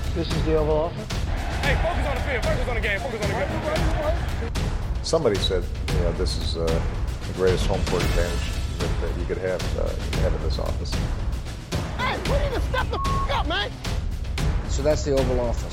This is the Oval Office. Hey, focus on the field. Focus on the game. Focus on the game. Somebody said, this is the greatest home court advantage that you could have in this office. Hey, we need to step the up, man. So that's the Oval Office.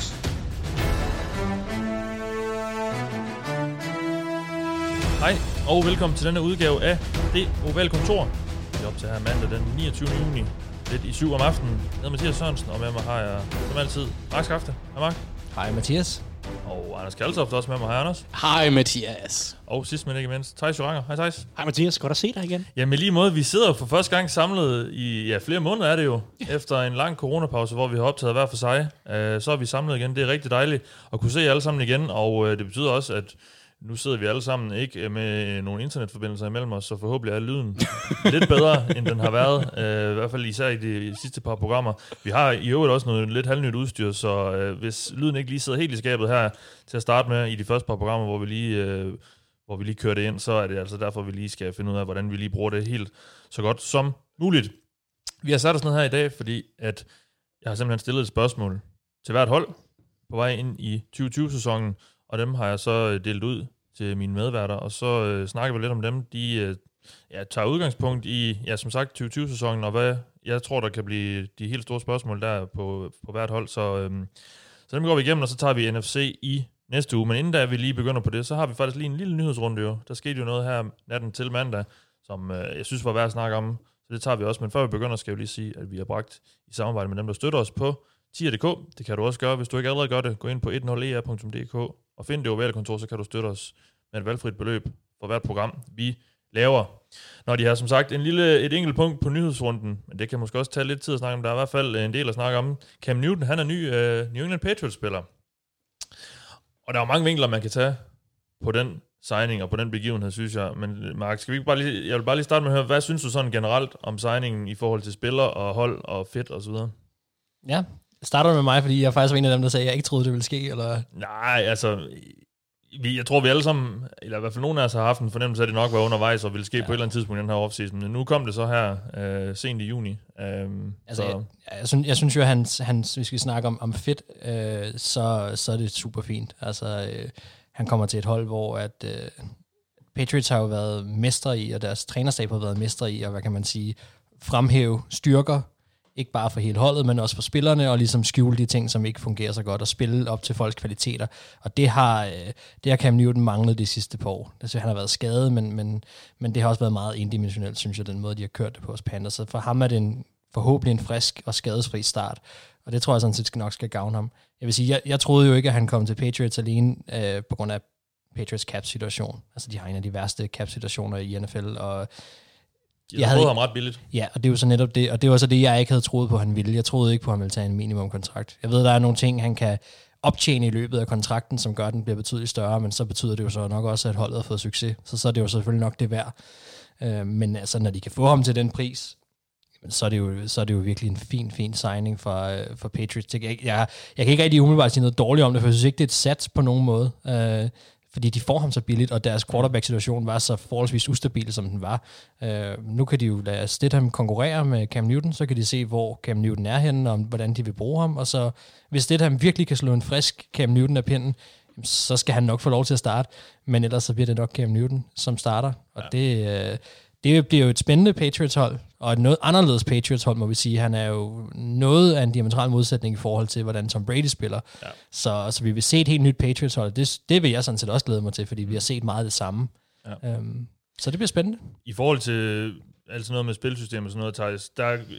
Hej, og velkommen til denne udgave af Det Ovale Kontor. Vi er op til her mandag den 29. juni, lidt i 7 om aftenen. Jeg hedder Mathias Sørensen, og med mig har jeg som altid Mark Skafte. Hej Mark. Hej Mathias. Og Anders Kaltoft også med mig. Hej Anders. Hej Mathias. Og sidst men ikke mindst, Theis Joranger. Hej Theis. Hej Mathias, godt at se dig igen. Ja, med lige måde, vi sidder for første gang samlet i flere måneder er det jo. Efter en lang coronapause, hvor vi har optaget hver for sig. Så er vi samlet igen. Det er rigtig dejligt at kunne se jer alle sammen igen. Og det betyder også, at nu sidder vi alle sammen ikke med nogle internetforbindelser imellem os, så forhåbentlig er lyden lidt bedre, end den har været. I hvert fald især i de sidste par programmer. Vi har i øvrigt også noget lidt halvnyt udstyr, så hvis lyden ikke lige sidder helt i skabet her til at starte med i de første par programmer, hvor vi lige kører det ind, så er det altså derfor, vi lige skal finde ud af, hvordan vi lige bruger det helt så godt som muligt. Vi har sat os ned her i dag, fordi at jeg har simpelthen stillet et spørgsmål til hvert hold på vej ind i 2020-sæsonen, og dem har jeg så delt ud til mine medværter, og så snakker vi lidt om dem. De tager udgangspunkt i, som sagt, 2020-sæsonen, og hvad jeg tror, der kan blive de helt store spørgsmål der på hvert hold. Så dem går vi igennem, og så tager vi NFC i næste uge. Men inden da vi lige begynder på det, så har vi faktisk lige en lille nyhedsrunde jo. Der skete jo noget her natten til mandag, som jeg synes var værd at snakke om. Så det tager vi også. Men før vi begynder, skal jeg lige sige, at vi har bragt i samarbejde med dem, der støtter os på tier.dk. Det kan du også gøre. Hvis du ikke allerede gør det, gå ind på 10er.dk og find Det Ovale Kontor, så kan du støtte os med et valgfrit beløb for hvert program, vi laver. Når de har som sagt et enkelt punkt på nyhedsrunden, men det kan måske også tage lidt tid at snakke om. Der er i hvert fald en del at snakke om. Cam Newton, han er ny New England Patriots-spiller. Og der er mange vinkler, man kan tage på den signing og på den begivenhed, synes jeg. Men Mark, jeg vil bare lige starte med at høre, hvad synes du sådan generelt om signingen i forhold til spiller og hold og fit og så videre? Ja, starter med mig, fordi jeg faktisk var en af dem, der sagde, at jeg ikke troede, det ville ske, eller? Nej, altså, jeg tror, vi alle sammen, eller i hvert fald nogen af os har haft en fornemmelse af, at det nok var undervejs og ville ske på et eller andet tidspunkt i den her offseason. Men nu kom det så her sent i juni. Jeg synes jo, at hvis vi snakker om fit, så er det super fint. Altså, han kommer til et hold, hvor at Patriots har jo været mestre i, og deres trænerstab har været mestre i, og hvad kan man sige, fremhæve styrker, ikke bare for hele holdet, men også for spillerne, og ligesom skjule de ting, som ikke fungerer så godt, og spille op til folks kvaliteter. Og det har Cam Newton manglet de sidste par år. Altså, han har været skadet, men det har også været meget endimensionelt, synes jeg, den måde, de har kørt det på hos Panthers. Så for ham er det forhåbentlig en frisk og skadesfri start, og det tror jeg sådan set nok skal gavne ham. Jeg vil sige, jeg troede jo ikke, at han kom til Patriots alene på grund af Patriots cap-situation. Altså, de har en af de værste cap-situationer i NFL, og jeg havde ham ret billigt. Ja, og det er jo så netop det, og det var så det, jeg ikke havde troet på, han ville. Jeg troede ikke på, at han ville tage en minimumkontrakt. Jeg ved, der er nogle ting, han kan optjene i løbet af kontrakten, som gør, at den bliver betydeligt større, men så betyder det jo så nok også, at holdet har fået succes. Så er det jo selvfølgelig nok det værd. Men altså, når de kan få ham til den pris, så er det jo virkelig en fin signing for Patriots. Jeg kan ikke rigtig umiddelbart sige noget dårligt om det, for jeg synes ikke, det er et sats på nogen måde. Fordi de får ham så billigt, og deres quarterback-situation var så forholdsvis ustabil, som den var. Nu kan de jo lade Stidham konkurrere med Cam Newton, så kan de se, hvor Cam Newton er henne, og hvordan de vil bruge ham. Og så, hvis Stidham virkelig kan slå en frisk Cam Newton af pinden, så skal han nok få lov til at starte. Men ellers så bliver det nok Cam Newton, som starter. Og det bliver jo et spændende Patriots-hold, og et noget anderledes Patriots-hold, må vi sige. Han er jo noget af en diametral modsætning i forhold til, hvordan Tom Brady spiller. Ja. Så vi vil se et helt nyt Patriots-hold. Det vil jeg sådan set også glæde mig til, fordi vi har set meget af det samme. Ja. Så det bliver spændende. I forhold til altså noget med spilsystem og sådan noget, Theis,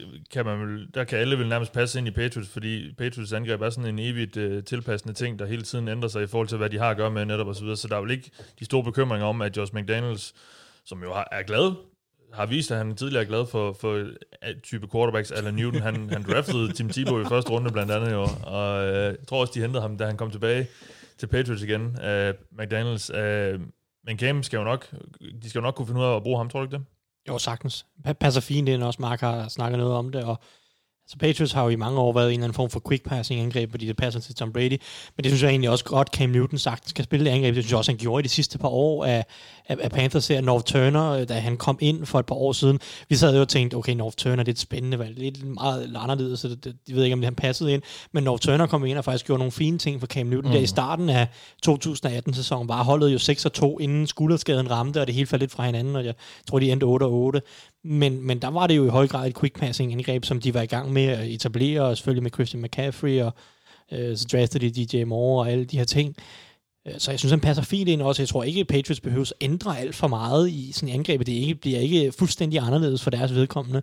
der kan alle vel nærmest passe ind i Patriots, fordi Patriots angreb er sådan en evigt tilpassende ting, der hele tiden ændrer sig i forhold til, hvad de har at gøre med netop og så videre. Så der er vel ikke de store bekymringer om, at Josh McDaniels, som jo er glad, har vist, at han tidligere er glad for type quarterbacks, eller Newton. Han draftede Tim Tebow i første runde blandt andet jo, og jeg tror også, de hentede ham, da han kom tilbage til Patriots igen, McDaniels. Men Cam skal jo nok kunne finde ud af at bruge ham, tror du ikke det? Jo, sagtens. Passer fint ind, også Mark har snakket noget om det, og Så Patriots har jo i mange år været en eller anden form for quick passing angreb, fordi det passer til Tom Brady. Men det synes jeg egentlig også godt, Cam Newton sagtens skal spille det angreb. Det synes jeg også, han gjorde i de sidste par år af Panthers-serien. North Turner, da han kom ind for et par år siden. Vi sad jo og tænkte, okay, North Turner, det er et spændende valg. Lidt meget anderledes, så jeg ved ikke, om det han passede ind. Men North Turner kom ind og faktisk gjorde nogle fine ting for Cam Newton. Der i starten af 2018-sæsonen var holdet jo 6-2, inden skulderskaden ramte, og det hele faldt lidt fra hinanden, og jeg tror, de endte 8-8. Men der var det jo i høj grad et quick passing angreb, som de var i gang med at etablere, og selvfølgelig med Christian McCaffrey, og så draftede de DJ Moore og alle de her ting. Så jeg synes, han passer fint ind også. Jeg tror ikke, at Patriots behøver at ændre alt for meget i sådan angrebet. Det bliver ikke fuldstændig anderledes for deres vedkommende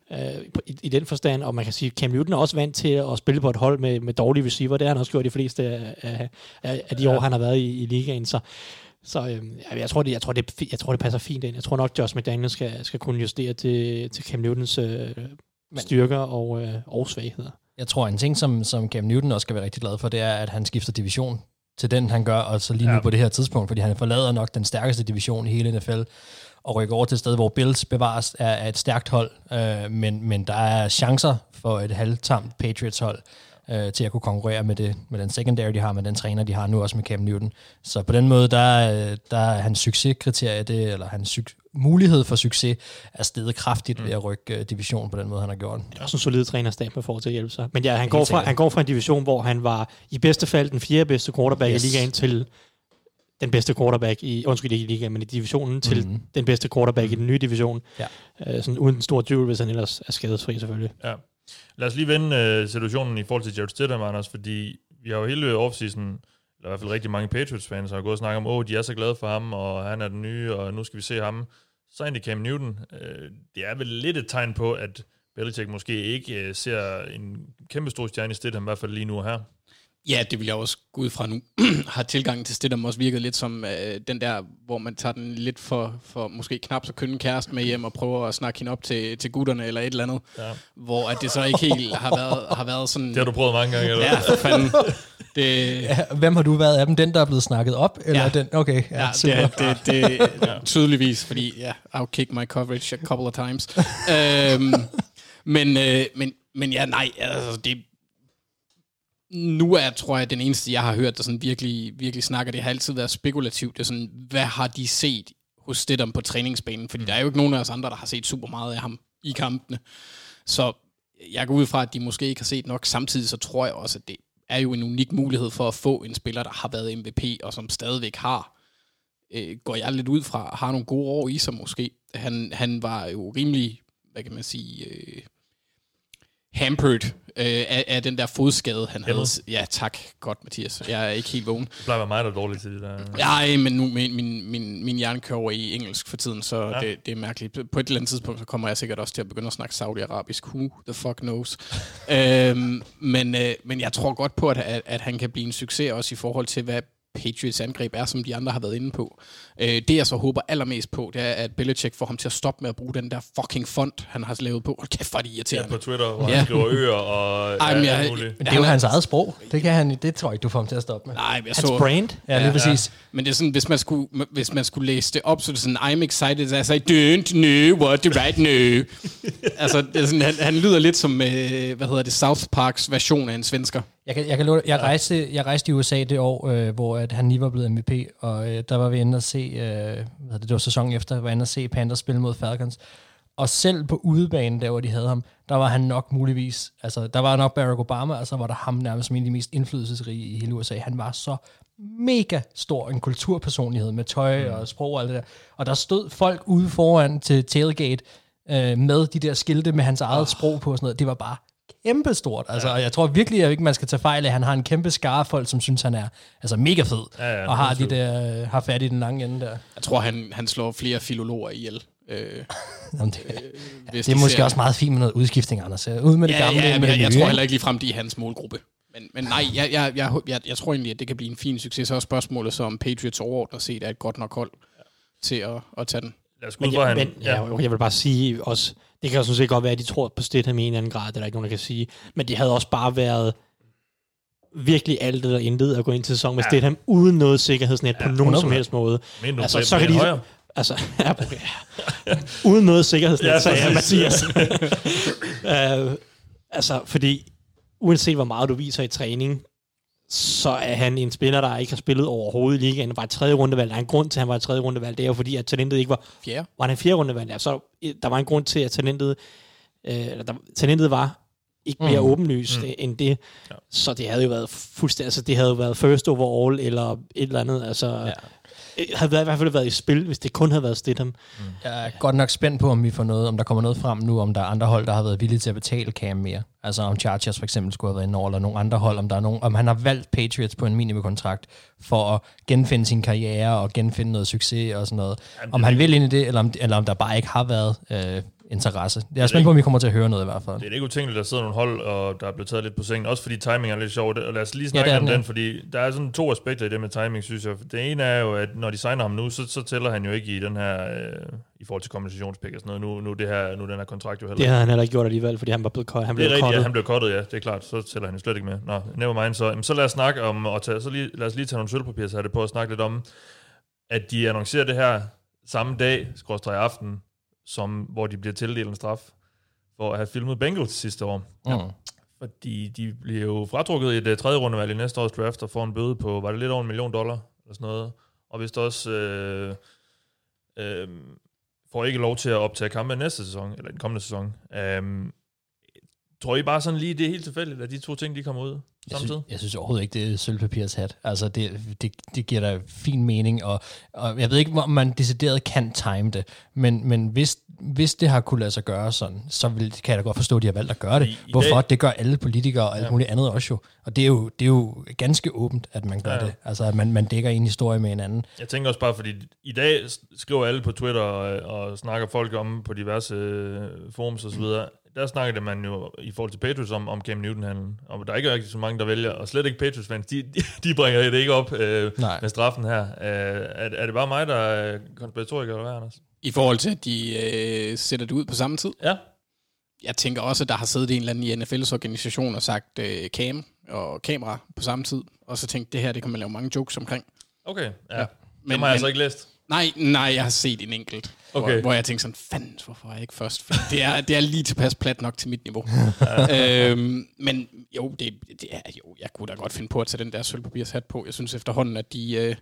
i den forstand. Og man kan sige, at Cam Newton er også vant til at spille på et hold med dårlige receiver. Det har han også gjort de fleste af de år, han har været i ligaen. Så jeg tror, det passer fint ind. Jeg tror nok, Josh McDaniels skal kunne justere til Cam Newtons styrker og svagheder. Jeg tror, en ting, som Cam Newton også skal være rigtig glad for, det er, at han skifter division til den, han gør, og så lige nu på det her tidspunkt, fordi han forlader nok den stærkeste division i hele NFL, og rykker over til et sted, hvor Bills bevares er et stærkt hold, men der er chancer for et halvtamt Patriots-hold, til at kunne konkurrere med den secondary, de har, med den træner, de har nu også med Cam Newton. Så på den måde, der er hans succeskriterie, eller hans mulighed for succes, er steget kraftigt ved at rykke division på den måde, han har gjort. Det er også en solid trænerstab med forhold til at hjælpe sig. Men ja, han går fra en division, hvor han var i bedste fald den 4. bedste quarterback i ligaen, til den bedste quarterback i ligaen, men i divisionen, til den bedste quarterback i den nye division. Ja. Sådan uden en stor tvivl, hvis han ellers er skadesfri selvfølgelig. Ja. Lad os lige vende situationen i forhold til Jarrett Stidham, Anders, fordi vi har jo hele offseason, eller i hvert fald rigtig mange Patriots-fans, har gået og snakket om, de er så glade for ham, og han er den nye, og nu skal vi se ham. Så egentlig Cam Newton. Det er vel lidt et tegn på, at Belichick måske ikke ser en kæmpe stor stjerne i Stidham, i hvert fald lige nu her. Ja, det vil jeg også gå ud fra nu. Har tilgangen til Stidham også virket lidt som den der, hvor man tager den lidt for måske knap så kønne kæreste med hjem og prøver at snakke hende op til gutterne eller et eller andet. Ja. Hvor at det så ikke helt har været sådan... Det har du prøvet mange gange, eller? Ja, for fanden. Hvem har du været af dem? Den, der er blevet snakket op? Eller den? Okay, ja, det tydeligvis, fordi I'll kick my coverage a couple of times. Men ja, nej, altså det... Nu tror jeg, den eneste, jeg har hørt, der sådan virkelig, virkelig snakker, det har altid været spekulativt. Det er sådan, hvad har de set hos Stidham på træningsbanen? Fordi der er jo ikke nogen af os andre, der har set super meget af ham i kampene. Så jeg går ud fra, at de måske ikke har set nok. Samtidig så tror jeg også, at det er jo en unik mulighed for at få en spiller, der har været MVP, og som stadigvæk går jeg lidt ud fra, har nogle gode år i sig måske. Han var jo rimelig, hvad kan man sige... hampered af den der fodskade, han havde. Ja, tak. Godt, Mathias. Jeg er ikke helt vågen. Det plejer mig, der er dårligt til det der. Nej, men nu min hjerne kører over i engelsk for tiden, så det er mærkeligt. På et eller andet tidspunkt, så kommer jeg sikkert også til at begynde at snakke saudi-arabisk. Who the fuck knows? Men jeg tror godt på, at han kan blive en succes også i forhold til, hvad Patriots angreb er, som de andre har været inde på. Det jeg så håber allermest på, det er, at Belichick får ham til at stoppe med at bruge den der fucking font, han har lavet på. Kæft, hvor er det irriterende. Ja, på Twitter, hvor han skriver øer og alt muligt. Det er jo hans eget sprog. Det tror jeg ikke, du får ham til at stoppe med. Nej, hans brand. Ja, lige præcis. Men det er sådan, hvis man skulle læse det op, så er det sådan, I'm excited as I don't know what the right know. Altså, det er sådan, han lyder lidt som, South Parks version af en svensker. Jeg rejste i USA det år, hvor at han lige var blevet MVP, og der var vi inde at se, det var sæsonen efter, var inde at se Panthers spille mod Falcons. Og selv på udebanen, der hvor de havde ham, der var han nok muligvis, altså der var nok Barack Obama, og så var der ham nærmest som en af de mest indflydelsesrige i hele USA. Han var så mega stor en kulturpersonlighed med tøj og sprog og alt det der. Og der stod folk ude foran til tailgate med de der skilte med hans eget sprog på og sådan noget. Det var bare kæmpestort. Altså, jeg tror virkelig, at ikke man skal tage fejl af, han har en kæmpe skare folk, som synes, han er altså mega fed, og har fat i den lange ende der. Jeg tror, han slår flere filologer ihjel. Det er måske også meget fint med noget udskiftning, Anders. Ud med det gamle. Jeg tror heller ikke ligefrem, de er hans målgruppe. Men nej, jeg tror egentlig, at det kan blive en fin succes. Så er spørgsmålet så, om Patriots overordnet set er et godt nok hold til at tage den. Jeg vil bare sige også, det kan jo sådan set godt være, at de tror på Stidham i en anden grad, det er der ikke nogen, der kan sige. Men det havde også bare været virkelig alt eller intet at gå ind til sæson med Stidham, uden noget sikkerhedsnet på nogen som helst måde. Altså, så kan de... uden noget sikkerhedsnet, sagde jeg, Mathias. Altså, fordi uanset hvor meget du viser i træning, så er han en spiller, der ikke har spillet overhovedet i ligaen. Han var et 3. rundevalg. Der er en grund til, at han var et 3. rundevalg. Det er jo fordi, at talentet ikke var... 4. Var han 4. rundevalg? Ja, så der var en grund til, at talentet var ikke mere åbenlyst end det. Ja. Så det havde jo været fuldstændig... Altså, det havde jo været first overall eller et eller andet. Altså... havde i hvert fald været i spil, hvis det kun havde været Stidham. Jeg er godt nok spændt på, om vi får noget, om der kommer noget frem nu, om der er andre hold, der har været villige til at betale Cam mere. Altså om Chargers for eksempel skulle have været inde over, eller nogle andre hold, om han har valgt Patriots på en minimumkontrakt for at genfinde sin karriere og genfinde noget succes og sådan noget. Jamen, om han vil ind i det, eller om der bare ikke har været interesse. Jeg er spændt på, om vi kommer til at høre noget i hvert fald. Det er ikke utænkeligt, der sidder nogle hold, og der er blevet taget lidt på sengen. Også fordi timing er lidt sjovt. Lad os lige snakke om den, fordi der er sådan 2 aspekter i det med timing, synes jeg. Det ene er jo, at når de signer ham nu, så tæller han jo ikke i den her, i forhold til kompensationspick og sådan noget. Nu den her kontrakt jo heller. Det havde han heller ikke gjort alligevel, fordi han var blevet cuttet. Det er rigtigt, ja, han blev cuttet, ja. Det er klart. Så tæller han jo slet ikke med. Nå, never mind så. Så lad os snakke om, lad os lige tage nogle sølvpapir, så har det på at snakke lidt om, at de annoncerer det her samme dag, /aften, hvor de bliver tildelt en straf for at have filmet Bengals sidste år. Ja. Fordi de bliver jo fratrukket i et 3. rundevalg i næste års draft og får en bøde på, var det lidt over $1 million eller sådan noget. Og hvis der også får ikke lov til at optage kampe næste sæson, eller den kommende sæson. Tror I bare sådan lige, det er helt tilfældigt, at de 2 ting, de kommer ud samtidig? Jeg synes overhovedet ikke, det er sølvpapirs hat. Altså, det giver da fin mening, og jeg ved ikke, om man decideret kan time det, men hvis det har kunne lade sig gøre sådan, så kan jeg da godt forstå, at de har valgt at gøre det. Hvorfor? Det gør alle politikere og alt muligt andet også jo. Og det er jo ganske åbent, at man gør det. Altså, at man dækker en historie med en anden. Jeg tænker også bare, fordi i dag skriver alle på Twitter og snakker folk om på diverse forums og så videre. Der snakkede man jo i forhold til Patriots om Cam Newton-handlen, og der er ikke rigtig så mange, der vælger, og slet ikke Patriots-fans, de bringer det ikke op med straffen her. Er det bare mig, der er konspiratoriker, eller hvad, Anders? I forhold til, at de sætter det ud på samme tid? Ja. Jeg tænker også, at der har siddet en eller anden i NFL's organisation og sagt cam og kamera på samme tid, og så tænkte det her, det kan man lave mange jokes omkring. Okay, ja. Men har jeg altså ikke læst. Nej, jeg har set en enkelt, hvor jeg tænkte sådan, fanden, hvorfor er jeg ikke først? For det er lige tilpas plat nok til mit niveau. Men jo, det er jo, jeg kunne da godt finde på at tage den der sølvpapirs hat på. Jeg synes efterhånden, at de...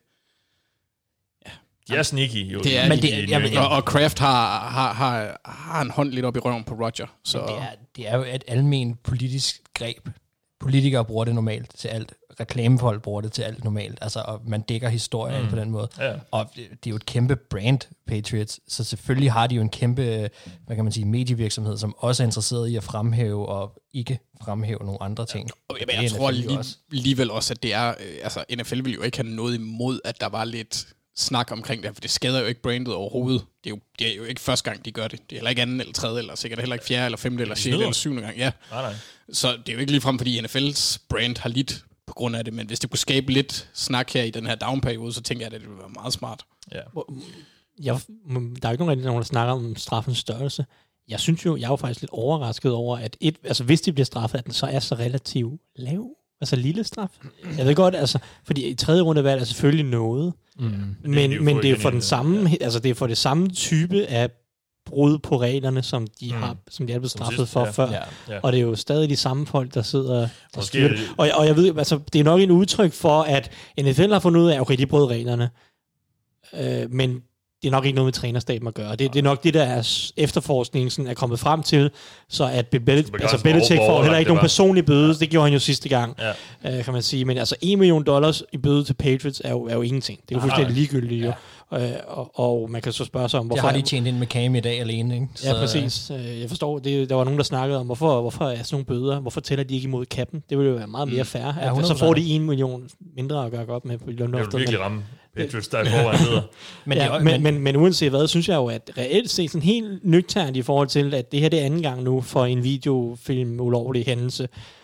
de er sneaky, jo. Det er og Kraft har en hånd lidt op i røven på Roger. Så. Det er jo et almen politisk greb. Politikere bruger det normalt til alt. Reklamefolk bruger det til alt normalt. Altså, og man dækker historien på den måde. Ja. Og det er jo et kæmpe brand, Patriots. Så selvfølgelig har de jo en kæmpe, hvad kan man sige, medievirksomhed, som også er interesseret i at fremhæve og ikke fremhæve nogle andre ting. Ja, jeg tror alligevel også, at det er... altså, NFL vil jo ikke have noget imod, at der var lidt snak omkring det, for det skader jo ikke brandet overhovedet. Det er jo ikke første gang, de gør det. Det er heller ikke anden eller tredje, eller sikkert heller ikke fjerde, eller femte, eller sjette, eller syvende gang. Ja. Nej. Så det er jo ikke ligefrem, fordi NFL's brand har lidt på grund af det, men hvis det kunne skabe lidt snak her i den her down-periode, så tænker jeg, at det ville være meget smart. Ja. Der er ikke nogen, der snakker om straffens størrelse. Jeg synes jo, jeg er jo faktisk lidt overrasket over, at hvis de bliver straffet, at den så er så relativt lav. Altså lille straf. Jeg ved godt, altså, fordi i 3. rundevalg er selvfølgelig noget, men det er jo for den samme, altså det er for det samme type af brud på reglerne, som de er blevet straffet for før. Ja. Og det er jo stadig de samme folk, der sidder der styrer det. Og jeg ved, altså, det er nok en udtryk for, at NFL har fundet ud af, okay, de brød reglerne, men det er nok ikke noget med trænerstaben at gøre. Det er nok det, der er efterforskningen er kommet frem til, så at Belichick får heller ikke nogen personlige bøde. Det gjorde han jo sidste gang, kan man sige. Men altså $1 million i bøde til Patriots er jo ingenting. Det er jo fuldstændig ligegyldigt jo. Og man kan så spørge sig om, hvorfor... Det har de tjent ind med Cam i dag alene, ikke? Så... Ja, præcis. Jeg forstår, der var nogen, der snakkede om, hvorfor er sådan nogle bøder? Hvorfor tæller de ikke imod kappen? Det ville jo være meget mere fair. Ja, så får de 1 million mindre at gøre godt med på lønloftet. Det vil virkelig ramme Patriots, der er forvejen videre. Men uanset hvad, synes jeg jo, at reelt set sådan helt nøgternt i forhold til, at det her det er anden gang nu for en videofilm ulovlig hændelse.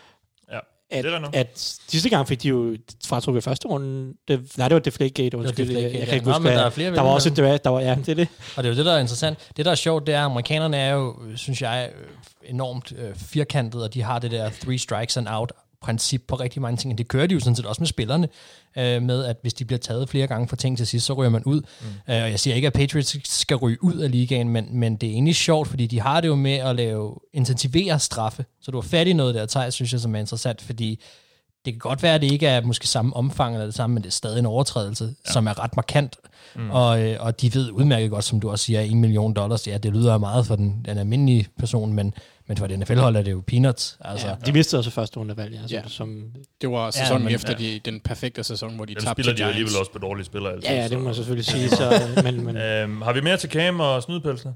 At sidste gang fik de jo fratrukket første runde. Det var Deflategate. Jeg kan ikke huske, der var også et draft. Det er det. Og det er jo det, der er interessant. Det, der er sjovt, det er, at amerikanerne er jo, synes jeg, enormt firkantet, og de har det der 3 strikes and out princip på rigtig mange ting, og det kører de jo sådan set også med spillerne, med at hvis de bliver taget flere gange for ting til sidst, så ryger man ud. Og jeg siger ikke, at Patriots skal ryge ud af ligaen, men det er egentlig sjovt, fordi de har det jo med at intensivere straffe, så du har fat i noget der, Thijs, synes jeg, som er interessant, fordi det kan godt være, at det ikke er måske samme omfang eller det samme, men det er stadig en overtrædelse, som er ret markant. Og de ved udmærket godt, som du også siger, $1 million. Ja, det lyder meget for den almindelige person, men for det NFL-hold er det jo peanuts. Altså. Ja, de mistede også første rundevalg. Altså, det var sæsonen efter den perfekte sæson, hvor de tabte til Giants. De jo alligevel også på dårlige spillere. Altså, ja, det må man selvfølgelig sige. Så, men. Har vi mere til Cam og snydepelsene?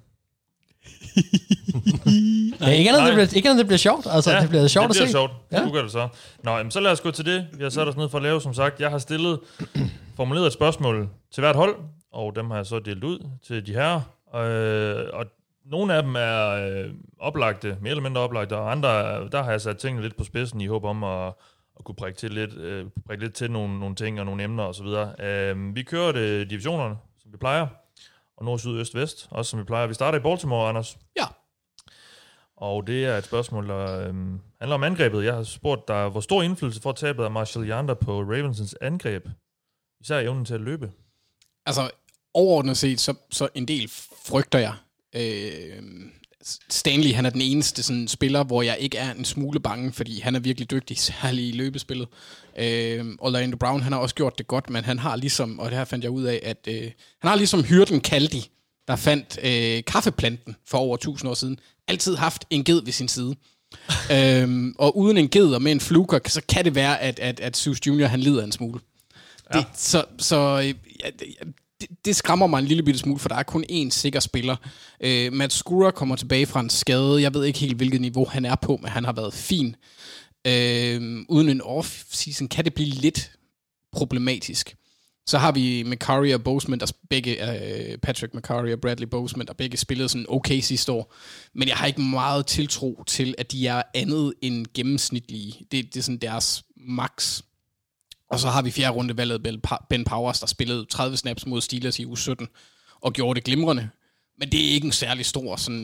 Ja, ikke andet, det bliver sjovt. Altså, det bliver sjovt at se. Sjovt. Ja. Du gør det så. Nå, jamen, så lad os gå til det. Vi har sat os ned for at lave, som sagt. Jeg har formuleret et spørgsmål til hvert hold, og dem har jeg så delt ud til de her. Og nogle af dem er oplagte, mere eller mindre oplagte, og andre, der har jeg sat tingene lidt på spidsen i håb om at kunne prikke lidt til nogle ting og nogle emner osv. Vi kører det divisionerne, som vi plejer. Og nord, syd, øst, vest, også som vi plejer. Vi starter i Baltimore, Anders. Ja. Og det er et spørgsmål, der handler om angrebet. Jeg har spurgt dig, hvor stor indflydelse får tabet af Marshall Yanda på Ravensens angreb? Især evnen til at løbe. Altså, overordnet set, så en del frygter jeg. Stanley, han er den eneste sådan, spiller, hvor jeg ikke er en smule bange, fordi han er virkelig dygtig, særligt i løbespillet. Orlando Brown, han har også gjort det godt, men han har ligesom, og det her fandt jeg ud af, at han har ligesom hyrden Kaldi, der fandt kaffeplanten for over 1000 år siden, altid haft en ged ved sin side. Og uden en ged og med en fluker, så kan det være, at Zeus Jr. han lider en smule. Ja. Det skræmmer mig en lille bitte smule, for der er kun én sikker spiller. Matt Skura kommer tilbage fra en skade. Jeg ved ikke helt, hvilket niveau han er på, men han har været fin. Uden en off-season kan det blive lidt problematisk. Så har vi McCurry og Boseman, der begge Patrick McCurry og Bradley Boseman, der begge spillede sådan okay sidste år. Men jeg har ikke meget tiltro til, at de er andet end gennemsnitlige. Det er sådan deres max. Og så har vi 4. rundevalget Ben Powers, der spillede 30 snaps mod Steelers i uge 17, og gjorde det glimrende. Men det er ikke en særlig stor sådan,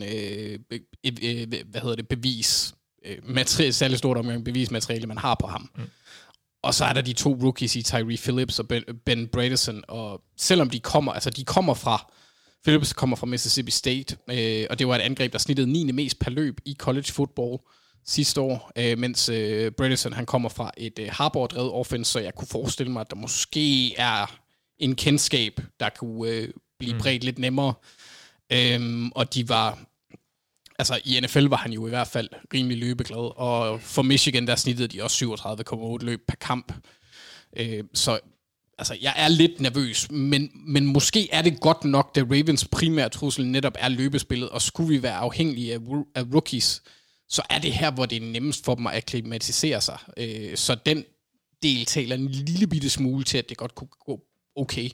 bevis, særlig stort omgang bevismateriale, man har på ham. Og så er der de 2 rookies i Tyree Phillips og Ben Bredesen, og selvom de kommer fra, Phillips kommer fra Mississippi State, og det var et angreb, der snittede 9. mest per løb i college football sidste år, mens Bredesen, han kommer fra et Harbaugh-drevet offense, så jeg kunne forestille mig, at der måske er en kendskab, der kunne blive bredt lidt nemmere. Og de var, altså i NFL var han jo i hvert fald rimelig løbeglad, og for Michigan, der snittede de også 37,8 løb per kamp. Så altså, jeg er lidt nervøs, men måske er det godt nok, da Ravens primære trussel netop er løbespillet, og skulle vi være afhængige af rookies, så er det her, hvor det er nemmest for dem at akklimatisere sig. Så den del taler en lille bitte smule til, at det godt kunne gå okay.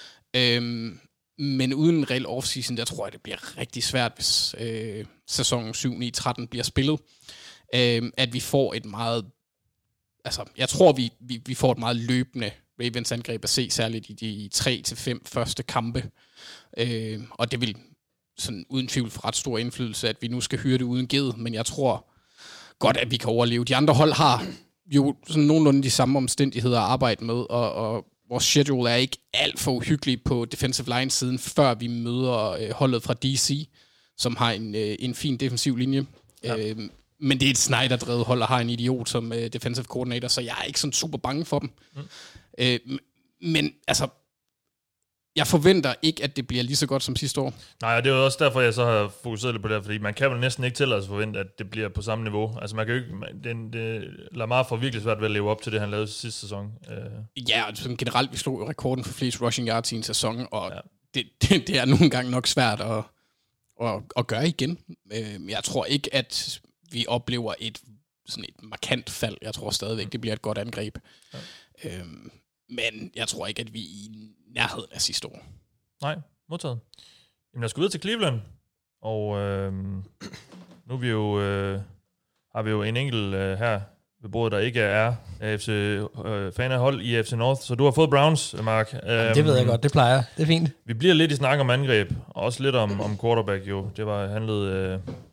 Men uden en reel offseason, der tror jeg, det bliver rigtig svært, hvis sæsonen 7-9-13 bliver spillet. At vi får et meget... Altså, jeg tror, vi får et meget løbende Ravens angreb at se, særligt i de 3-5 første kampe. Og det vil sådan uden tvivl for ret stor indflydelse, at vi nu skal høre det uden ged, men jeg tror godt, at vi kan overleve. De andre hold har jo sådan nogenlunde de samme omstændigheder at arbejde med, og vores schedule er ikke alt for uhyggelig på defensive line siden, før vi møder holdet fra DC, som har en fin defensiv linje. Ja. Men det er et Snyder-drevet hold, og har en idiot som defensive coordinator, så jeg er ikke sådan super bange for dem. Men altså, jeg forventer ikke, at det bliver lige så godt som sidste år. Nej, og det er jo også derfor, jeg så har fokuseret lidt på det, fordi man kan vel næsten ikke tillade sig forvente, at det bliver på samme niveau. Altså man kan jo ikke... Lamar får virkelig svært ved at leve op til det, han lavede sidste sæson. Ja, og generelt, vi slog jo rekorden for flest rushing yards i en sæson, og det er nogle gange nok svært at gøre igen. Jeg tror ikke, at vi oplever et markant fald. Jeg tror stadigvæk, det bliver et godt angreb. Ja. Men jeg tror ikke, at vi er i nærheden af sidste år. Nej, modtaget. Jamen, jeg skal videre til Cleveland, og nu er vi jo, har vi jo en enkelt her ved bordet, der ikke er AFC, fan af hold i AFC North, så du har fået Browns, Mark. Det ved jeg godt, det plejer. Det er fint. Vi bliver lidt i snak om angreb, og også lidt om quarterback jo. Det var handlet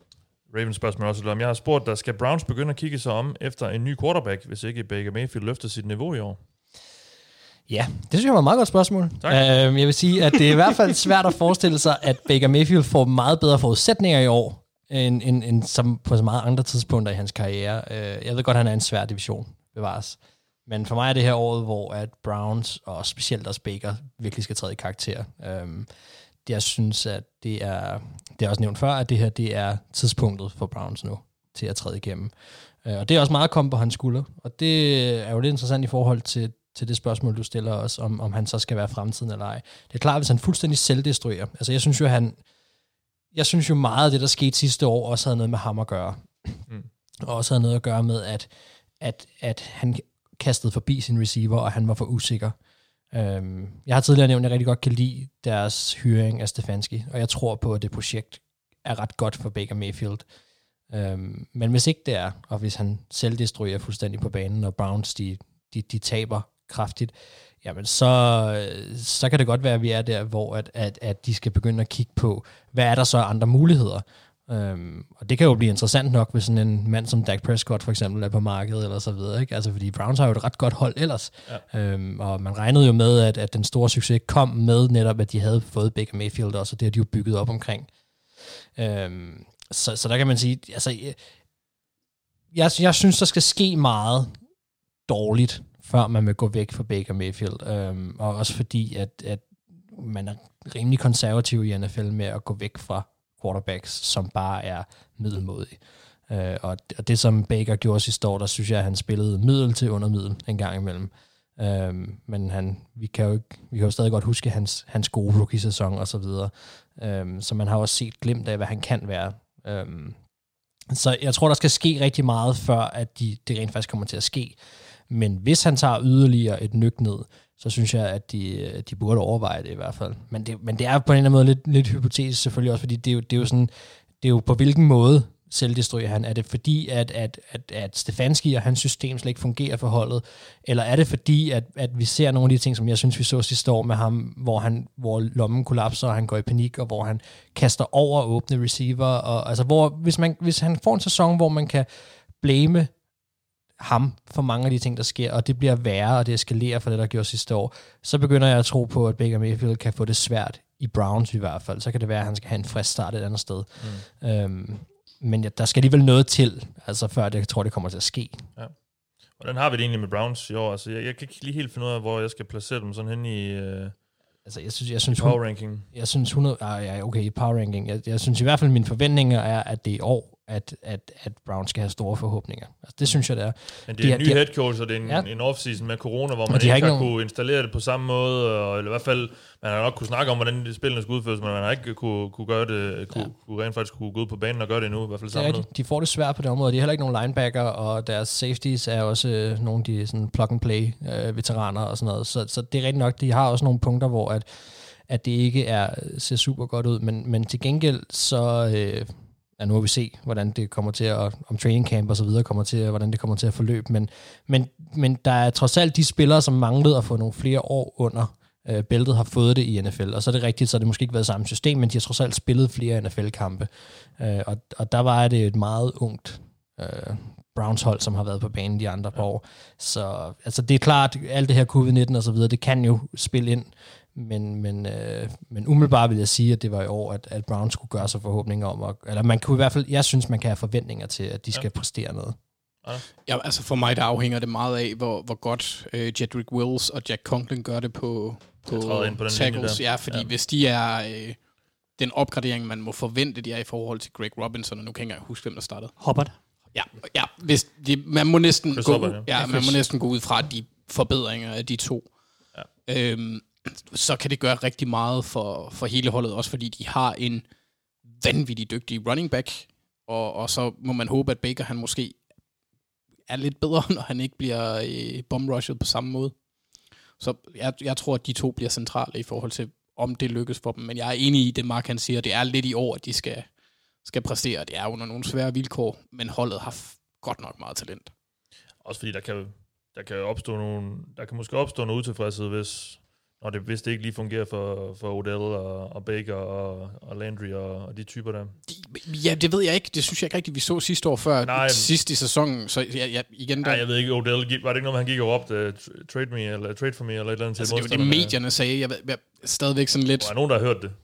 Ravens spørgsmål også, om jeg har spurgt dig, skal Browns begynde at kigge sig om efter en ny quarterback, hvis ikke Baker Mayfield løfter sit niveau i år? Ja, det synes jeg var et meget godt spørgsmål. Jeg vil sige, at det er i hvert fald svært at forestille sig, at Baker Mayfield får meget bedre forudsætninger i år, end som på så meget andre tidspunkter i hans karriere. Jeg ved godt, at han er en svær division, bevares. Men for mig er det her året, hvor at Browns, og specielt også Baker, virkelig skal træde i karakter. Jeg synes, at det er også nævnt før, at det her det er tidspunktet for Browns nu til at træde igennem. Og det er også meget kommet på hans skulder. Og det er jo lidt interessant i forhold til det spørgsmål, du stiller os, om han så skal være fremtiden eller ej. Det er klart, hvis han fuldstændig selvdestruerer. Altså, jeg synes jo meget af det, der skete sidste år, også havde noget med ham at gøre. Og også havde noget at gøre med, at han kastede forbi sin receiver, og han var for usikker. Jeg har tidligere nævnt, at jeg rigtig godt kan lide deres hyring af Stefanski, og jeg tror på, at det projekt er ret godt for Baker Mayfield. Men hvis ikke det er, og hvis han selvdestruerer fuldstændig på banen, og Browns de taber kraftigt, jamen så kan det godt være, at vi er der, hvor at de skal begynde at kigge på, hvad er der så andre muligheder? Og det kan jo blive interessant nok, hvis sådan en mand som Dak Prescott for eksempel er på markedet, eller så videre, ikke? Altså, fordi Browns har jo et ret godt hold ellers. Ja. Og man regnede jo med, at den store succes kom med netop, at de havde fået Baker Mayfield også, og det har de jo bygget op omkring. Så der kan man sige, altså, jeg synes, der skal ske meget dårligt, før man vil gå væk fra Baker Mayfield. Og også fordi, at man er rimelig konservativ i NFL med at gå væk fra quarterbacks, som bare er middelmådige. Og det, som Baker gjorde sidste år, der synes jeg, at han spillede middel til under middel en gang imellem. Men vi kan jo stadig godt huske hans gode rookie-sæson og så videre. Så man har også set glimt af, hvad han kan være. Så jeg tror, der skal ske rigtig meget, før at det rent faktisk kommer til at ske. Men hvis han tager yderligere et nyk ned, så synes jeg, at de burde overveje det i hvert fald. Men det er på en eller anden måde lidt hypotetisk selvfølgelig også, fordi det er jo på hvilken måde selvdestruerer han. Er det fordi, at Stefanski og hans system slet ikke fungerer for holdet? Eller er det fordi, at vi ser nogle af de ting, som jeg synes, vi så sidste år med ham, hvor lommen kollapser, og han går i panik, og hvor han kaster over åbne receiver? Og, altså, hvis han får en sæson, hvor man kan blame ham for mange af de ting, der sker, og det bliver værre, og det eskalerer for det, der gjorde sidste år, så begynder jeg at tro på, at Baker Mayfield kan få det svært i Browns i hvert fald. Så kan det være, at han skal have en frisk start et andet sted. Men der skal alligevel noget til, altså før jeg tror, det kommer til at ske. Ja. Hvordan har vi det egentlig med Browns i år? Altså, jeg kan ikke lige helt finde ud af, hvor jeg skal placere dem sådan hen i altså, jeg synes power ranking. Jeg synes 100... ja, okay, power ranking. Jeg synes i hvert fald, mine forventninger er, at det er i år, at Browns skal have store forhåbninger. Altså, det synes jeg, det er. Men det er en ny head coach, og det er en off-season med corona, hvor man ikke har kunne installere det på samme måde, eller i hvert fald, man har nok kunne snakke om, hvordan de spillene skulle udføres, men man har ikke kunne gøre det, kunne rent faktisk kunne gå ud på banen og gøre det nu, i hvert fald samlet. De får det svært på det område. De har heller ikke nogen linebacker, og deres safeties er også nogle af de sådan plug-and-play veteraner og sådan noget. Så det er rigtig nok, de har også nogle punkter, hvor at det ikke ser super godt ud, men til gengæld så... nu må vi se, hvordan det kommer til at, om training camp og så videre kommer til, hvordan det kommer til at forløbe, men der er trods alt de spillere, som manglede at få nogle flere år under bæltet, har fået det i NFL, og så er det rigtigt, så det måske ikke været samme system, men de har trods alt spillet flere NFL-kampe, og der var det et meget ungt Browns hold, som har været på banen de andre par år, så altså, det er klart, alt det her COVID-19 og så videre, det kan jo spille ind, men umiddelbart vil jeg sige, at det var i år, at Browns skulle gøre sig forhåbninger om, eller man kunne i hvert fald, jeg synes, man kan have forventninger til, at de skal præstere noget. Ja, altså for mig, der afhænger det meget af, hvor godt Jedrick Wills og Jack Conklin gør det på tackles. Ja, fordi hvis de er den opgradering, man må forvente, de er i forhold til Greg Robinson, og nu kan jeg ikke huske, hvem der startede. Hubbard. Ja, hvis man må næsten gå ud fra de forbedringer af de to. Ja. Så kan det gøre rigtig meget for hele holdet, også fordi de har en vanvittig dygtig running back, og så må man håbe, at Baker han måske er lidt bedre, når han ikke bliver bomb-rushet på samme måde. Så jeg tror, at de to bliver centrale i forhold til, om det lykkes for dem. Men jeg er enig i det, Mark han siger, det er lidt i år, at de skal præstere. Det er under nogle svære vilkår, men holdet har godt nok meget talent. Også fordi der kan måske opstå noget utilfredshed, hvis Og hvis det ikke lige fungerer for Odell og Baker og Landry og de typer der. Ja, det ved jeg ikke. Det synes jeg ikke rigtigt, vi så sidste år før. Sidst i sæsonen. Så igen der... Nej, jeg ved ikke, Odell, var det ikke noget, han gik og råbte, trade for me, eller et eller andet altså, til det var det, medierne sagde. Jeg stadigvæk sådan lidt... Der er nogen, der har hørt det.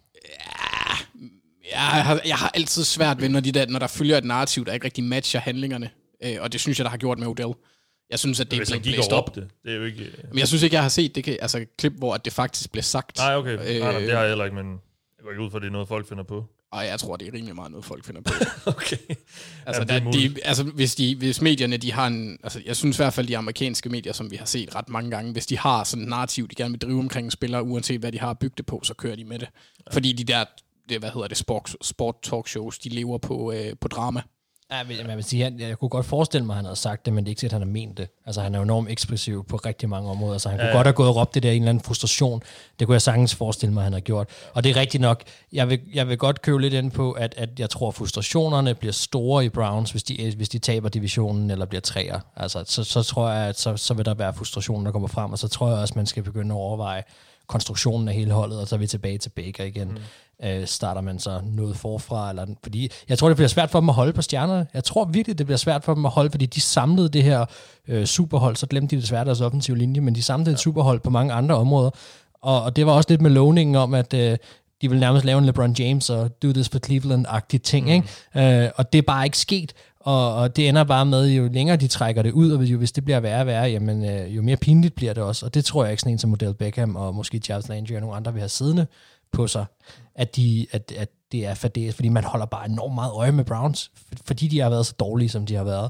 Jeg har altid svært ved, når der følger et narrativ, der ikke rigtig matcher handlingerne. Og det synes jeg, der har gjort med Odell. Jeg synes, at det er blevet blæst op. Det er jo ikke... Men jeg synes ikke, jeg har set det klip, hvor det faktisk blev sagt. Nej, okay. Nej, det har jeg heller ikke, men jeg går ikke ud for, at det er noget, folk finder på. Og jeg tror, det er rimelig meget noget, folk finder på. Okay. Altså, hvis medierne, de har en... Altså, jeg synes i hvert fald, de amerikanske medier, som vi har set ret mange gange, hvis de har sådan et narrativ, de gerne vil drive omkring spillere, uanset hvad de har bygget det på, så kører de med det. Ja. Fordi de der, sport talk shows, de lever på drama. Ja, jeg vil sige, jeg kunne godt forestille mig, at han havde sagt det, men det er ikke sikkert, at han har ment det. Altså, han er jo enormt ekspressiv på rigtig mange områder, så han kunne godt have gået og råbt det der en eller anden frustration. Det kunne jeg sagtens forestille mig, at han har gjort. Og det er rigtigt nok. Jeg vil godt købe lidt ind på, at jeg tror, at frustrationerne bliver store i Browns, hvis de taber divisionen eller bliver treer. Altså, så tror jeg, at så vil der være frustrationen, der kommer frem, og så tror jeg også, at man skal begynde at overveje konstruktionen af hele holdet, og så er vi tilbage til Baker igen. Starter man så noget forfra, eller fordi jeg tror, det bliver svært for dem at holde på stjernerne. Jeg tror virkelig, det bliver svært for dem at holde, fordi de samlede det her superhold, så glemte de desværre deres offensive linje, men de samlede et superhold på mange andre områder, og det var også lidt med lovningen om, at de vil nærmest lave en LeBron James og do this for Cleveland-agtig ting, ikke? Og det er bare ikke sket, og det ender bare med, jo længere de trækker det ud, og hvis det bliver værre og værre, jamen, jo mere pinligt bliver det også, og det tror jeg ikke sådan en som Odell Beckham og måske Jarvis Landry og nogle andre vil have siddende på sig, at det er fordelt, fordi man holder bare enormt meget øje med Browns, fordi de har været så dårlige, som de har været.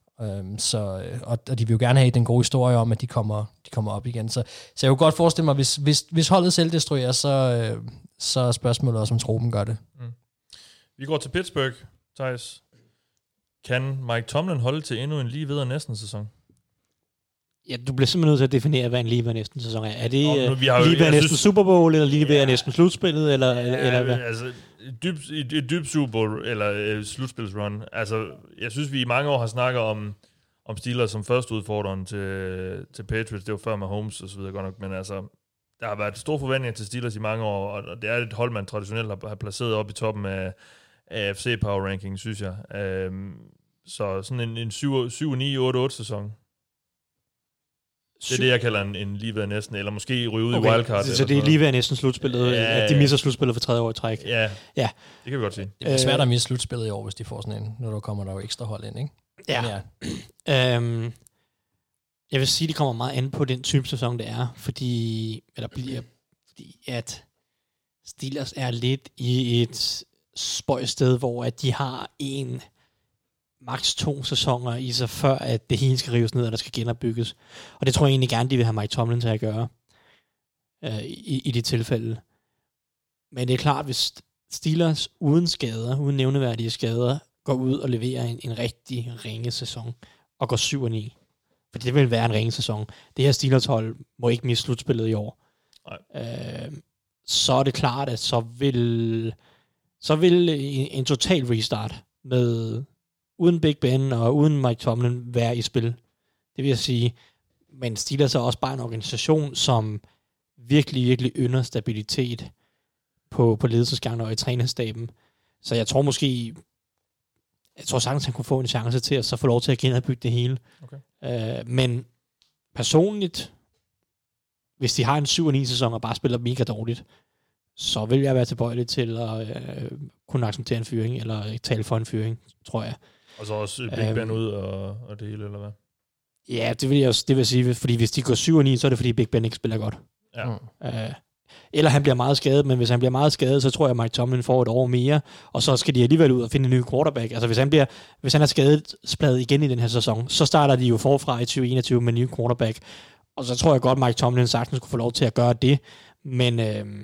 Og de vil jo gerne have den gode historie om, at de kommer op igen. Så jeg kunne godt forestille mig, hvis holdet selv destruerer, så er spørgsmålet også, om truppen gør det. Vi går til Pittsburgh, Thijs. Kan Mike Tomlin holde til endnu en lige ved og næsten sæson? Ja, du bliver simpelthen nødt til at definere, hvad en lige ved næsten sæson er. Er det lige ved næsten Super Bowl, eller lige ved næsten slutspillet, eller hvad? Altså, et dybt Super Bowl, eller slutspilsrun. Altså, jeg synes, vi i mange år har snakket om Steelers som første udfordreren til Patriots. Det var før Mahomes og så videre godt nok, men altså, der har været store forventninger til Steelers i mange år, og det er et hold, man traditionelt har placeret op i toppen af AFC Power Ranking, synes jeg. Så sådan en 7-9-8-8 sæson. Det er det, jeg kalder en lige ved næsten, eller måske ryge ud i wildcard. Så det er lige ved næsten slutspillet, at de misser slutspillet for 3. år i træk. Ja, det kan vi godt sige. Det er svært at misse slutspillet i år, hvis de får sådan en, når der kommer der jo ekstra hold ind, ikke? Ja. Jeg vil sige, det kommer meget an på den type sæson, det er, fordi at Steelers er lidt i et spøjsted, hvor at de har maks 2 sæsoner i sig, før at det hele skal rives ned, og der skal genopbygges. Og det tror jeg egentlig gerne, de vil have Mike Tomlin til at gøre i de tilfælde. Men det er klart, hvis Steelers uden nævneværdige skader, går ud og leverer en rigtig ringe sæson, og går 7-9. For det vil være en ringe sæson. Det her Steelers hold må ikke miste slutspillet i år. Så er det klart, at så vil en total restart med uden Big Ben og uden Mike Tomlin være i spil. Det vil jeg sige. Men Steelers er også bare en organisation, som virkelig, virkelig ynder stabilitet på ledelsesgangen og i trænerstaben. Så jeg tror sagtens, han kunne få en chance til at så få lov til at genopbygge det hele. Okay. Men personligt, hvis de har en 7-9 sæson og bare spiller mega dårligt, så vil jeg være tilbøjelig til at kunne acceptere en fyring, eller tale for en fyring, tror jeg. Og så også Big Ben ud og det hele, eller hvad? Ja, det vil jeg sige, fordi hvis de går 7-9, så er det fordi Big Ben ikke spiller godt. Ja. Eller han bliver meget skadet, men hvis han bliver meget skadet, så tror jeg, at Mike Tomlin får et år mere, og så skal de alligevel ud og finde en ny quarterback. Altså hvis han er skadespladet igen i den her sæson, så starter de jo forfra i 2021 med en ny quarterback. Og så tror jeg godt, Mike Tomlin sagtens skulle få lov til at gøre det. Men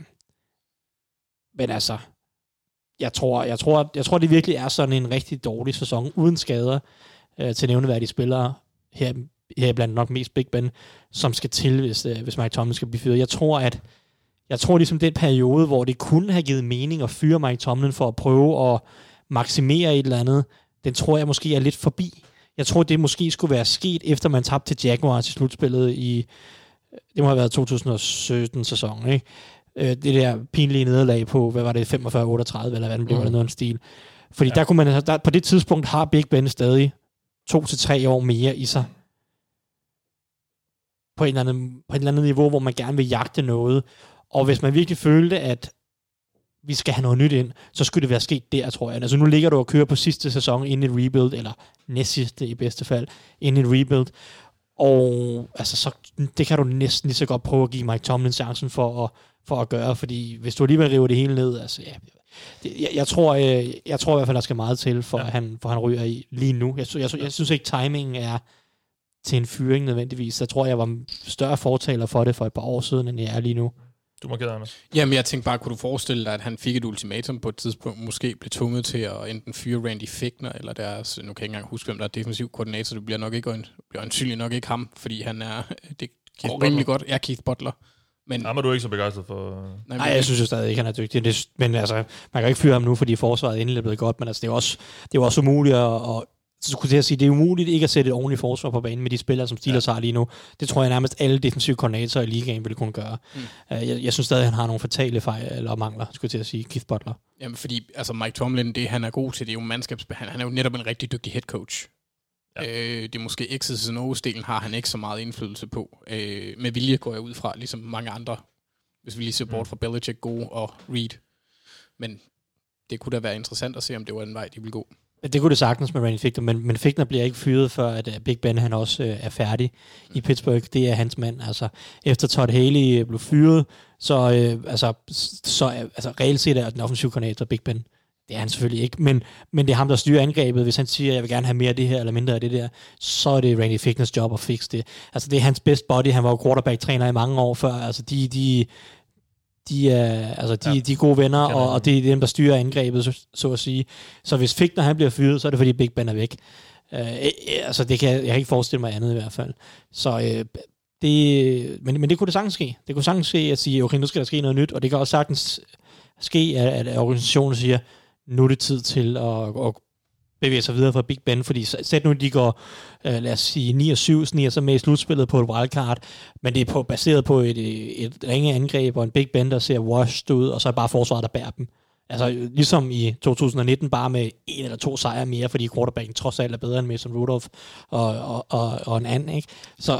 altså, jeg tror, det virkelig er sådan en rigtig dårlig sæson, uden skader til nævneværdige spillere, her blandt nok mest Big Ben, som skal til, hvis Mike Tomlin skal blive fyret. Jeg tror ligesom, det er en periode, hvor det kunne have givet mening at fyre Mike Tomlin for at prøve at maksimere et eller andet. Den tror jeg måske er lidt forbi. Jeg tror, det måske skulle være sket, efter man tabte til Jaguars i slutspillet i Det må have været 2017-sæsonen, ikke? Det der pinlige nederlag på, hvad var det, 45-38, eller hvad den blev, eller noget en stil. Fordi der kunne man, på det tidspunkt har Big Ben stadig 2 til 3 år mere i sig. På et eller andet niveau, hvor man gerne vil jagte noget. Og hvis man virkelig følte, at vi skal have noget nyt ind, så skulle det være sket der, tror jeg. Altså nu ligger du og kører på sidste sæson inden et rebuild, eller næstsidste i bedste fald, inden et rebuild. Og altså, så, det kan du næsten lige så godt prøve at give Mike Tomlin chancen for at gøre, fordi hvis du alligevel river det hele ned, altså ja, jeg tror i hvert fald, der skal meget til, for at han ryger i lige nu. Jeg synes ikke, timingen er til en fyring nødvendigvis. Jeg tror, jeg var større fortaler for det for et par år siden, end jeg er lige nu. Du må gæde, Anders. Jamen, jeg tænkte bare, kunne du forestille dig, at han fik et ultimatum på et tidspunkt, måske blev tvunget til at enten fyre Randy Fichtner, eller deres, nu kan jeg ikke engang huske, hvem der er defensiv koordinator, det bliver ansynligt nok ikke ham, fordi han er, det går rimelig godt, Keith Butler. Men ham er du ikke så begejstret for? Nej, jeg synes jo stadig ikke, han er dygtig. Men altså, man kan ikke fyre ham nu, fordi forsvaret endelig er blevet godt, men altså, det er jo også umuligt at så skulle jeg sige, det er umuligt ikke at sætte et ordentligt forsvar på banen med de spillere, som Steelers har lige nu. Det tror jeg nærmest alle defensive koordinatorer i ligaen ville kunne gøre. Jeg synes stadig, at han har nogle fatale fejl eller mangler, skulle jeg til at sige, Keith Butler. Jamen, fordi altså Mike Tomlin, det han er god til, det er jo mandskabsbehandling. Han er jo netop en rigtig dygtig head coach. Ja. Det er måske X's og O's-delen har han ikke så meget indflydelse på. Med vilje går jeg ud fra, ligesom mange andre, hvis vi lige ser bort fra Belichick, Go og Reed. Men det kunne da være interessant at se, om det var en vej, de ville gå. Det kunne det sagtens med Randy Fichtner, men Fichtner bliver ikke fyret, før at Big Ben han også er færdig i Pittsburgh. Det er hans mand. Altså, efter Todd Haley blev fyret, så reelt set er den offensive koordinator Big Ben. Det er han selvfølgelig ikke, men det er ham, der styrer angrebet. Hvis han siger, jeg vil gerne have mere af det her, eller mindre af det der, så er det Randy Fichtners job at fikse det. Altså, det er hans best buddy. Han var jo quarterback-træner i mange år før. Altså, de er gode venner, og det er dem, der styrer angrebet, så at sige. Så hvis Fichtner han bliver fyret, så er det fordi Big Ben er væk. Altså jeg kan ikke forestille mig andet i hvert fald. Så men det kunne det sagtens ske. Det kunne sagtens ske at sige, okay, nu skal der ske noget nyt, og det kan også sagtens ske, at organisationen siger, nu er det tid til at bevæge sig videre fra Big Ben, fordi sæt nu, de går, lad os sige, 9-7, sniger sig med i slutspillet på et wildcard, men det er baseret på et ringe angreb og en Big Ben, der ser washed ud, og så er bare forsvaret, der bærer dem. Altså ligesom i 2019, bare med 1 eller 2 sejre mere, fordi quarterbacken trods alt er bedre end Mason Rudolph og en anden, ikke?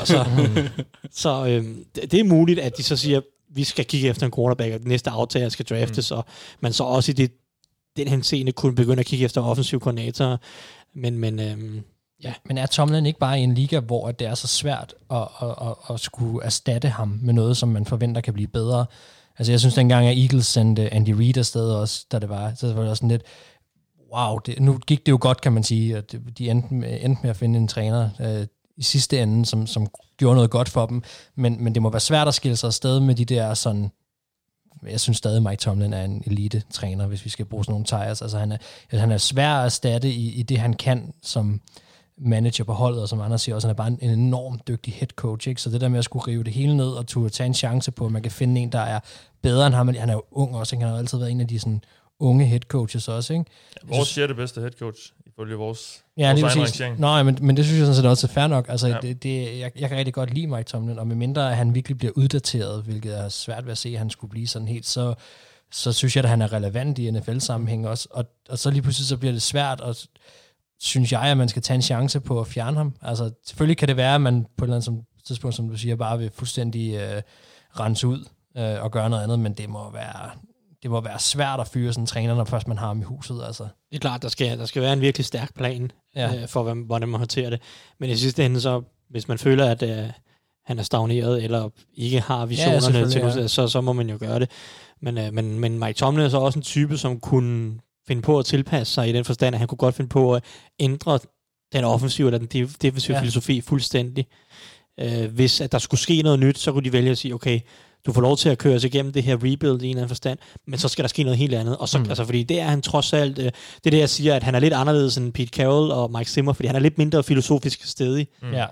Så det er muligt, at de så siger, vi skal kigge efter en quarterback, og den næste aftager skal draftes, og man så også i den henseende kunne begynde at kigge efter offensiv koordinatorer, men er Tomlin ikke bare i en liga, hvor det er så svært at skulle erstatte ham med noget, som man forventer kan blive bedre? Altså jeg synes dengang, at Eagles sendte Andy Reid afsted også, da det var, så var det sådan lidt, wow, nu gik det jo godt, kan man sige, at de endte med at finde en træner i sidste ende, som gjorde noget godt for dem, men det må være svært at skille sig afsted med de der sådan. Jeg synes stadig, Mike Tomlin er en elite-træner, hvis vi skal bruge sådan nogle tires. Altså han er svær at erstatte i det, han kan som manager på holdet, og som andre siger også, han er bare en enormt dygtig head coach. Ikke? Så det der med at skulle rive det hele ned og turde tage en chance på, at man kan finde en, der er bedre end ham. Han er jo ung også, ikke? Han har jo altid været en af de sådan unge head coaches også. Ikke? Ja, vores 6. bedste head coach, ifølge vores egen rangering. Nej, men det synes jeg sådan set også er fair nok. Altså, jeg kan rigtig godt lide Mike Tomlin, og medmindre han virkelig bliver uddateret, hvilket er svært ved at se, at han skulle blive sådan helt, så synes jeg, at han er relevant i NFL-sammenhæng også. Og så lige pludselig så bliver det svært, og synes jeg, at man skal tage en chance på at fjerne ham. Altså, selvfølgelig kan det være, at man på et eller andet tidspunkt, som du siger, bare vil fuldstændig rense ud og gøre noget andet, men det må være svært at fyre sådan en træner, når først man har ham i huset. Altså. Det er klart, der skal være en virkelig stærk plan for, hvordan man håndterer det. Men i sidste ende, så hvis man føler, at han er stagneret, eller ikke har visionerne til, så må man jo gøre det. Men Mike Tomlin er så også en type, som kunne finde på at tilpasse sig i den forstand, at han kunne godt finde på at ændre den offensive eller den defensive filosofi fuldstændig. Hvis at der skulle ske noget nyt, så kunne de vælge at sige, okay, du får lov til at køre os igennem det her rebuild i en eller anden forstand, men så skal der ske noget helt andet. Og så, altså, fordi det er han trods alt, det er det, jeg siger, at han er lidt anderledes end Pete Carroll og Mike Zimmer, fordi han er lidt mindre filosofisk stedig. Ja.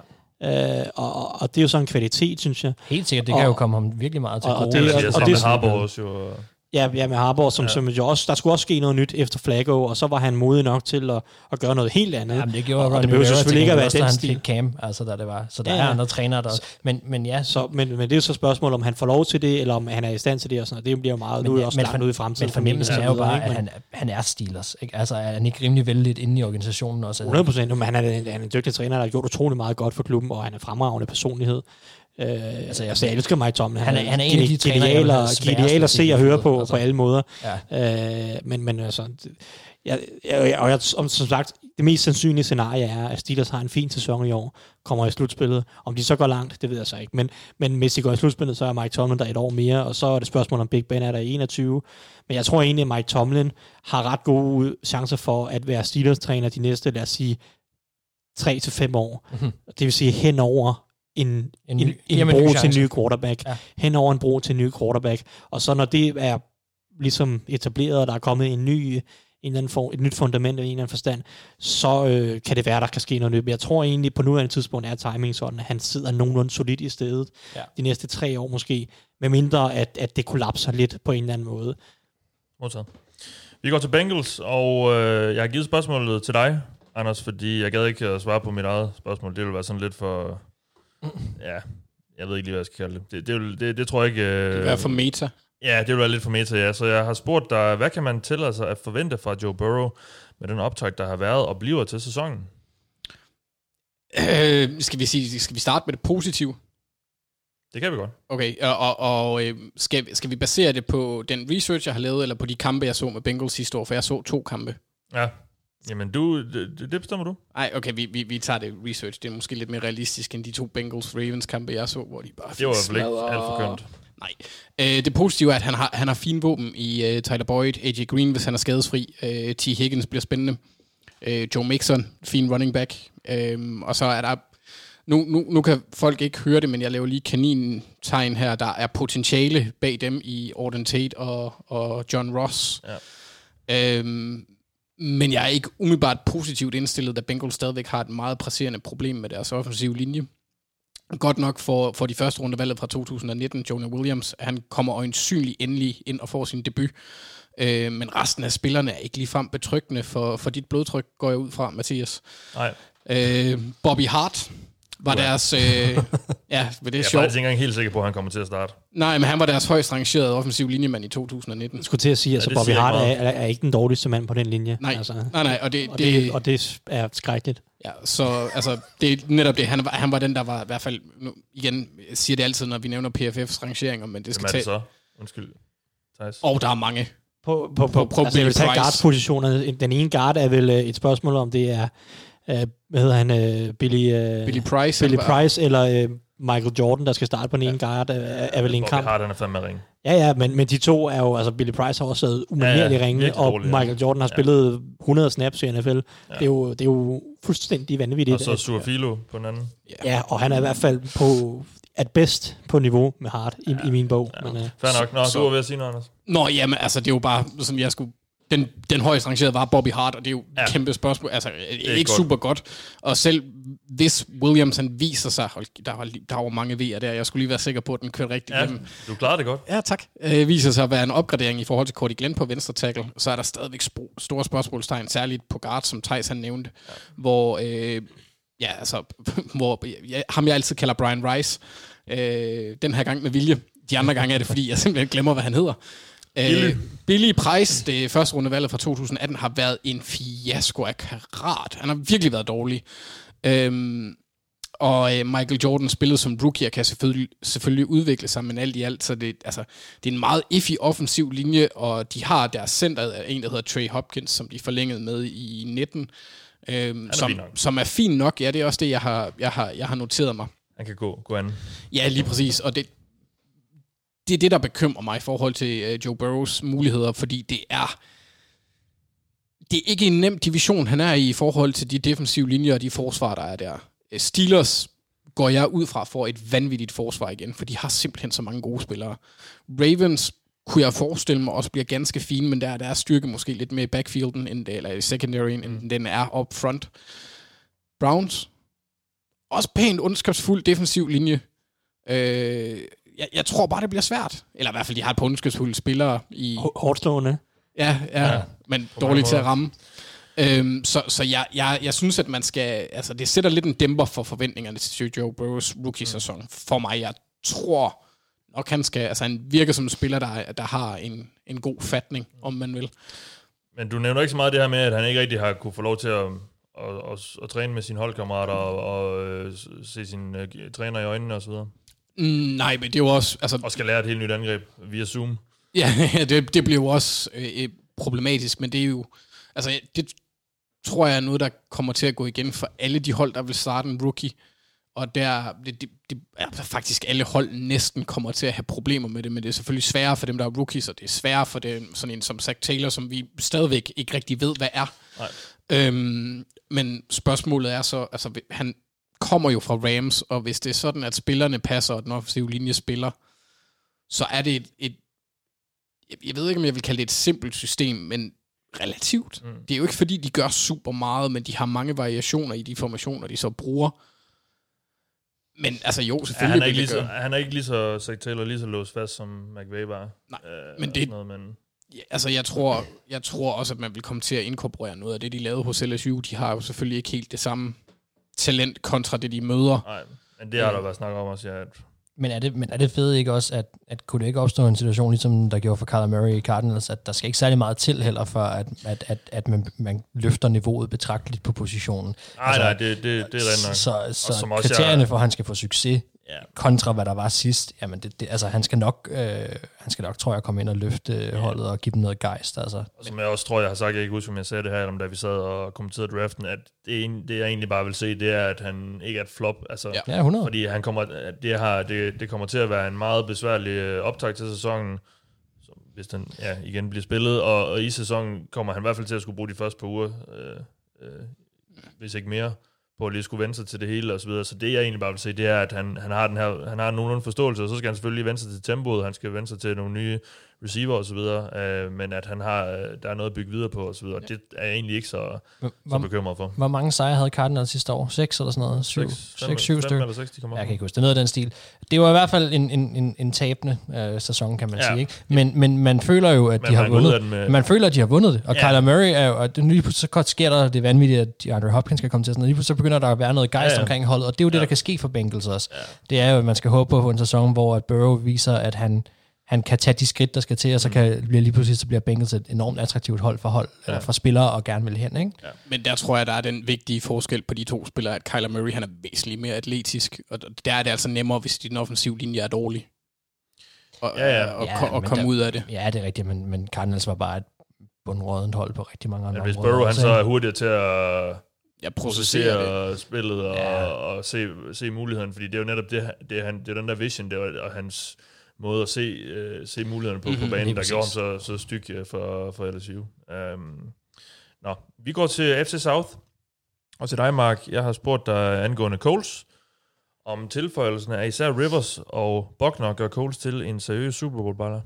Og det er jo sådan en kvalitet, synes jeg. Helt sikkert, det kan jo komme ham virkelig meget til gode. Og det har også jo Ja, med Harbour, som jo også, der skulle også ske noget nyt efter Flacco, og så var han modig nok til at gøre noget helt andet. Jamen, det gjorde og det behøver selvfølgelig ikke at være den stil. Cam, altså der det var. Så der er andre trænere der. Men ja. Men det er jo så et spørgsmål, om han får lov til det, eller om han er i stand til det, og sådan noget. Det bliver jo meget, nu er også langt ude i fremtiden. Men fornemmelsen er jo bare, at han er Steelers, ikke? Altså er han ikke rimelig vældigt inde i organisationen også? 100%, men han er en dygtig træner, der har gjort utrolig meget godt for klubben, og han er fremragende personlighed. Jeg elsker Mike Tomlin. Han er en af de trænere, genial at se og høre på alle måder. Ja. Men altså, som sagt, det mest sandsynlige scenarie er, at Steelers har en fin sæson i år, kommer i slutspillet. Om de så går langt, det ved jeg så ikke. Men hvis de går i slutspillet, så er Mike Tomlin der et år mere, og så er det spørgsmål om Big Ben er der i 21. Men jeg tror egentlig, at Mike Tomlin har ret gode chancer for at være Steelers-træner de næste, lad os sige, 3 til 5 år. Mm-hmm. Det vil sige henover en bro til en ny quarterback. Ja. Henover en bro til en ny quarterback. Og så når det er ligesom etableret, og der er kommet et nyt fundament i en eller anden forstand, så kan det være, der kan ske noget nyt. Men jeg tror egentlig, på nuværende tidspunkt er timing sådan, at han sidder nogenlunde solidt i stedet de næste 3 år måske, med mindre at det kollapser lidt på en eller anden måde. Modtaget. Vi går til Bengals, og jeg har givet spørgsmålet til dig, Anders, fordi jeg gad ikke at svare på mit eget spørgsmål. Det ville være sådan lidt for... Ja, jeg ved ikke lige, hvad jeg skal kalde det. Det tror jeg ikke... det vil være for meta. Ja, det vil være lidt for meta, ja. Så jeg har spurgt dig, hvad kan man tillade sig at forvente fra Joe Burrow med den optakt, der har været og bliver til sæsonen? Skal vi starte med det positive? Det kan vi godt. Okay, og skal vi basere det på den research, jeg har lavet, eller på de kampe, jeg så med Bengals sidste år? For jeg så 2 kampe. Ja. Jamen, det bestemmer du. Nej, okay, vi tager det research. Det er måske lidt mere realistisk end de 2 Bengals-Ravens-kampe, jeg så, hvor de bare det var ikke alt for kønt. Nej. Det positive er, at han har fine våben i Tyler Boyd, AJ Green, hvis han er skadesfri. T. Higgins bliver spændende. Joe Mixon, fin running back. Og så er der... Nu kan folk ikke høre det, men jeg laver lige kanintegn her. Der er potentiale bag dem i Auden Tate og John Ross. Ja. Men jeg er ikke umiddelbart positivt indstillet, da Bengals stadigvæk har et meget presserende problem med deres offensive linje. Godt nok for de første rundevalget fra 2019, Jonah Williams, han kommer øjensynligt endelig ind og får sin debut. Men resten af spillerne er ikke ligefrem betryggende for dit blodtryk, går jeg ud fra, Mathias. Nej. Bobby Hart var deres... det er sjovt. Jeg er faktisk ikke engang helt sikker på, at han kommer til at starte. Nej, men han var deres højst rangerede offensiv linjemand i 2019. Jeg skulle til at sige, at Bobby Hart er ikke den dårligste mand på den linje. Nej, altså. Nej, og det er skrækkeligt. Ja, så altså, det er netop det. Han var den, der var i hvert fald... Nu, igen, jeg siger det altid, når vi nævner PFF's rangeringer, men det skal tage... Hvem er det så? Undskyld. Thijs. Og der er mange. På altså, jeg vil tage guard-positionerne. Den ene guard er vel et spørgsmål om, det er... hvad hedder han? Billy Price eller Michael Jordan, der skal starte på den ene guard, er vel en kamp. Bobby Hart, han er fandme ringe. Ja, men de to er jo, altså Billy Price har også været umanerlig ringe, og Michael Jordan har spillet 100 snaps i NFL. Ja. Det er jo fuldstændig vanvittigt. Og så Suafilo på den anden. Ja, og han er i hvert fald på bedst på niveau med Hart i min bog. Ja. Men, fair nok. Du var ved at sige noget, Anders. Nå, jamen, altså, det er jo bare, som jeg skulle... Den højst rangerede var Bobby Hart, og det er jo et kæmpe spørgsmål. Altså, ikke super godt. Og selv hvis Williams han viser sig, der var mange V'er der, jeg skulle lige være sikker på, at den kørte rigtigt igennem. Du klarede det godt. Ja, tak. Viser sig at være en opgradering i forhold til Cody Glenn på venstre tackle, så er der stadigvæk store spørgsmålstegn, særligt på guard, som Thijs han nævnte, hvor, ham jeg altid kalder Brian Rice, den her gang med vilje. De andre gange er det, fordi jeg simpelthen glemmer, hvad han hedder. Billy Price, det første rundevalget fra 2018, har været en fiasko af karat. Han har virkelig været dårlig. Og Michael Jordan spillede som rookie og kan selvfølgelig udvikle sig, men alt i alt, så det er en meget iffy offensiv linje, og de har deres center, en der hedder Trey Hopkins, som de forlængede med i 19, som er fin nok. Ja, det er også det, jeg har noteret mig. Han kan gå an. Ja, lige præcis, og det er det, der bekymrer mig i forhold til Joe Burrows muligheder, fordi det er ikke en nem division, han er i forhold til de defensive linjer og de forsvar, der er der. Steelers går jeg ud fra for et vanvittigt forsvar igen, for de har simpelthen så mange gode spillere. Ravens kunne jeg forestille mig også bliver ganske fine, men der er styrke måske lidt mere i backfielden, eller i secondaryen, end den er up front. Browns, også pænt ondskabsfuld defensiv linje. jeg tror bare, det bliver svært. Eller i hvert fald, de har et par ondskabsfulde spillere i... Hårdstående. Ja, men dårligt til at ramme. Så jeg synes, at man skal... Altså, det sætter lidt en dæmper for forventningerne til Joe Burrows rookie-sæson. For mig, jeg tror nok, han skal... Altså, han virker som en spiller, der har en god fatning, om man vil. Men du nævner ikke så meget det her med, at han ikke rigtig har kunne få lov til at træne med sine holdkammerater og se sine træner i øjnene og så videre. Nej, men det er jo også... Altså, og skal lære et helt nyt angreb via Zoom. Ja, det bliver jo også problematisk, men det er jo... Altså, det tror jeg er noget, der kommer til at gå igen for alle de hold, der vil starte en rookie. Og det faktisk alle hold næsten kommer til at have problemer med det, men det er selvfølgelig sværere for dem, der er rookies, og det er sværere for dem, sådan en som Zach Taylor, som vi stadigvæk ikke rigtig ved, hvad er. Men spørgsmålet er så, altså han kommer jo fra Rams, og hvis det er sådan, at spillerne passer, og den offensive linje spiller, så er det jeg ved ikke, om jeg vil kalde det et simpelt system, men relativt. Det er jo ikke, fordi de gør super meget, men de har mange variationer i de formationer, de så bruger. Men altså jo, selvfølgelig han er ikke lige så Zach Taylor lige så låst fast, som McVay var. Nej, men det... Ja, altså jeg tror også, at man vil komme til at inkorporere noget af det, de lavede hos LSU. De har jo selvfølgelig ikke helt det samme talent kontra det, de møder. Nej, men det har der været snak om også, ja. Men er det fedt ikke også, at kunne det ikke opstå en situation, ligesom der gjorde for Kyler Murray i Cardinals, at der skal ikke særlig meget til heller, for at man løfter niveauet betragteligt på positionen? Nej, det er rent nok. Så kriterierne for, at han skal få succes, kontra hvad der var sidst, jamen altså han skal nok, tror jeg, komme ind og løfte holdet og give dem noget gejst. Altså. Som jeg også tror, jeg har sagt, jeg ikke husker, om jeg sagde det her, eller om da vi sad og kommenterede draften, at det jeg egentlig bare vil se, det er, at han ikke er et flop. Altså, ja, 100. Fordi han kommer, det kommer til at være en meget besværlig optakt til sæsonen, hvis den igen bliver spillet, og i sæsonen kommer han i hvert fald til at skulle bruge de første par uger, hvis ikke mere, på at lige skulle vende sig til det hele og så videre. Så det jeg egentlig bare vil se, det er, at han har nogenlunde forståelse, og så skal han selvfølgelig vende sig til tempoet, han skal vende sig til nogle nye receiver og så videre, men at der er noget at bygge videre på og så videre. Det er jeg egentlig ikke så bekymret for. Hvor mange sejre havde Cardinals sidste år? 6 eller sådan noget? 7 stykker? 5 eller 6, de kommer. Jeg kan ikke huske. Det er noget af den stil. Det var i hvert fald en tabende sæson, kan man sige. Ikke? Men man føler jo, at de har vundet. Man føler, at de har vundet det. Og Kyler Murray er jo, og lige pludselig så godt sker der det vanvittige, at DeAndre Hopkins skal komme til sådan noget. Lige pludselig så begynder der at være noget gejst omkring holdet, og det er jo det, der kan ske for Bengals også. Det er jo, at man skal håbe på en sæson, hvor at Burrow viser, at han kan tage de skridt, der skal til, og så bliver Bengals et enormt attraktivt hold for spillere og gerne vil hen, ikke? Ja. Men der tror jeg, der er den vigtige forskel på de to spillere, at Kyler Murray, han er væsentligt mere atletisk, og der er det altså nemmere, hvis din offensiv linje er dårlig. Og komme ud af det. Ja, det er rigtigt, men Cardinals var bare et bundrådent hold på rigtig mange andre områder. Hvis Burrow han så er hurtigere til at processere spillet og se muligheden, fordi det er jo netop det er den der vision, det er og hans måde at se mulighederne på banen, der gjorde ham så styg for LSU. Vi går til FC South, og til dig, Mark. Jeg har spurgt dig angående Coles, om tilføjelsen af især Rivers og Buckner gør Coles til en seriøs Super Bowl-baller.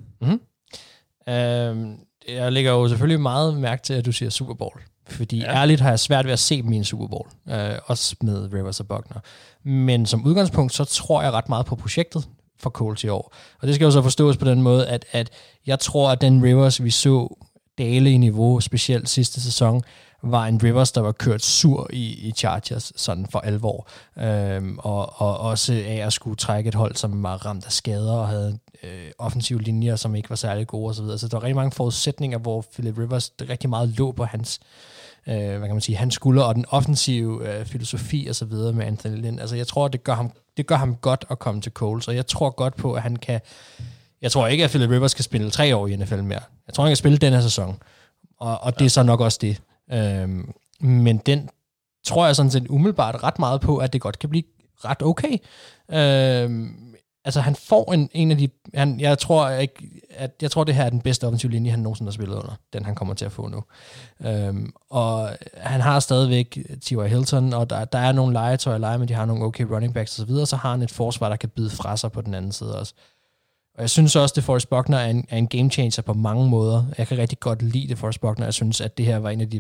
Jeg lægger jo selvfølgelig meget mærke til, at du siger Super Bowl, fordi ærligt har jeg svært ved at se dem i en Super Bowl, også med Rivers og Buckner. Men som udgangspunkt, så tror jeg ret meget på projektet for Coles i år. Og det skal jo så forstås på den måde, at jeg tror, at den Rivers, vi så dale i niveau, specielt sidste sæson, var en Rivers, der var kørt sur i Chargers, sådan for alvor. Og også af at skulle trække et hold, som var ramt af skader og havde offensive linjer, som ikke var særlig gode osv. Så der var rigtig mange forudsætninger, hvor Philip Rivers rigtig meget lå på hans hans skulder, og den offensive filosofi og så videre med Anthony Lynn. Altså jeg tror, det gør ham godt at komme til Coles, og jeg tror godt på, at han kan... Jeg tror ikke, at Philip Rivers kan spille 3 år i NFL mere. Jeg tror, han kan spille den her sæson, og det er så nok også det. Men den tror jeg sådan set umiddelbart ret meget på, at det godt kan blive ret okay. Altså han får en af de... Jeg tror, det her er den bedste offensive linje, han nogensinde har spillet under. Den han kommer til at få nu. Og han har stadigvæk T.Y. Hilton, og der er nogle legetøj, men de har nogle okay running backs og så videre, så har han et forsvar, der kan bide fra sig på den anden side også. Og jeg synes også, at DeForest Buckner er en game changer på mange måder. Jeg kan rigtig godt lide DeForest Buckner. Jeg synes, at det her var en af de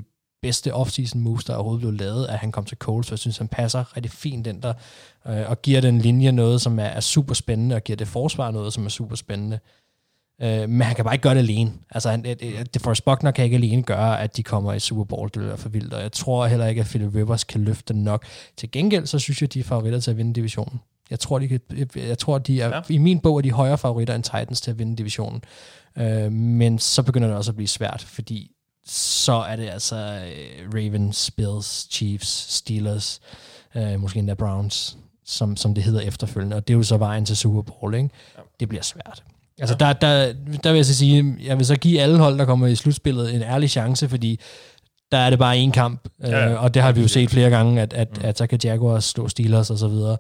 bedste off-season moves, der overhovedet blev lavet, at han kom til Colts, for jeg synes, han passer rigtig fint den der, og giver den linje noget, som er super spændende, og giver det forsvar noget, som er super spændende. Men han kan bare ikke gøre det alene. Altså, DeForest Buckner kan ikke alene gøre, at de kommer i Super Bowl. Det er for vildt, og jeg tror heller ikke, at Philip Rivers kan løfte den nok. Til gengæld, så synes jeg, de er favoritter til at vinde divisionen. Jeg tror, de er, i min bog er de højere favoritter end Titans til at vinde divisionen. Men så begynder det også at blive svært, fordi så er det altså Ravens, Bills, Chiefs, Steelers, måske endda Browns, som det hedder efterfølgende, og det er jo så vejen til Super Bowl, ikke? Det bliver svært. Altså, der vil jeg så sige, jeg vil så give alle hold, der kommer i slutspillet, en ærlig chance, fordi der er det bare en kamp, og det har vi jo set flere gange, at så kan Jaguars slå Steelers og så videre.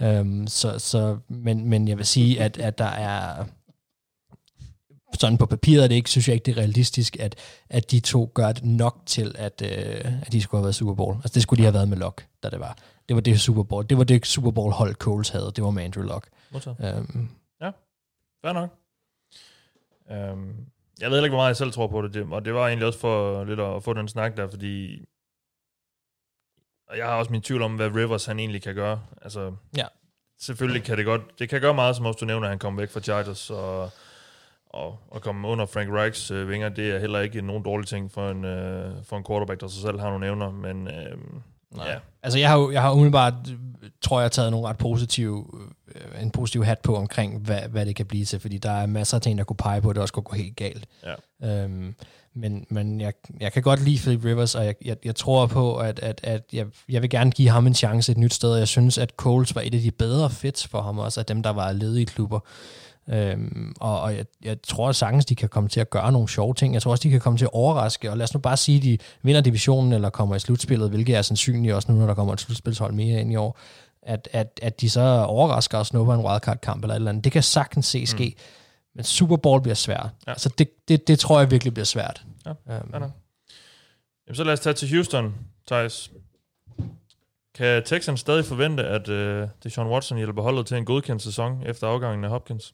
Men jeg vil sige, at der er sådan på papiret, synes jeg ikke, det er realistisk, at de to gør det nok til, at de skulle have været Super Bowl. Altså, det skulle de have været med Luck, da det var. Det var det Super Bowl. Det var det Super Bowl hold Coles havde. Det var med Andrew Luck. Ja, fair nok. Jeg ved ikke, hvor meget jeg selv tror på det, og det var egentlig også for lidt at få den snak der, fordi jeg har også min tvivl om, hvad Rivers han egentlig kan gøre. Altså, selvfølgelig kan det godt, det kan gøre meget, som også du nævner, at han kommer væk fra Chargers og komme under Frank Reichs vinger. Det er heller ikke nogen dårlig ting for en quarterback, der sig selv har nogle evner, men ja. Altså jeg har umiddelbart, tror jeg, taget nogle ret en positiv hat på omkring, hvad det kan blive til, fordi der er masser af ting, der kunne pege på, at det også kunne gå helt galt. Ja. Men jeg kan godt lide Philip Rivers, og jeg tror på, at jeg vil gerne give ham en chance et nyt sted, og jeg synes, at Colts var et af de bedre fits for ham også, af dem, der var ledige klubber. Og jeg tror sagtens, de kan komme til at gøre nogle sjove ting. Jeg tror også, de kan komme til at overraske, og lad os nu bare sige, at de vinder divisionen, eller kommer i slutspillet, hvilket er sandsynligt også nu, når der kommer et slutspilshold mere ind i år, at de så overrasker og snupper en wildcard-kamp eller et eller andet. Det kan sagtens ske, men Super Bowl bliver svært. Ja. Altså det tror jeg virkelig bliver svært. Ja. Jamen, så lad os tage til Houston, Thijs. Kan Texans stadig forvente, at Deshaun Watson hjælper holdet til en godkendt sæson efter afgangen af Hopkins?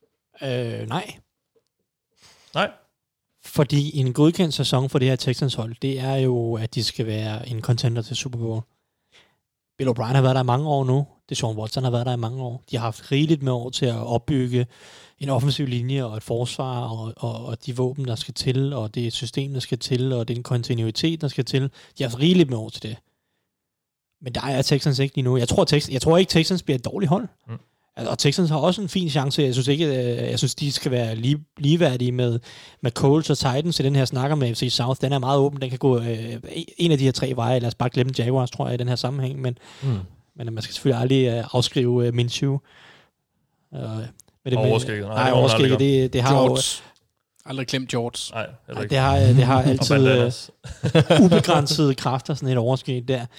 Nej. Fordi en godkendt sæson for det her Texans hold, det er jo, at de skal være en contender til Super Bowl. Bill O'Brien har været der i mange år nu. Deshaun Watson har været der i mange år. De har haft rigeligt med år til at opbygge en offensiv linje og et forsvar og de våben, der skal til, og det system, der skal til, og den kontinuitet, der skal til. De har haft rigeligt med år til det. Men der er Texans ikke lige nu. Jeg tror ikke, Texans bliver et dårligt hold. Og Texans har også en fin chance. Jeg synes de skal være ligeværdige med Colts og Titans i den her snakker med FC South. Den er meget åben. Den kan gå en af de her tre veje. Lad os bare glemme Jaguars, tror jeg, i den her sammenhæng. Men man skal selvfølgelig aldrig afskrive Minshew. Overskægget. Det har George. Aldrig glemt George. Nej, det har altid ubegrænsede kræfter, sådan et overskæg der.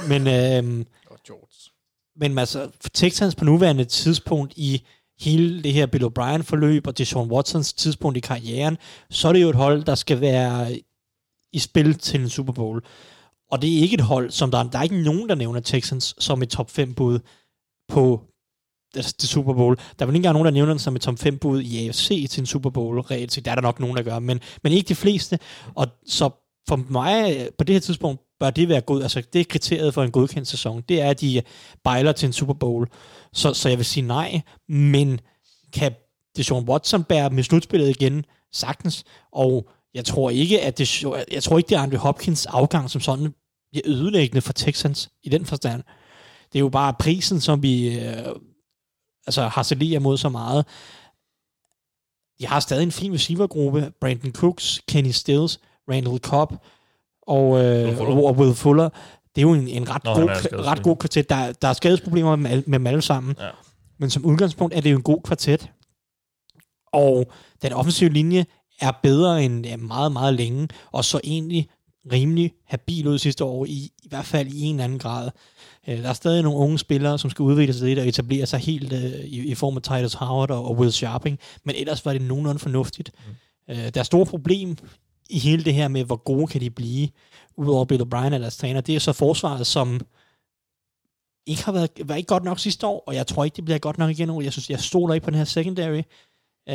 Men altså, for Texans på nuværende tidspunkt i hele det her Bill O'Brien-forløb og Deshaun Watsons tidspunkt i karrieren, så er det jo et hold, der skal være i spil til en Super Bowl. Og det er ikke et hold, som der er ikke nogen, der nævner Texans som et top 5-bud på det Super Bowl. Der er vel ikke engang nogen, der nævner den som et top 5-bud i AFC til en Super Bowl. Reelt set, der er der nok nogen, der gør, men ikke de fleste. Og så for mig, på det her tidspunkt, bør det være god. Altså, det er kriteriet for en godkendt sæson. Det er, at de bejler til en Super Bowl. Så jeg vil sige nej, men kan Deshaun Watson bære dem i slutspillet igen? Sagtens. Og jeg tror ikke, at det er Andre Hopkins afgang som sådan bliver ødelæggende for Texans i den forstand. Det er jo bare prisen, som vi harcelerer mod så meget. De har stadig en fin receivergruppe. Brandon Cooks, Kenny Stills, Randall Cobb og Will Fuller. Det er jo en ret god kvartet. Der er skadesproblemer med dem alle sammen. Ja. Men som udgangspunkt er det jo en god kvartet. Og den offensive linje er bedre end meget, meget længe. Og så egentlig rimelig habil ud sidste år, i hvert fald i en eller anden grad. Der er stadig nogle unge spillere, som skal udvikle sig lidt og etablere sig helt i form af Titus Howard og Will Sharping. Men ellers var det nogenlunde fornuftigt. Der er store problem i hele det her med, hvor gode kan de blive, udover Bill O'Brien eller deres træner. Det er så forsvaret, som ikke har været ikke godt nok sidste år, og jeg tror ikke, det bliver godt nok igen. Jeg synes, jeg stoler ikke på den her secondary.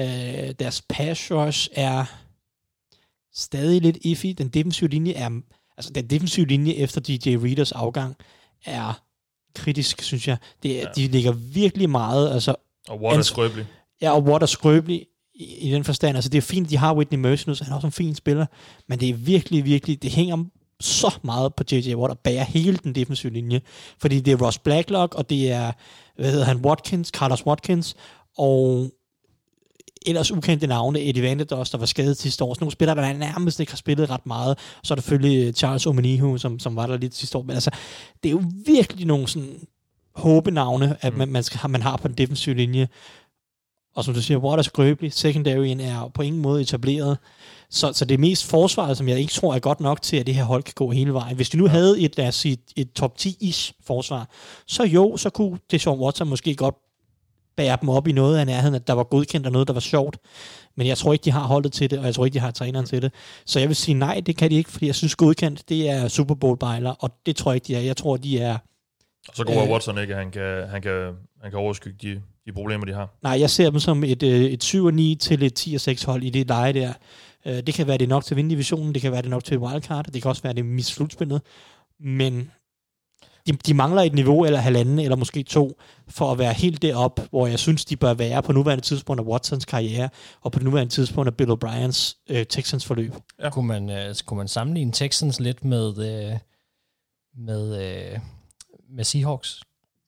Deres pass rush er stadig lidt iffy. Den defensive linje Altså, den defensive linje efter DJ Readers afgang er kritisk, synes jeg. De ligger virkelig meget... Altså, og Watt er skrøbelig. Ja, og Watt er skrøbelig i den forstand. Altså, det er fint, de har Whitney Mercer nu, så han er også en fin spiller, men det er virkelig, virkelig... Det hænger så meget på J.J. Watt og bærer hele den defensive linje. Fordi det er Ross Blacklock, og det er, Carlos Watkins, og ellers ukendte navne, Eddie Vanderdost, der var skadet sidste år. Så nogle spillere, der nærmest ikke har spillet ret meget. Så er der selvfølgelig Charles Omenihu, som var der lidt sidste år. Men altså, det er jo virkelig nogle sådan håbenavne, at man har på den defensive linje. Og som du siger, Watt er skrøbelig. Secondaryen er på ingen måde etableret. Så det er mest forsvaret, som jeg ikke tror er godt nok til, at det her hold kan gå hele vejen. Hvis de nu havde et top 10-ish forsvar, så kunne Deshaun Watson måske godt bære dem op i noget af nærheden, at der var godkendt og noget, der var sjovt. Men jeg tror ikke, de har holdet til det, og jeg tror ikke, de har træneren til det. Så jeg vil sige nej, det kan de ikke, fordi jeg synes godkendt, det er Super Bowl-bejler, og det tror jeg ikke, de er. Jeg tror, de er... Og så går Watson ikke, at han kan overskygge de problemer, de har. Nej, jeg ser dem som et 7-9 til et 10-6 hold i det leje der. Det kan være, det er nok til at vinde divisionen, det kan være, det er nok til et wildcard, det kan også være, det er mis slutspillet. Men de mangler et niveau eller halvanden, eller måske 2, for at være helt derop, hvor jeg synes, de bør være på nuværende tidspunkt af Watsons karriere, og på nuværende tidspunkt af Bill O'Briens Texans forløb. Ja. Kunne man sammenligne Texans lidt med Seahawks?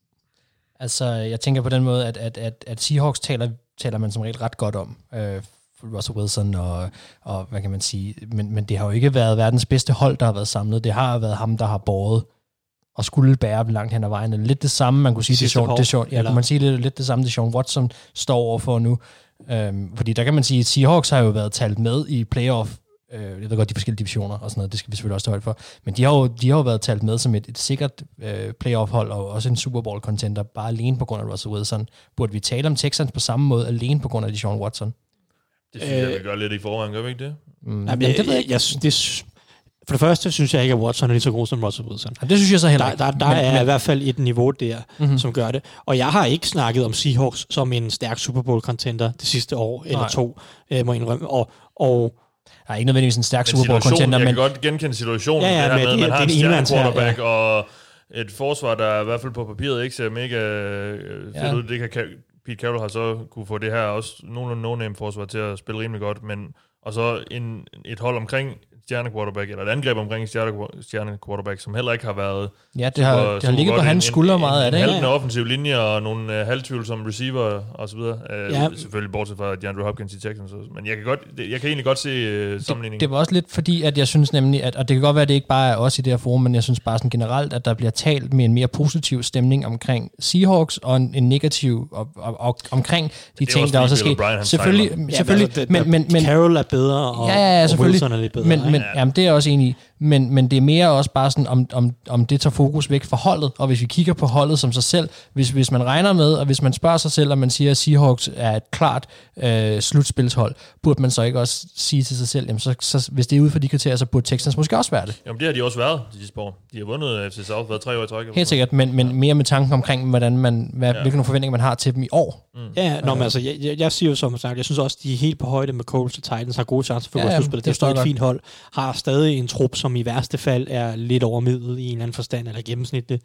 Altså, jeg tænker på den måde, at Seahawks taler man som regel ret godt om. Russell Wilson og hvad kan man sige, men det har jo ikke været verdens bedste hold, der har været samlet. Det har været ham, der har båret og skulle bære dem langt hen ad vejen. Lidt det samme, man kunne sige, kunne man sige lidt det samme, Deshaun Watson står overfor nu. Fordi der kan man sige, at Seahawks har jo været talt med i playoff. Jeg ved godt, de forskellige divisioner og sådan noget, det skal vi selvfølgelig også tage højde for. Men de har jo været talt med som et sikkert playoff-hold, og også en Super Bowl-contender, bare alene på grund af Russell Wilson. Burde vi tale om Texans på samme måde, alene på grund af Deshaun Watson? Det synes jeg, vi gør lidt i forvejen, gør vi ikke det? Det ved jeg ikke. For det første synes jeg ikke, at Watson er lige så god som Russell Wilson. Det synes jeg så heller ikke. Der er i hvert fald et niveau der, som gør det. Og jeg har ikke snakket om Seahawks som en stærk Super Bowl-contender det sidste år eller 2, må jeg indrømme. Og der er ikke nødvendigvis en stærk Super Bowl-contender. Jeg kan godt genkende situationen. Ja, det her med, man har en stærk quarterback, ja. Og et forsvar, der i hvert fald på papiret ikke ser mega fedt ud. Det kan Pete Carroll har så kunne få det her også nogenlunde no-name forsvar til at spille rimelig godt, men og så et hold omkring stjerne-quarterback, eller et angreb omkring stjerne-quarterback, som heller ikke har været... Ja, det har ligget på hans skuldre meget af det. En halvdende offensiv linje, og nogle halvtvivlsomme receiver, og så videre. Selvfølgelig bortset fra DeAndre Hopkins i Texans. Men jeg kan egentlig godt se sammenligningen. Det var også lidt fordi, at jeg synes nemlig, og det kan godt være, at det ikke bare er os i det her forum, men jeg synes bare sådan generelt, at der bliver talt med en mere positiv stemning omkring Seahawks, og en negativ omkring de ting, der også er sket. Selvfølgelig, men Carroll er bedre, og Wilson er lidt bedre. Men jamen, det er jeg også enig i. Men det er mere også bare sådan, om det tager fokus væk fra holdet, og hvis vi kigger på holdet som sig selv, hvis man regner med, og hvis man spørger sig selv, og man siger, at Seahawks er et klart slutspilshold, burde man så ikke også sige til sig selv, jamen så hvis det er ude for de kriterier, så burde Texans måske også være det. Jamen det har de også været de sidste år. De har vundet FC South, været 3 år i træk. Helt sikkert, men mere med tanken omkring, hvilke forventninger man har til dem i år. Men altså, jeg siger jo som sagt, jeg synes også, de er helt på højde med Colts og Titans, har gode chancer for at gå slutspillet. Det er stadig et fint hold, har stadig en trup, som i værste fald er lidt overmiddel i en eller anden forstand, eller gennemsnitligt.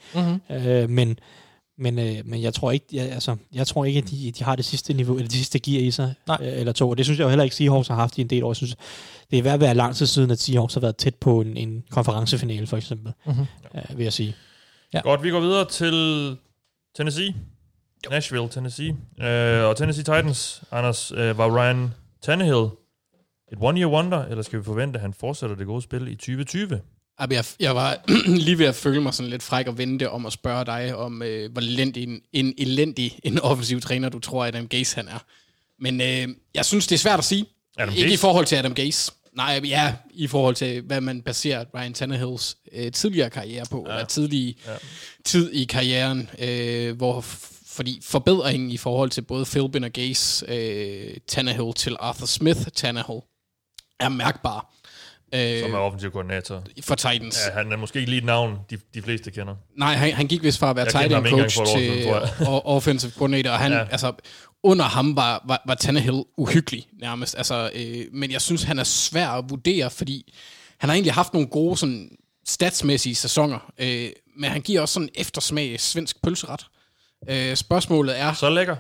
Men jeg tror ikke, at de har det sidste niveau, eller det sidste gear i sig, eller 2. Og det synes jeg jo heller ikke, Seahawks har haft i en del år. Jeg synes, det er værd at være lang tid siden, at Seahawks har været tæt på en konferencefinale, for eksempel, vil jeg sige. Ja. Godt, vi går videre til Tennessee. Nashville, Tennessee. Og Tennessee Titans, Anders, var Ryan Tannehill et one-year wonder, eller skal vi forvente, at han fortsætter det gode spil i 2020? Jeg var lige ved at føle mig sådan lidt fræk og vente om at spørge dig om, hvor elendig en offensiv træner, du tror, Adam Gase han er. Men jeg synes, det er svært at sige. Ikke i forhold til Adam Gase. Nej, i forhold til, hvad man baserer Ryan Tannehills tidligere karriere på, eller tidlig tid i karrieren, fordi forbedringen i forhold til både Philbin og Gase, Tannehill til Arthur Smith Tannehill, er mærkbar. Som er offensiv koordinator. For Titans. Ja, han er måske ikke lige et navn, de fleste kender. Nej, han gik vist fra at være tight end coach til offensive coordinator, og han, under ham var Tannehill uhyggelig nærmest. Men jeg synes, han er svær at vurdere, fordi han har egentlig haft nogle gode sådan statsmæssige sæsoner. Men han giver også sådan en eftersmag af svensk pølseret. Spørgsmålet er... Så lækker.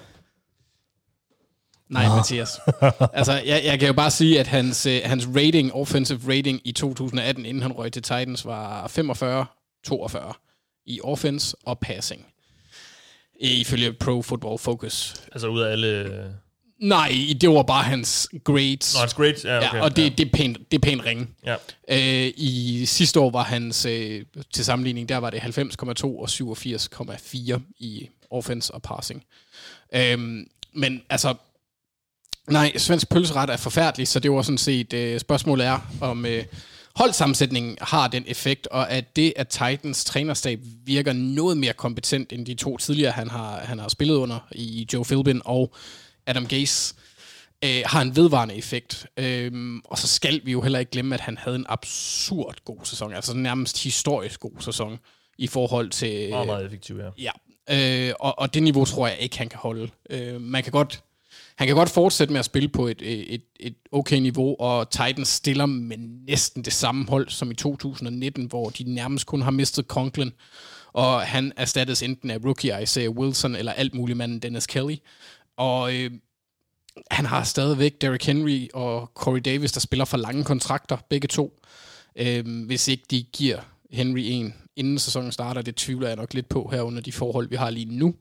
Nej, Mathias. Altså, jeg kan jo bare sige, at hans rating, offensive rating i 2018, inden han røg til Titans, var 45-42 i offense og passing. Ifølge Pro Football Focus. Altså ud af alle... Nej, det var bare hans grades. Nå, hans grades? Ja, okay. Ja, og det er pænt ringe. Ja. I sidste år var hans, til sammenligning, der var det 90,2 og 87,4 i offense og passing. Men altså... Nej, svensk pølseret er forfærdelig, så det var sådan set, spørgsmålet er, om holdsammensætningen har den effekt, og at det, at Titans trænerstab virker noget mere kompetent end de 2 tidligere, han har spillet under i Joe Philbin og Adam Gase, har en vedvarende effekt. Og så skal vi jo heller ikke glemme, at han havde en absurd god sæson, altså nærmest historisk god sæson i forhold til... meget effektiv, ja. Ja, og det niveau tror jeg ikke, han kan holde. Han kan godt fortsætte med at spille på et okay niveau, og Titans stiller med næsten det samme hold som i 2019, hvor de nærmest kun har mistet Conklin, og han erstattes enten af rookie Isaiah Wilson eller alt muligt manden Dennis Kelly. Og han har stadigvæk Derrick Henry og Corey Davis, der spiller for lange kontrakter, begge to. Hvis ikke de giver Henry en inden sæsonen starter, det tvivler jeg nok lidt på her under de forhold, vi har lige nu.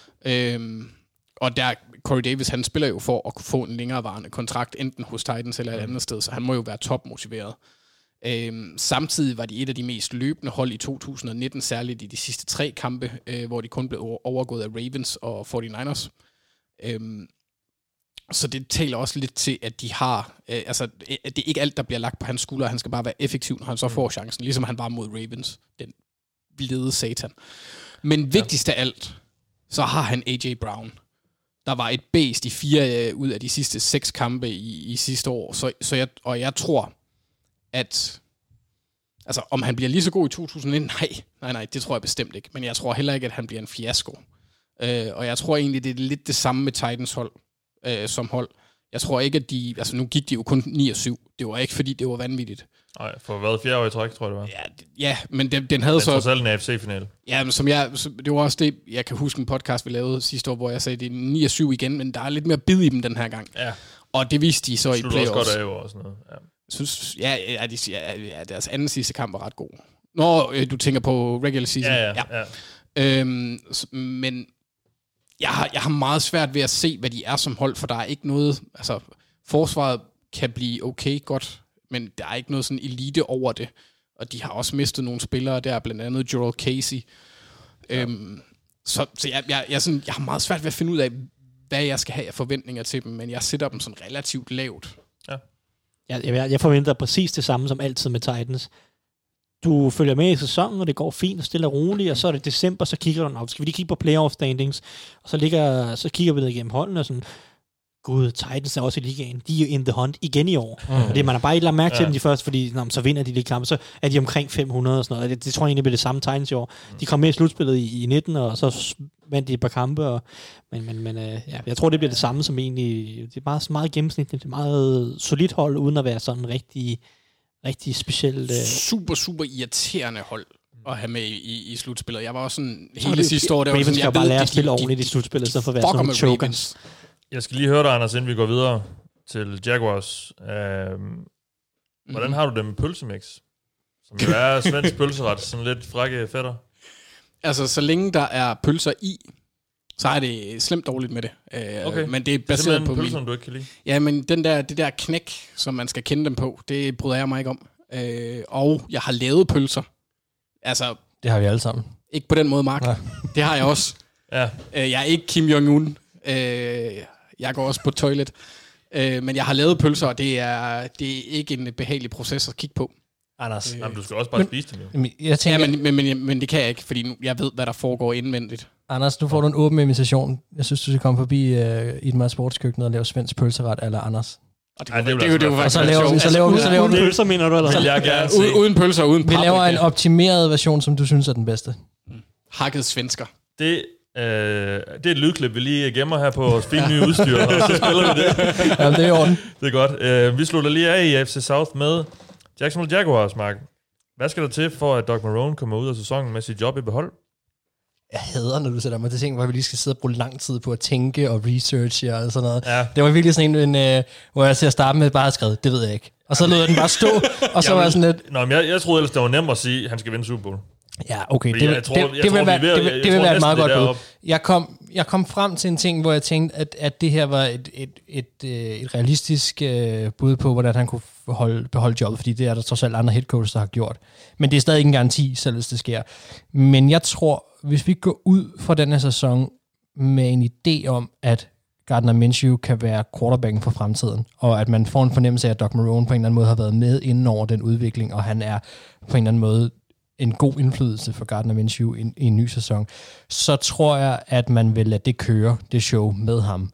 Og der Corey Davis, han spiller jo for at kunne få en længerevarende kontrakt, enten hos Titans eller et andet sted, så han må jo være topmotiveret. Samtidig var de et af de mest løbende hold i 2019, særligt i de sidste 3 kampe, hvor de kun blev overgået af Ravens og 49ers. Så det taler også lidt til, at de har... at det er ikke alt, der bliver lagt på hans skulder, han skal bare være effektiv, når han så får chancen, ligesom han var mod Ravens, den lede satan. Men vigtigst af alt, så har han A.J. Brown. Der var et bæst i 4 ud af de sidste 6 kampe i sidste år. Så jeg tror, at... Altså, om han bliver lige så god i 2019? Nej, det tror jeg bestemt ikke. Men jeg tror heller ikke, at han bliver en fiasko. Og jeg tror egentlig, det er lidt det samme med Titans hold, som hold. Jeg tror ikke, at de... Altså, nu gik de jo kun 9-7. Det var ikke, fordi det var vanvittigt. Nej, for hvad? 4 år i træk, tror jeg, det var. Ja, men den havde så... Det var selv en AFC-finale. Ja, men det var også det, jeg kan huske en podcast, vi lavede sidste år, hvor jeg sagde, det er 9-7 igen, men der er lidt mere bid i dem den her gang. Ja. Og det viste de så i playoffs. Slutter også godt af og sådan noget. Ja. Synes, deres anden sidste kamp var ret god. Når du tænker på regular season. Ja. Men jeg har meget svært ved at se, hvad de er som hold, for der er ikke noget... Altså, forsvaret kan blive okay godt, men der er ikke noget sådan elite over det. Og de har også mistet nogle spillere der, blandt andet Jurel Casey. Ja. Så jeg har meget svært ved at finde ud af, hvad jeg skal have af forventninger til dem, men jeg sætter dem sådan relativt lavt. Ja. Jeg forventer præcis det samme som altid med Titans. Du følger med i sæsonen, og det går fint og stille og roligt, og så er det december, så kigger du, skal vi lige kigge på playoff standings, og så kigger vi ned igennem holdene, og sådan, gud, Titans er også i ligaen, de er jo in the hunt igen i år. Og det man har bare ikke lagt mærke til dem de første, fordi så vinder de lidt kampe, så er de omkring 500 og sådan noget. Det tror jeg egentlig bliver det samme Titans i år. De kom med i slutspillet i 19, og så vandt de et par kampe, men jeg tror, det bliver det samme som egentlig, det er bare så meget gennemsnitligt, det er meget solidt hold, uden at være sådan rigtig specielt... Super irriterende hold at have med i slutspillet. Jeg var også sådan hele sidste år... Ravens skal bare lære at spille ordentligt i slutspillet, så for at være sådan nogle chokers. Jeg skal lige høre dig, Anders, inden vi går videre til Jaguars. Hvordan har du det med pølsemix? Som jo er svensk pølseret, sådan lidt frække fætter. Altså, så længe der er pølser i, så er det slemt dårligt med det. Okay. Men det er baseret på pølserne, du ikke kan lide? Ja, men det der knæk, som man skal kende dem på, det bryder jeg mig ikke om. Og jeg har lavet pølser. Altså... Det har vi alle sammen. Ikke på den måde, Mark. Ja. Det har jeg også. Ja. Jeg er ikke Kim Jong-un. Jeg går også på toilet. Men jeg har lavet pølser, og det er ikke en behagelig proces at kigge på. Anders. Jamen, du skal også bare spise dem, jo. Jeg tænker, men det kan jeg ikke, fordi jeg ved, hvad der foregår indvendigt. Anders, nu får du en åben invitation. Jeg synes, du skal komme forbi Idmar Sportskøkkenet og lave svensk pølseret eller Anders. Og det er så laver vi pølser, mener du, eller? Uden pølser, uden paprika. Vi laver en optimeret version, som du synes er den bedste. Hakket svensker. Det er et lydklip, vi lige gemmer her på vores fine nye udstyr, og så spiller vi det. Jamen, det er i orden. Det er godt. Vi slutter lige af i AFC South med Jacksonville Jaguars, Mark. Hvad skal der til for, at Doug Marrone kommer ud af sæsonen med sit job i behold? Jeg hader, når du sætter mig til ting, hvor vi lige skal sidde og bruge lang tid på at tænke og researche og sådan noget. Ja. Det var virkelig sådan en, hvor jeg til at starte med bare har skrevet, det ved jeg ikke. Og så lød jeg den bare stå, og så var jeg sådan lidt... Nå, men jeg troede ellers, det var nemt at sige, at han skal vinde Super Bowl. Ja, okay. Det vil være et meget godt bud. Jeg kom frem til en ting, hvor jeg tænkte, at det her var et realistisk bud på, hvordan han kunne beholde jobbet, fordi det er der trods alt andre headcoaches, der har gjort. Men det er stadig ikke en garanti, selv hvis det sker. Men jeg tror, hvis vi går ud fra den her sæson med en idé om, at Gardner Minshew kan være quarterbacken for fremtiden, og at man får en fornemmelse af, at Doug Marrone på en eller anden måde har været med inden over den udvikling, og han er på en eller anden måde en god indflydelse for Gardner Minshew i en ny sæson, så tror jeg, at man vil lade det køre, det show med ham.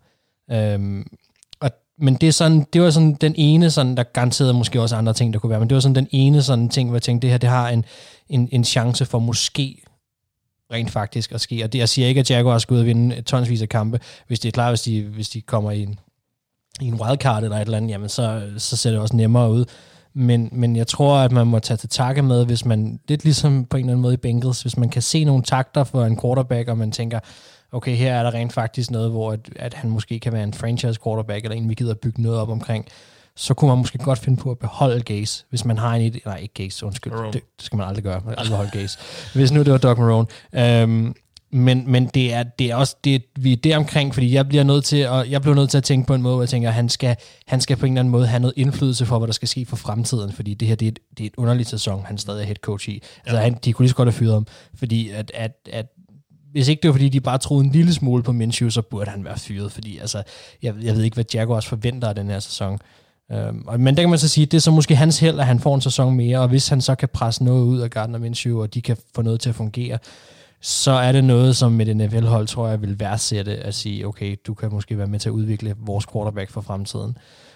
Men det var sådan den ene, sådan, der garanterede måske også andre ting, der kunne være, men det var sådan den ene sådan ting, hvor jeg tænkte, det her det har en chance for måske rent faktisk at ske. Og det, jeg siger ikke, at Jaguars skal ud og vinde tonsvis af kampe. Hvis det er klart, hvis de kommer i en wildcard eller et eller andet, jamen så ser det også nemmere ud. Men jeg tror, at man må tage til takke med, hvis man, lidt ligesom på en eller anden måde i Bengals, hvis man kan se nogle takter for en quarterback, og man tænker, okay, her er der rent faktisk noget, hvor at han måske kan være en franchise quarterback, eller en, vi gider bygge noget op omkring, så kunne man måske godt finde på at beholde Gase, hvis man har en idé. Nej, ikke Gase, undskyld. Det skal man aldrig gøre. Man aldrig beholde Gase. Hvis nu det var Doug Marrone. Men det er også vi er der omkring, fordi jeg blev nødt til at tænke på en måde, hvor jeg tænker, at han skal på en eller anden måde have noget indflydelse for, hvad der skal ske for fremtiden, fordi det her det er et underligt sæson, han stadig er head coach i. Altså de kunne lige så godt have fyret ham, fordi at hvis ikke det var, fordi de bare troede en lille smule på Minshew, så burde han være fyret, fordi altså, jeg ved ikke, hvad Jaguars forventer af den her sæson. Men der kan man så sige, at det er så måske hans held, at han får en sæson mere, og hvis han så kan presse noget ud af Gardner Minshew, og de kan få noget til at fungere, så er det noget, som med det NFL-hold, tror jeg, vil værdsætte at sige, okay, du kan måske være med til at udvikle vores quarterback for fremtiden.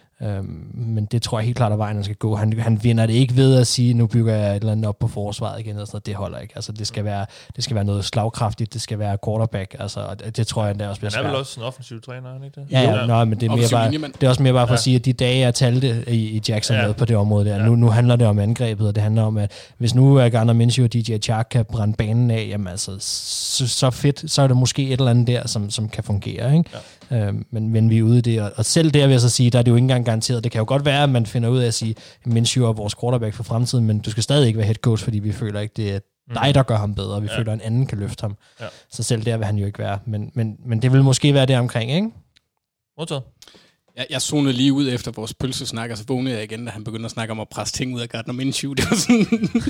Men det tror jeg helt klart, at vejen skal gå. Han vinder det ikke ved at sige, nu bygger jeg et eller andet op på forsvaret igen, og sådan noget. Det holder ikke. Altså, det skal være noget slagkraftigt, det skal være quarterback, altså, og det tror jeg, det også bliver svært. Han er vel også en offensiv træner, er han ikke det? Ja. Nej, men det er, mere bare, det er også mere bare for at sige, at de dage, jeg talte i Jacksonville på det område der, nu handler det om angrebet, og det handler om, at hvis nu Gardner Minshew og DJ Chark kan brænde banen af, jamen altså, så fedt, så er det måske et eller andet der, som kan fungere, ikke? Ja. Men vi er ude i det, og selv der vil jeg så sige, der er det jo ikke engang garanteret. Det kan jo godt være, at man finder ud af at sige, Minshew er vores quarterback for fremtiden, men du skal stadig ikke være head coach, fordi vi føler ikke, det er dig, der gør ham bedre. Vi føler, at en anden kan løfte ham. Ja. Så selv der vil han jo ikke være. Men det vil måske være der omkring, ikke? Modtaget. Jeg zonede lige ud efter vores pølsesnak, og så vågnede jeg igen, da han begyndte at snakke om at presse ting ud af Gardner Minshew. Det var sådan...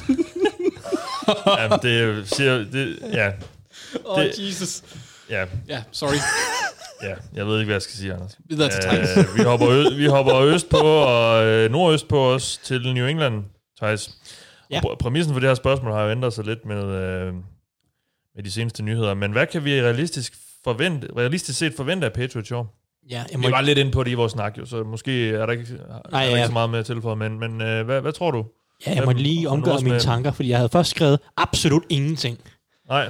Jamen, det siger... Ja. Jesus. Ja. Ja, sorry. Ja, jeg ved ikke, hvad jeg skal sige, Anders. Videre til Thijs. Vi hopper øst på, og nordøst på os til New England, Thijs. Ja. Præmissen for det her spørgsmål har jo ændret sig lidt med de seneste nyheder, men hvad kan vi realistisk set forvente af Patriots i år? Ja, vi var lidt inde på det i vores snak, jo, så måske er der ikke, ikke så meget med at tilføje, men hvad tror du? Ja, jeg måtte lige omgøre mine tanker, fordi jeg havde først skrevet absolut ingenting. Nej.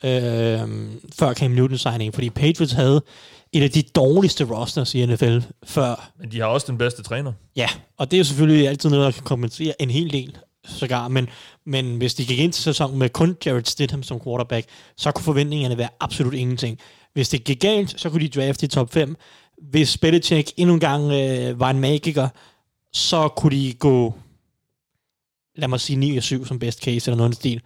Før Cam Newton-signing, fordi Patriots havde et af de dårligste rosters i NFL før. Men de har også den bedste træner. Ja, og det er jo selvfølgelig altid noget, der kan kompensere en hel del, sågar. Men hvis de gik ind til sæsonen med kun Jarrett Stidham som quarterback, så kunne forventningerne være absolut ingenting. Hvis det gik galt, så kunne de drafte i top 5. Hvis Belichick endnu en gang var en magiker, så kunne de gå, lad mig sige 9-7 som best case, eller noget stil,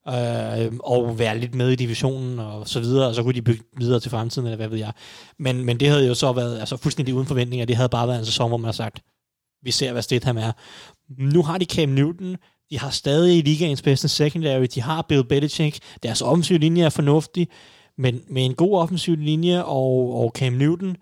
og være lidt med i divisionen, og så videre, og så kunne de bygge videre til fremtiden, eller hvad ved jeg. Men det havde jo så været altså, fuldstændig uden forventninger. Det havde bare været en sæson, hvor man har sagt, vi ser, hvad Stidham er. Nu har de Cam Newton, de har stadig ligaens bedste secondary, de har Bill Belichick, deres offensive linje er fornuftig, men med en god offensiv linje og Cam Newton,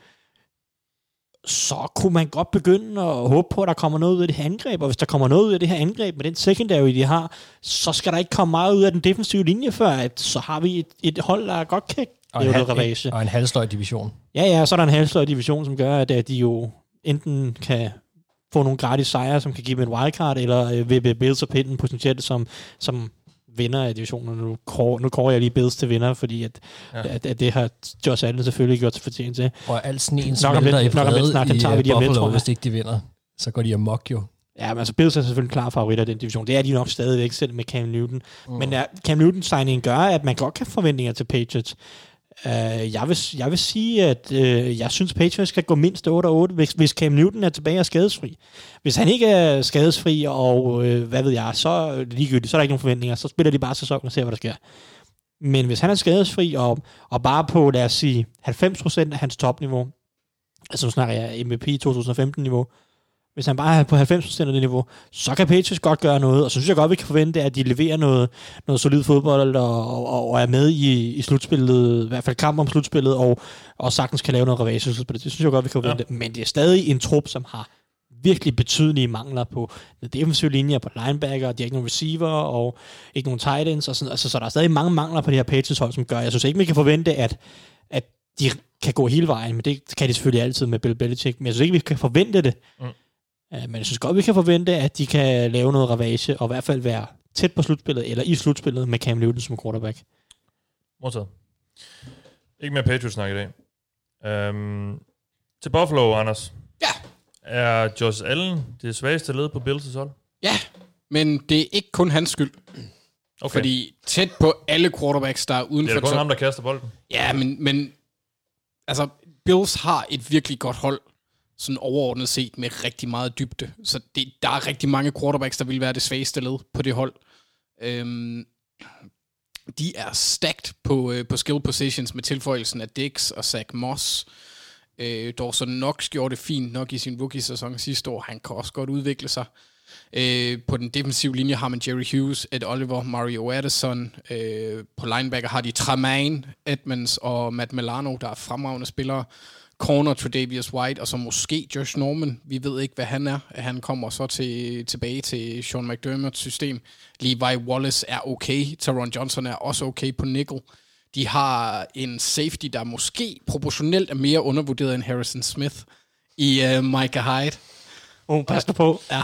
så kunne man godt begynde at håbe på, at der kommer noget ud af det her angreb, og hvis der kommer noget ud af det her angreb med den secondary, de har, så skal der ikke komme meget ud af den defensive linje, før at så har vi et hold, der godt kan lave noget ravage. Og en halvsløj division. Ja, så er der en halvsløj division, som gør, at de jo enten kan få nogle gratis sejre, som kan give dem en wildcard, eller vil Bills og pinden potentielt som vinder af divisionen. Nu kårer jeg lige Bills til vinder, fordi at det har Josh Allen selvfølgelig gjort sig fortjent til. Og alt sneen smelter i vrede i Buffalo, hvis ikke de vinder. Så går de amok jo. Ja, men altså Bills er selvfølgelig klar favorit af den division. Det er de nok stadigvæk selv med Cam Newton. Men Cam Newton-signingen gør, at man godt kan forventninger til Patriots. Jeg vil sige, at jeg synes, Patriots skal gå mindst 8-8, hvis Cam Newton er tilbage og skadesfri. Hvis han ikke er skadesfri, og hvad ved jeg, så ligegyldigt, så er der ikke nogen forventninger. Så spiller de bare sæsonen og ser, hvad der sker. Men hvis han er skadesfri, og bare på, lad os sige, 90% af hans topniveau, altså nu snakker jeg MVP 2015-niveau, hvis han bare er på 90% af det niveau, så kan Patriots godt gøre noget, og så synes jeg godt, vi kan forvente, at de leverer noget solid fodbold, og er med i slutspillet, i hvert fald kamp om slutspillet, og sagtens kan lave noget revage i slutspillet. Det synes jeg godt, vi kan forvente. Ja. Men det er stadig en trup, som har virkelig betydelige mangler på defensive linjer, på linebacker, de har ikke nogen receiver, og ikke nogen tight ends, og sådan, altså, så der er stadig mange mangler på det her Patriots hold, som gør, jeg synes ikke, man kan forvente, at de kan gå hele vejen, men det kan de selvfølgelig altid med Bill Belichick, men jeg synes ikke, vi kan forvente det. Men jeg synes godt, vi kan forvente, at de kan lave noget ravage, og i hvert fald være tæt på slutspillet, eller i slutspillet med Cam Newton som quarterback. Modtaget. Ikke mere Patriots-snak i dag. Til Buffalo, Anders. Ja. Er Josh Allen det svageste led på Bills' hold? Ja, men det er ikke kun hans skyld. Okay. Fordi tæt på alle quarterbacks, der er uden for... Det er kun ham, der kaster bolden. Ja, men altså, Bills har et virkelig godt hold, sådan overordnet set med rigtig meget dybde. Så der er rigtig mange quarterbacks, der vil være det svageste led på det hold. De er stacked på skill positions med tilføjelsen af Diggs og Zach Moss. Dawson Knox gjorde det fint nok i sin rookie-sæson sidste år. Han kan også godt udvikle sig. På den defensive linje har man Jerry Hughes, Ed Oliver, Mario Addison. På linebacker har de Tremaine Edmonds og Matt Milano, der er fremragende spillere. Corner Tre'Davious White, og så måske Josh Norman. Vi ved ikke, hvad han er. Han kommer så tilbage til Sean McDermott's system. Levi Wallace er okay. Taron Johnson er også okay på nickel. De har en safety, der måske proportionelt er mere undervurderet end Harrison Smith i Micah Hyde. Pas nu på. Ja.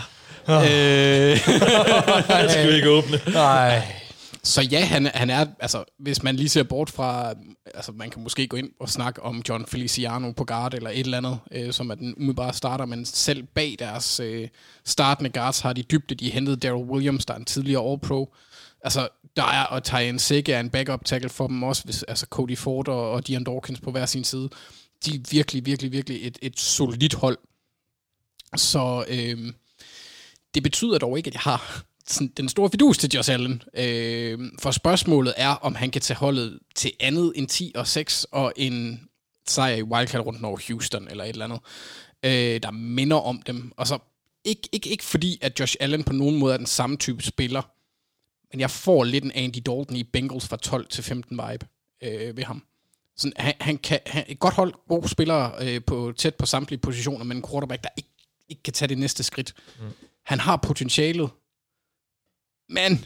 Det skal vi ikke åbne. Nej. Så ja, han er, altså, hvis man lige ser bort fra, altså, man kan måske gå ind og snakke om John Feliciano på guard, eller et eller andet, som er den umiddelbare starter, men selv bag deres startende guards har de dybde, de hentede Darrell Williams, der er en tidligere All-Pro. Altså, der er, og Tyen Sege er en backup tackle for dem også, hvis, altså Cody Ford og Dion Dawkins på hver sin side. De er virkelig et solidt hold. Så det betyder dog ikke, at jeg har den store fidus til Josh Allen. For spørgsmålet er, om han kan tage holdet til andet end 10-6 og en sejr i wildcard-runden over Houston eller et eller andet, der minder om dem. Og så ikke fordi, at Josh Allen på nogen måde er den samme type spiller, men jeg får lidt en Andy Dalton i Bengals fra 12 til 15 vibe ved ham. Sådan, han kan et godt hold, gode spillere tæt på samtlige positioner, men en quarterback, der ikke kan tage det næste skridt. Han har potentialet, men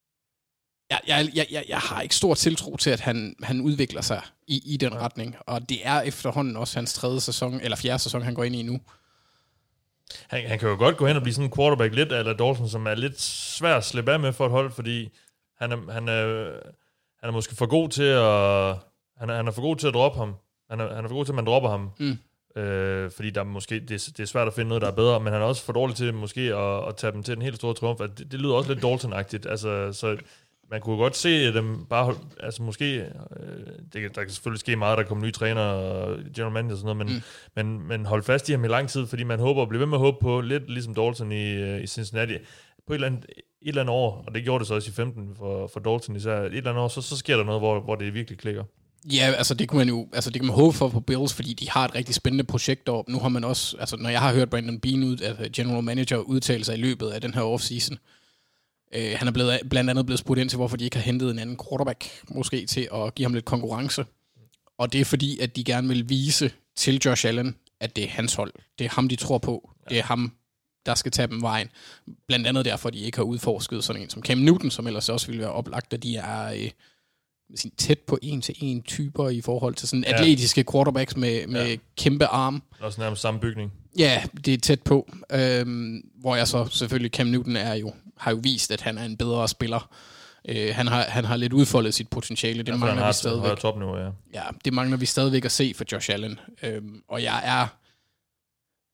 jeg har ikke stor tiltro til, at han udvikler sig i den retning. Og det er efterhånden også hans 3. sæson, eller 4. sæson, han går ind i nu. Han kan jo godt gå hen og blive sådan en quarterback lidt eller Dawson, som er lidt svær at slippe af med for et hold, fordi han er måske for god til at han er for god til at droppe ham. Han er for god til, at man dropper ham. Fordi der måske, det er svært at finde noget, der er bedre, men han er også for dårlig til måske at tage dem til den helt store triumf. Det lyder også lidt Dalton-agtigt. Altså, så man kunne godt se dem bare, altså måske, der kan selvfølgelig ske meget, der kommer nye træner og general manager og sådan noget, men hold fast i ham i lang tid, fordi man håber at blive ved med at håbe på, lidt ligesom Dalton i Cincinnati, på et eller andet år, og det gjorde det så også i 15 for Dalton især, et eller andet år, så sker der noget, hvor det virkelig klikker. Ja, altså det kan man håbe for på Bills, fordi de har et rigtig spændende projekt deroppe. Nu har man også, altså når jeg har hørt Brandon Beane, general manager, udtale sig i løbet af den her offseason, han er blandt andet blevet spurgt ind til, hvorfor de ikke har hentet en anden quarterback, måske til at give ham lidt konkurrence. Og det er fordi, at de gerne vil vise til Josh Allen, at det er hans hold. Det er ham, de tror på. Det er ham, der skal tage dem vejen. Blandt andet derfor, de ikke har udforsket sådan en som Cam Newton, som ellers også ville være oplagt, at de er tæt på 1-til-1 typer i forhold til sådan atletiske quarterbacks med kæmpe arm. Også nærmest samme bygning. Ja, det er tæt på. Hvor jeg så selvfølgelig, Cam Newton har jo vist, at han er en bedre spiller. Han har lidt udfoldet sit potentiale. Det mangler vi stadigvæk. Topniveau, ja, det mangler vi stadigvæk at se for Josh Allen. Og jeg er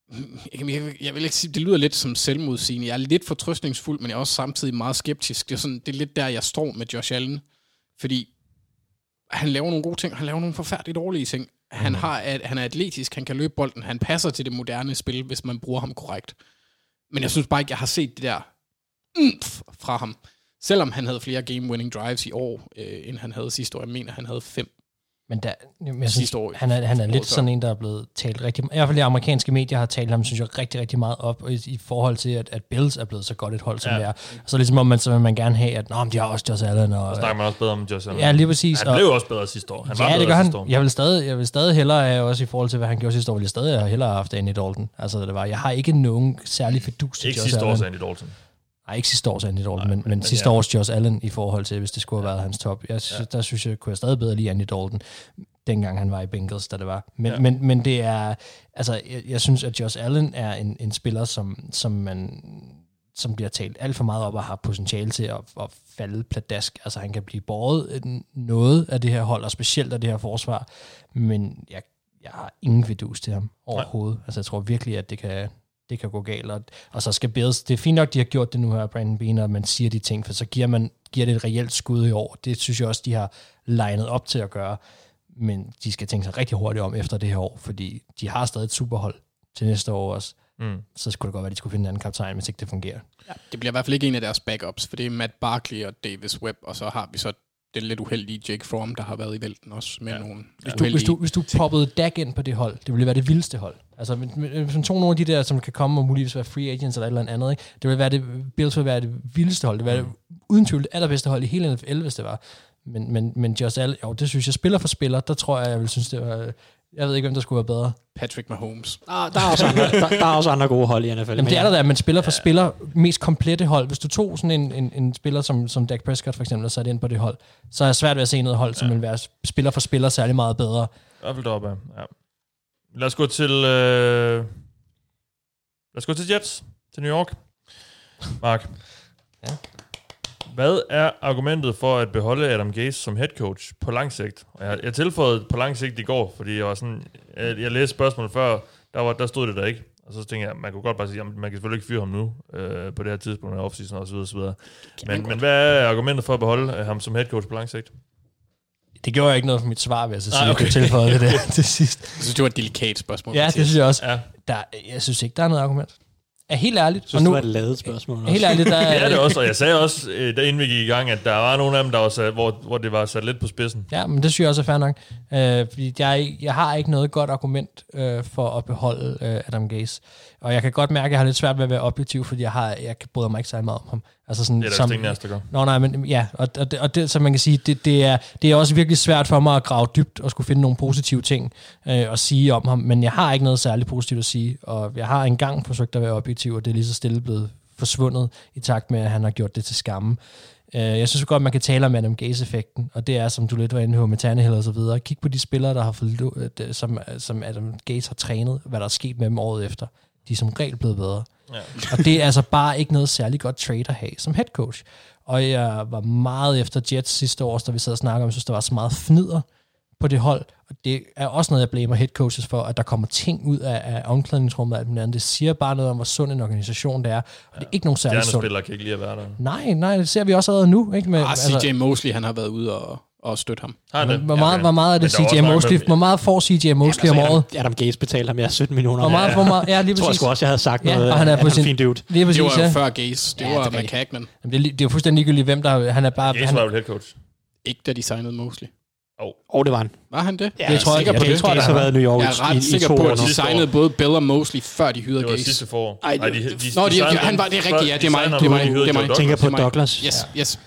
Jeg vil ikke sige, det lyder lidt som selvmodsigende. Jeg er lidt fortrøstningsfuld, men jeg er også samtidig meget skeptisk. Det er lidt der, jeg står med Josh Allen. Fordi han laver nogle gode ting, han laver nogle forfærdeligt dårlige ting. Han er atletisk, han kan løbe bolden, han passer til det moderne spil, hvis man bruger ham korrekt. Men jeg synes bare ikke, jeg har set det der fra ham. Selvom han havde flere game-winning drives i år, end han havde sidste år. Jeg mener, han havde 5. Men jeg synes, han er lidt sådan en, der er blevet talt rigtig... I hvert fald de amerikanske medier har talt ham, synes jeg, rigtig, rigtig meget op i forhold til, at Bills er blevet så godt et hold, som det er. Så ligesom om så vil man gerne have, at de har også Josh Allen. Og snakker man også bedre om Josh Allen. Ja, lige præcis. Han blev også bedre sidste år. Han var det gør han. År. Jeg vil stadig hellere have, også i forhold til, hvad han gjorde sidste år, vil jeg stadig hellere have haft Andy Dalton. Altså, det var, jeg har ikke nogen særlig fidus til Josh Allen. Ikke sidste års Andy Dalton. Nej, ikke sidste års Andy Dalton, men sidste års Josh Allen i forhold til, hvis det skulle have været hans top. Der synes jeg, kunne jeg stadig bedre lide Andy Dalton, dengang han var i Bengals, da det var. Men det er, altså, jeg synes, at Josh Allen er en spiller, som bliver talt alt for meget op og har potentiale til at falde pladask. Altså, han kan blive båret noget af det her hold, og specielt af det her forsvar, men jeg har ingen fidus til ham overhovedet. Nej. Altså, jeg tror virkelig, at det kan gå galt, og så skal Bills, det er fint nok, de har gjort det nu her, Brandon Beane, og man siger de ting, for så giver det et reelt skud i år. Det synes jeg også, de har legnet op til at gøre, men de skal tænke sig rigtig hurtigt om efter det her år, fordi de har stadig et superhold til næste år også. Så skulle det godt være, at de skulle finde en anden kaptajn, hvis ikke det fungerer. Ja. Det bliver i hvert fald ikke en af deres backups, for det er Matt Barkley og Davis Webb, og så har vi så den lidt uheldige Jake Fromm, der har været i vælten også med nogle hvis du poppede Dak ind på det hold, det ville være det vildeste hold. Altså, hvis man tog nogle af de der, som kan komme og muligvis være free agents eller et eller andet, ikke? Det ville være Bills ville være det vildeste hold. Det ville være uden tvivl det allerbedste hold i hele NFL, hvis det var. Men Josh Allen, det synes jeg, spiller for spiller, der tror jeg vil synes, det var... Jeg ved ikke, hvem der skulle være bedre. Patrick Mahomes. Der er også andre gode hold i NFL. Jamen, det er der, man spiller for spiller mest komplette hold. Hvis du tog sådan en spiller som Dak Prescott for eksempel, og satte ind på det hold, så er det svært ved at se noget hold, som vil være spiller for spiller særlig meget bedre. I hvert fald deroppe, ja. Lad os gå til Jets, til New York. Mark. Ja. Hvad er argumentet for at beholde Adam Gase som head coach på lang sigt? Jeg tilføjede på lang sigt i går, fordi jeg var sådan, jeg læste spørgsmålet før, der stod det der ikke. Og så tænkte jeg, man kunne godt bare sige, at man kan selvfølgelig ikke fyre ham nu, på det her tidspunkt af offseason og så videre. Men hvad er argumentet for at beholde ham som head coach på lang sigt? Det gjorde jeg ikke noget for mit svar, vil jeg så sige. Okay. Jeg tilføjede det der til sidst. Jeg synes, det var et delikat spørgsmål. Ja, det synes jeg også. Ja. Jeg synes ikke, der er noget argument. Er helt ærligt. Synes du, var et lavet spørgsmål også? Helt ærligt, der det er det også, og jeg sagde også, da inden vi gik i gang, at der var nogle af dem, der var sat, hvor det var sat lidt på spidsen. Ja, men det synes jeg også er fair nok. Fordi jeg har ikke noget godt argument for at beholde Adam Gase. Og jeg kan godt mærke, at jeg har lidt svært ved at være objektiv, fordi jeg bryder mig ikke særlig meget om ham. Altså sådan, det er der ingen af os, der gør. Nej, men ja, og det, så man kan sige, det er også virkelig svært for mig at grave dybt og skulle finde nogle positive ting at sige om ham, men jeg har ikke noget særligt positivt at sige, og jeg har engang forsøgt at være objektiv, og det er lige så stille blevet forsvundet i takt med, at han har gjort det til skamme. Jeg synes godt, man kan tale om Adam Gase-effekten, og det er, som du lidt var inde på med Tannehill og så videre. Kig på de spillere, der har fået, som Adam Gase har trænet, hvad der er sket med dem året efter. De er som regel blevet bedre. Ja. Og det er altså bare ikke noget særligt godt trade at have som head coach. Og jeg var meget efter Jets sidste år, da vi sad og snakkede om, jeg synes, der var så meget fnider på det hold. Og det er også noget, jeg blamer head coaches for, at der kommer ting ud af omklædningsrummet og alt muligt andet. Det siger bare noget om, hvor sund en organisation det er. Og det er ikke nogen særlig sund. Spillere kan ikke lide at være der. Nej, det ser vi også allerede nu. Ikke? Med, CJ Mosley, han har været ude og støtte ham. Hvor meget er det CJ Mosley? Hvor meget får CJ Mosley om året? Adam Gase betalte ham 17 millioner. Hvor meget, ja, lige præcis. Jeg tror også, jeg havde sagt noget. Og han er på sin fin dude. Det var jo før Gase. Det var McCagnon. Det er jo fuldstændig ligegyldigt, hvem der... Han er bare... Gase var jo head coach. Ikke da de signede Mosley. Det var han. Var han det? Ja, det tror jeg. Jeg tror, det har været New York. Jeg er ret sikker på, at de signede både Bill og Mosley, før de hyrede Gase. Det var sidste forår. Han var det rigtigt. Ja, det er mig. Tænker på Douglas. Yes.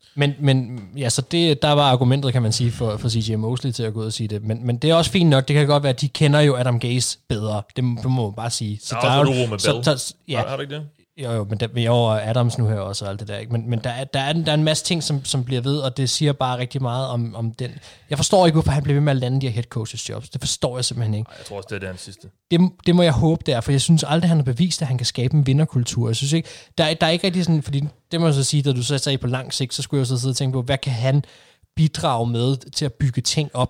Men ja, så der var argumentet, kan man sige, for CJ Mosley til at gå ud og sige det. Men det er også fint nok. Det kan godt være, at de kender jo Adam Gase bedre. Det må man bare sige. Så der er også en uro med Bell. Har du ikke det? Jo, men vi er over Adams nu her også og alt det der. Ikke? Men der er en masse ting, som bliver ved, og det siger bare rigtig meget om den. Jeg forstår ikke, hvorfor han bliver ved med at lande de her head coaches jobs. Det forstår jeg simpelthen ikke. Jeg tror også, det er hans sidste. Det må jeg håbe, det er, for jeg synes aldrig, han har bevist, at han kan skabe en vinderkultur. Jeg synes ikke, der er ikke rigtig sådan, fordi det må jeg så sige, da du så sagde på lang sigt, så skulle jeg så sidde og tænke på, hvad kan han bidrage med til at bygge ting op?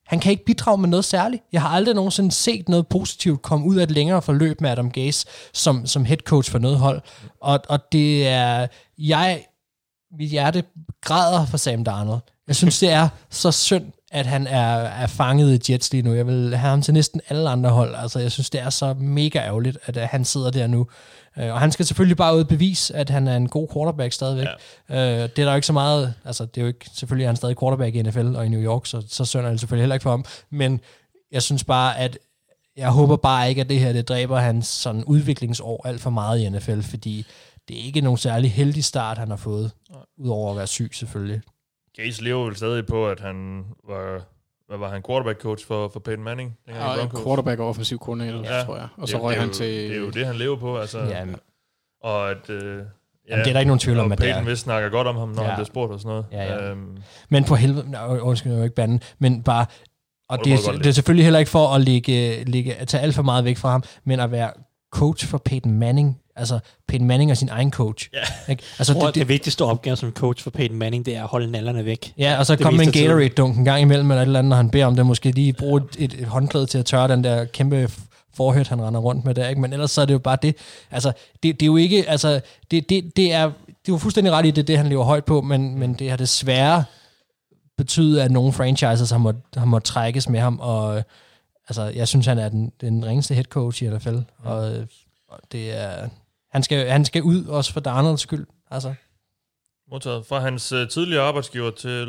Han kan ikke bidrage med noget særligt. Jeg har aldrig nogensinde set noget positivt komme ud af et længere forløb med Adam Gase som head coach for noget hold. Og det er... Mit hjerte græder for Sam Darnold. Jeg synes, det er så synd, at han er fanget i Jets lige nu. Jeg vil have ham til næsten alle andre hold. Altså, jeg synes, det er så mega ærgerligt, at han sidder der nu. Og han skal selvfølgelig bare ud og bevise, at han er en god quarterback stadigvæk. Ja. Det er der jo ikke så meget... Altså, det er jo ikke... Selvfølgelig er han stadig quarterback i NFL og i New York, så synd er det selvfølgelig heller ikke for ham. Men jeg synes bare, at... Jeg håber bare ikke, at det her det dræber hans sådan udviklingsår alt for meget i NFL, fordi det er ikke nogen særlig heldig start, han har fået, udover at være syg selvfølgelig. Gase lever vel stadig på, at han var han quarterback-coach for Peyton Manning? Ja, quarterback og offensiv koordinator, tror jeg. Og så røg han til... Det er jo det, han lever på, altså. Ja, og at... Jamen, det er der ikke nogen tvivl om, at det er. Peyton vist snakker godt om ham, når han bliver spurgt og sådan noget. Ja. Men for helvede... Undskyld, jeg ikke bande, men bare... Og det er selvfølgelig heller ikke for at tage alt for meget væk fra ham, men at være coach for Peyton Manning. Altså, Peyton Manning er sin egen coach. Yeah. Ikke? Altså, det vigtigste opgave som coach for Peyton Manning, det er at holde nallerne væk. Ja, og så komme med en Gatorade-dunk en gang imellem, eller et eller andet, når han beder om det. Måske lige bruge et håndklæde til at tørre den der kæmpe forhørt, han render rundt med der. Ikke? Men ellers så er det jo bare det. Altså, det er jo ikke... Altså, det er jo fuldstændig ret i det, han lever højt på, men det har desværre betydet, at nogle franchises har måttet trækkes med ham, og altså, jeg synes, han er den ringeste head coach i NFL, og det er... Han skal ud også for Darnolds skyld. Altså. Modtaget. Fra hans tidligere arbejdsgiver til...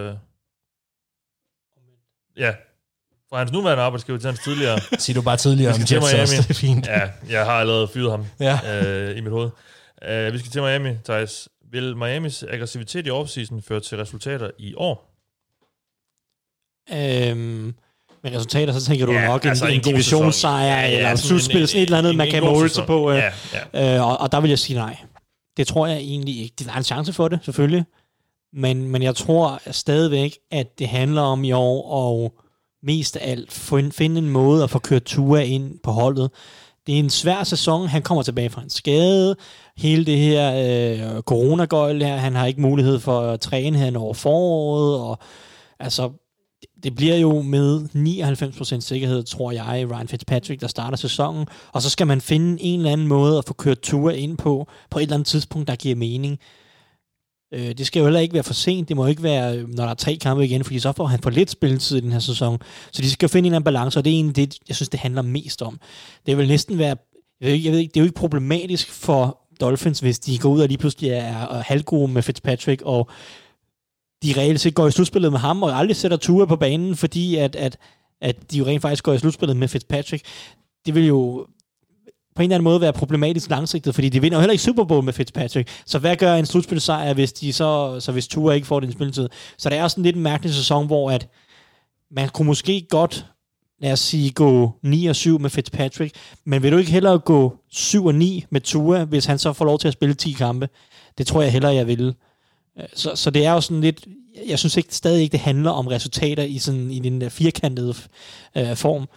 fra hans nuværende arbejdsgiver til hans tidligere... Siger du bare tidligere om Jets også, det er fint. Ja, jeg har allerede fyret ham i mit hoved. Vi skal til Miami, Thijs. Vil Miamis aggressivitet i offseason føre til resultater i år? Med resultater, så tænker du nok altså en divisionssejr eller en slutspil, sådan et eller andet, man kan måle sig på. Og der vil jeg sige nej. Det tror jeg egentlig ikke. Der er en chance for det, selvfølgelig. Men jeg tror stadigvæk, at det handler om i år, og mest af alt finde en måde at få kørt Tua ind på holdet. Det er en svær sæson. Han kommer tilbage fra en skade. Hele det her coronagøjl her, han har ikke mulighed for at træne hen over foråret, og altså... Det bliver jo med 99% sikkerhed, tror jeg, Ryan Fitzpatrick, der starter sæsonen, og så skal man finde en eller anden måde at få kørt Tua ind på et eller andet tidspunkt, der giver mening. Det skal jo heller ikke være for sent, det må ikke være, når der er 3 kampe igen, fordi så får han for lidt spilletid i den her sæson. Så de skal jo finde en eller anden balance, og det er egentlig det, jeg synes, det handler mest om. Det vil næsten være, jeg ved ikke, det er jo ikke problematisk for Dolphins, hvis de går ud og lige pludselig er halvgode med Fitzpatrick, og de reelt set går i slutspillet med ham, og aldrig sætter Tua på banen, fordi at de jo rent faktisk går i slutspillet med Fitzpatrick. Det vil jo på en eller anden måde være problematisk langsigtet, fordi de vinder jo heller ikke Super Bowl med Fitzpatrick. Så hvad gør en slutspilsejr, hvis de så hvis Tua ikke får den spilletid? Så det er sådan lidt en mærkelig sæson, hvor at man kunne måske godt, lad os sige, gå 9-7 med Fitzpatrick, men vil du ikke hellere gå 7-9 med Tua, hvis han så får lov til at spille 10 kampe? Det tror jeg hellere, jeg vil. Så det er jo sådan lidt, jeg synes stadig ikke, det handler om resultater i den der firkantede form.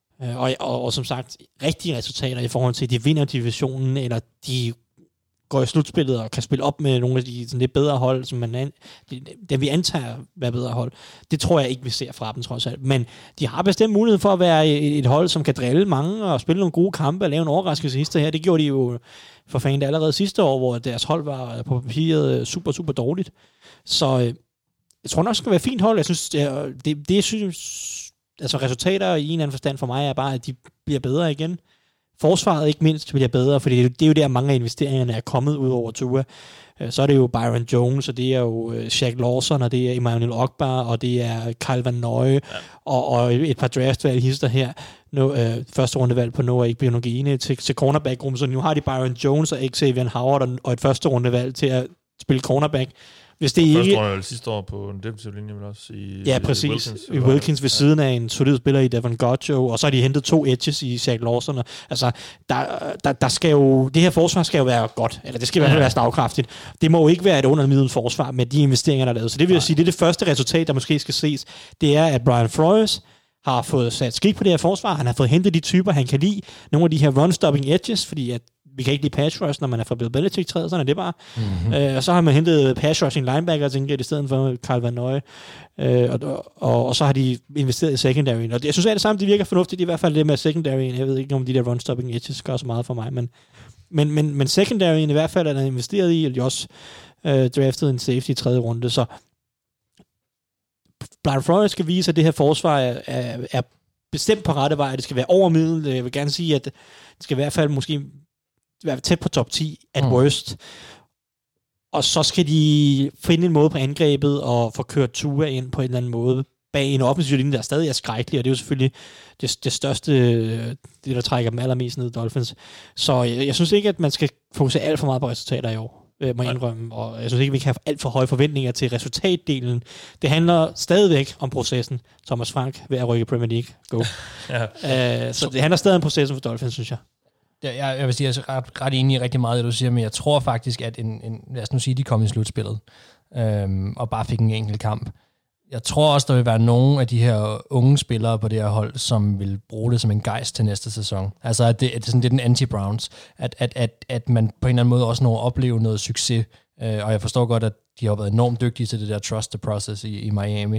Og som sagt, rigtige resultater i forhold til, at de vinder divisionen, eller de går i slutspillet og kan spille op med nogle af de sådan lidt bedre hold, som dem vi antager være bedre hold. Det tror jeg ikke, vi ser fra dem, trods alt. Men de har bestemt mulighed for at være et hold, som kan drille mange og spille nogle gode kampe og lave en overraskelse sidste her. Det gjorde de jo for fanden allerede sidste år, hvor deres hold var på papiret super, super dårligt. Så jeg tror nok, det skal være et fint hold. Jeg synes, det synes altså resultater i en eller anden forstand for mig er bare, at de bliver bedre igen. Forsvaret ikke mindst bliver bedre, fordi det er jo der, mange af investeringerne er kommet ud over Tua. Så er det jo Byron Jones, og det er jo Shaq Lawson, og det er Emmanuel Ogbar, og det er Kyle Van Noy, og et par draftvalg hister her. Første rundevalg på Noah Igbinoghene til cornerback-gruppen, så nu har de Byron Jones og Xavier Howard og et første rundevalg til at spille cornerback. Hvis det første rundevalg sidste år på en defensive linje, men også i præcis. I Wilkins ved siden af en solid spiller i Devon Gotcho, og så har de hentet 2 edges i Shaq Lawson. Altså, der skal jo, det her forsvar skal jo være godt, eller det skal i hvert fald være slagkraftigt. Det må jo ikke være et undermiddel forsvar med de investeringer, der er lavet. Så det vil jeg sige, det er det første resultat, der måske skal ses. Det er, at Brian Flores har fået sat skik på det her forsvar. Han har fået hentet de typer, han kan lide. Nogle af de her run-stopping edges, fordi at vi kan ikke lide pass rush, når man er fra Bill Belichick-træet, sådan er det bare. Mm-hmm. Og så har man hentet pass rushing linebackers i stedet for Carl Van Nøje. Og så har de investeret i secondaryen. Og jeg synes, at det samme, det virker fornuftigt, i hvert fald det med secondaryen. Jeg ved ikke, om de der run-stopping edges gør så meget for mig, men secondaryen i hvert fald er der investeret i, og de også draftet en safety i 3. runde. Så Brian Flores skal vise, at det her forsvar er bestemt på rette vej. Det skal være over middel. Jeg vil gerne sige, at det skal i hvert fald måske være tæt på top 10 at worst. Og så skal de finde en måde på angrebet og få kørt Tua ind på en eller anden måde bag en offensiv linje, der stadig er skrækkelig, og det er jo selvfølgelig det største, det der trækker dem allermest ned i Dolphins. Så jeg synes ikke, at man skal fokusere alt for meget på resultater i år, må jeg indrømme, og jeg synes ikke, at vi kan have alt for høje forventninger til resultatdelen. Det handler stadigvæk om processen. Thomas Frank ved at rykke Premier League. Go. Så det handler stadig om processen for Dolphins, synes jeg. Jeg vil sige, at jeg er ret enig i rigtig meget, det du siger, men jeg tror faktisk, at lad os nu sige, de kom i slutspillet, og bare fik en enkelt kamp. Jeg tror også, der vil være nogle af de her unge spillere på det her hold, som vil bruge det som en gejst til næste sæson. Altså, at det er den anti-Browns. At man på en eller anden måde også når at opleve noget succes. Og jeg forstår godt, at de har været enormt dygtige til det der trust the process i Miami.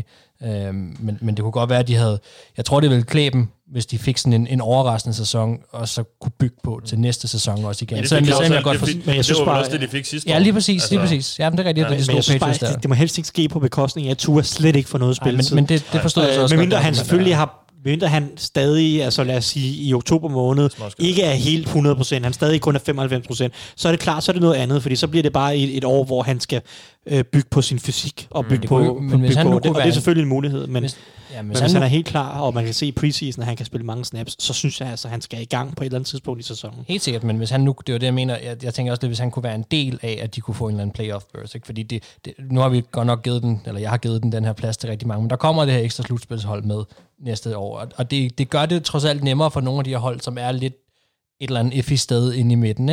Men det kunne godt være, at de havde... Jeg tror, det ville klæde dem, hvis de fik sådan en overraskende sæson, og så kunne bygge på til næste sæson også igen. Ja, så men jeg synes bare også det, de fik sidste år. Ja, lige præcis. Ja, det er rigtigt, at de slog Patriots der. Det må helst ikke ske på bekostning af, at Tua slet ikke får noget spilletid. Men det forstår jeg så også. Men mindre han selvfølgelig har... Mindre han stadig, altså lad os sige, i oktober måned, ikke er helt 100%, han stadig kun er 95%, så er det klart, så er det noget andet, fordi så bliver det bare et år, hvor han skal bygge på sin fysik, og bygge på det, og det er selvfølgelig en mulighed, men hvis han er helt klar, og man kan se i preseason, at han kan spille mange snaps, så synes jeg altså, at han skal i gang på et eller andet tidspunkt i sæsonen. Helt sikkert, men hvis han nu, det var det, jeg mener, jeg tænker også, at hvis han kunne være en del af, at de kunne få en eller anden playoff berth, ikke? Fordi nu har vi godt nok givet den, eller jeg har givet den her plads til rigtig mange, men der kommer det her ekstra slutspilshold med næste år, og det gør det trods alt nemmere for nogle af de her hold, som er lidt et eller andet iffy sted inde i midten,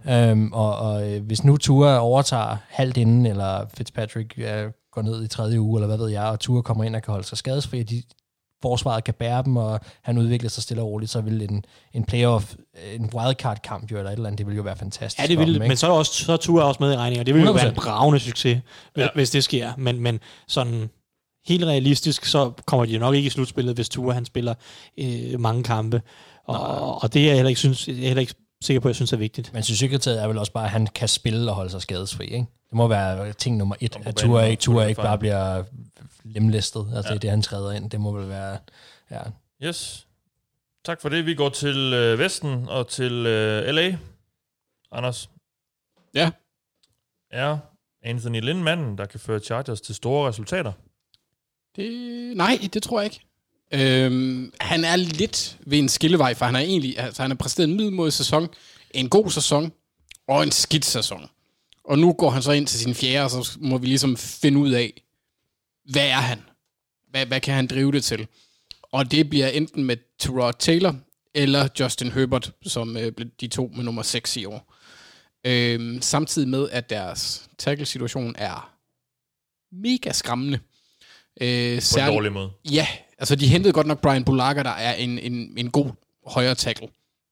ikke? Hvis nu Tua overtager halvt inden, eller Fitzpatrick går ned i 3. uge, eller hvad ved jeg, og Tua kommer ind og kan holde sig skadesfri, og forsvaret kan bære dem, og han udvikler sig stille og roligt, så vil en playoff, en wildcard-kamp eller et eller andet, det vil jo være fantastisk. Ja, det vil, men så er Tua også med i regningen, og det vil jo være en bravende succes, hvis det sker. Men sådan helt realistisk, så kommer de nok ikke i slutspillet, hvis Tua han spiller mange kampe. Og det er jeg heller ikke sikker på, at jeg synes er vigtigt. Men succeskriteriet er vel også bare, at han kan spille og holde sig skadesfri, ikke? Det må være ting nummer 1, at Tua ikke bare bliver lemlæstet. Altså det er det, han træder ind. Det må vel være... Ja. Yes. Tak for det. Vi går til Vesten og til LA. Anders. Ja. Er Anthony Lynn manden, der kan føre Chargers til store resultater? Nej, det tror jeg ikke. Han er lidt ved en skillevej, for han har præsteret en middelmådig sæson, en god sæson og en skidt sæson. Og nu går han så ind til sin 4., og så må vi ligesom finde ud af, hvad er han? Hvad kan han drive det til? Og det bliver enten med Tyrod Taylor eller Justin Herbert, som blev de 2 med nummer 6 i år. Samtidig med, at deres tackle-situation er mega skræmmende. På en dårlig måde. Ja, altså de hentede godt nok Brian Bulaga, der er en god højre tackle.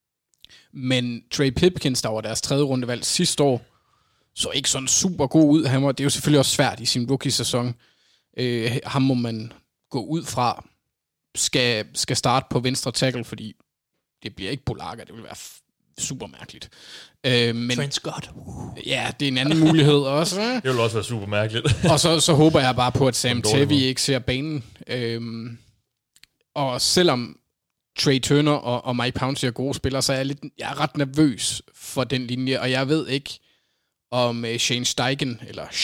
Men Trey Pipkins, der var deres 3. rundevalg sidste år, så ikke sådan super god ud. Det er jo selvfølgelig også svært i sin rookie-sæson. Ham må man gå ud fra, skal starte på venstre tackle, fordi det bliver ikke Bulaga, det vil være super mærkeligt. Men Trent Scott. Ja, det er en anden mulighed også. Det vil også være super mærkeligt. Og så håber jeg bare på, at Sam Tevi ikke ser banen. Og selvom Trey Turner og Mike Pouncey er gode spillere, så er jeg er ret nervøs for den linje, og jeg ved ikke, om Shane Steichen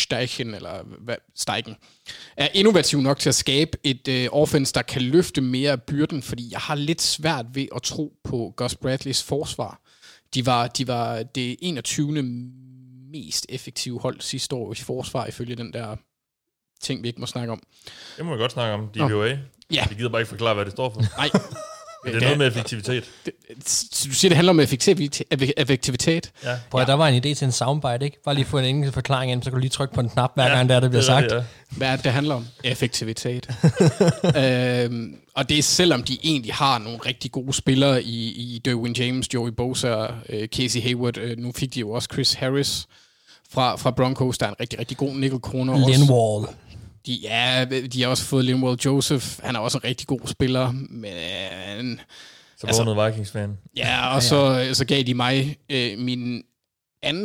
er innovativ nok til at skabe et offense, der kan løfte mere af byrden, fordi jeg har lidt svært ved at tro på Gus Bradleys forsvar. De var det 21. mest effektive hold sidste år i forsvar, ifølge den der ting, vi ikke må snakke om. Det må vi godt snakke om, DVOA. Ja. Det gider bare ikke forklare, hvad det står for. Nej. Det er noget med effektivitet. Du siger, det handler om effektivitet. Ja. Prøv, der var en idé til en soundbite, ikke? Bare lige få en enkelt forklaring ind, så kan du lige trykke på en knap, hver gang det bliver sagt. Ja. Hvad er det handler om? Effektivitet. Og det er selvom de egentlig har nogle rigtig gode spillere i Derwin James, Joey Bosa, Casey Hayward. Nu fik de jo også Chris Harris fra Broncos, der er en rigtig, rigtig god nickel corner. Linwall. De har også fået Linwall Joseph. Han er også en rigtig god spiller, men... Så vågnede Vikings-fan. Ja, og så gav de mig min anden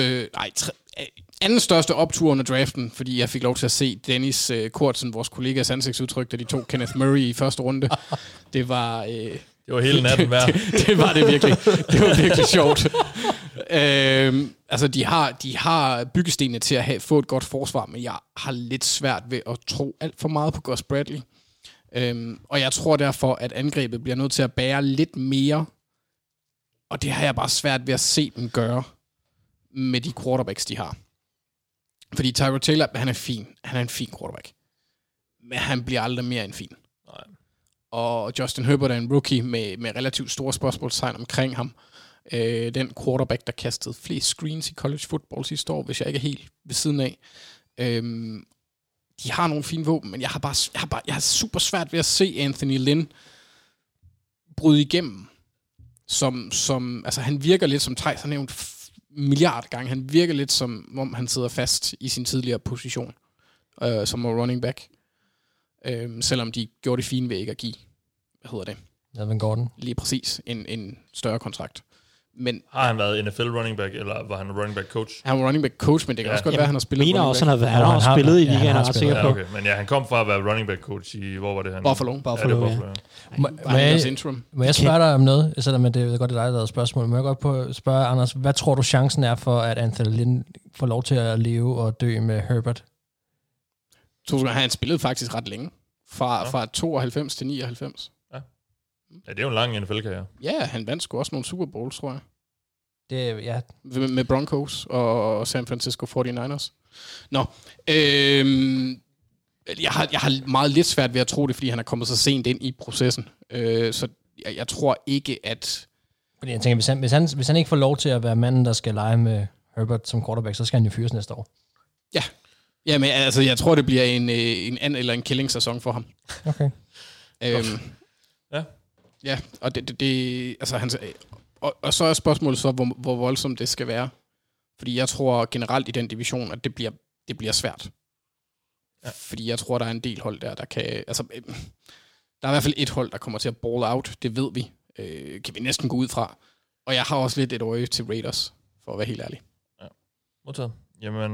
største optur under draften, fordi jeg fik lov til at se Dennis Kortsen, vores kollegas ansigtsudtryk, da de tog Kenneth Murray i første runde. Det var... Det var hele natten værd. det var det virkelig. Det var virkelig sjovt. Altså, de har byggestenene til at få et godt forsvar, men jeg har lidt svært ved at tro alt for meget på Gus Bradley. Og jeg tror derfor, at angrebet bliver nødt til at bære lidt mere, og det har jeg bare svært ved at se dem gøre med de quarterbacks, de har. Fordi Tyrod Taylor, han er fin. Han er en fin quarterback. Men han bliver aldrig mere end fin. Nej. Og Justin Herbert er en rookie med relativt store spørgsmålstegn omkring ham. Den quarterback, der kastede flest screens i college football sidste år, hvis jeg ikke er helt ved siden af. De har nogle fine våben, men jeg har super svært ved at se Anthony Lynn bryde igennem. Altså han virker lidt, som Theis har nævnt milliard gange, han virker lidt som om han sidder fast i sin tidligere position som running back. Selvom de gjorde det fine ved ikke at give, Melvin Gordon. Lige præcis, en større kontrakt. Men har han været NFL running back, eller var han running back coach? Han var running back coach, men det kan også godt være, han har spillet running back. Også, han har spillet i ligaen, er ret sikker på. Okay. Men ja, han kom fra at være running back coach i, hvor var det han? Buffalo. Må jeg spørge dig om noget, selvom det er godt, det er dig, der havde spørgsmål. Må jeg godt spørge, Anders, hvad tror du chancen er for, at Anthony Lynn får lov til at leve og dø med Herbert? Han spillede faktisk ret længe. Fra 92 til 99. Ja, det er jo en lang NFL-karriere. Ja, han vandt sgu også nogle Super Bowls, tror jeg. Det, ja. Med Broncos og San Francisco 49ers. Nå, jeg har meget lidt svært ved at tro det, fordi han er kommet så sent ind i processen. Så jeg tror ikke, at... Fordi jeg tænker, hvis han ikke får lov til at være manden, der skal lege med Herbert som quarterback, så skal han jo fyres næste år. Ja. Ja, men altså, jeg tror, det bliver en and- eller en killing-sæson for ham. Okay. Ja. Ja, og det altså og så er spørgsmålet så, hvor voldsomt det skal være. Fordi jeg tror generelt i den division, at det bliver svært. Ja. Fordi jeg tror, der er en del hold der kan... Altså, der er i hvert fald et hold, der kommer til at ball out. Det ved vi. Kan vi næsten gå ud fra. Og jeg har også lidt et øje til Raiders, for at være helt ærlig. Ja. Modtaget. Jamen,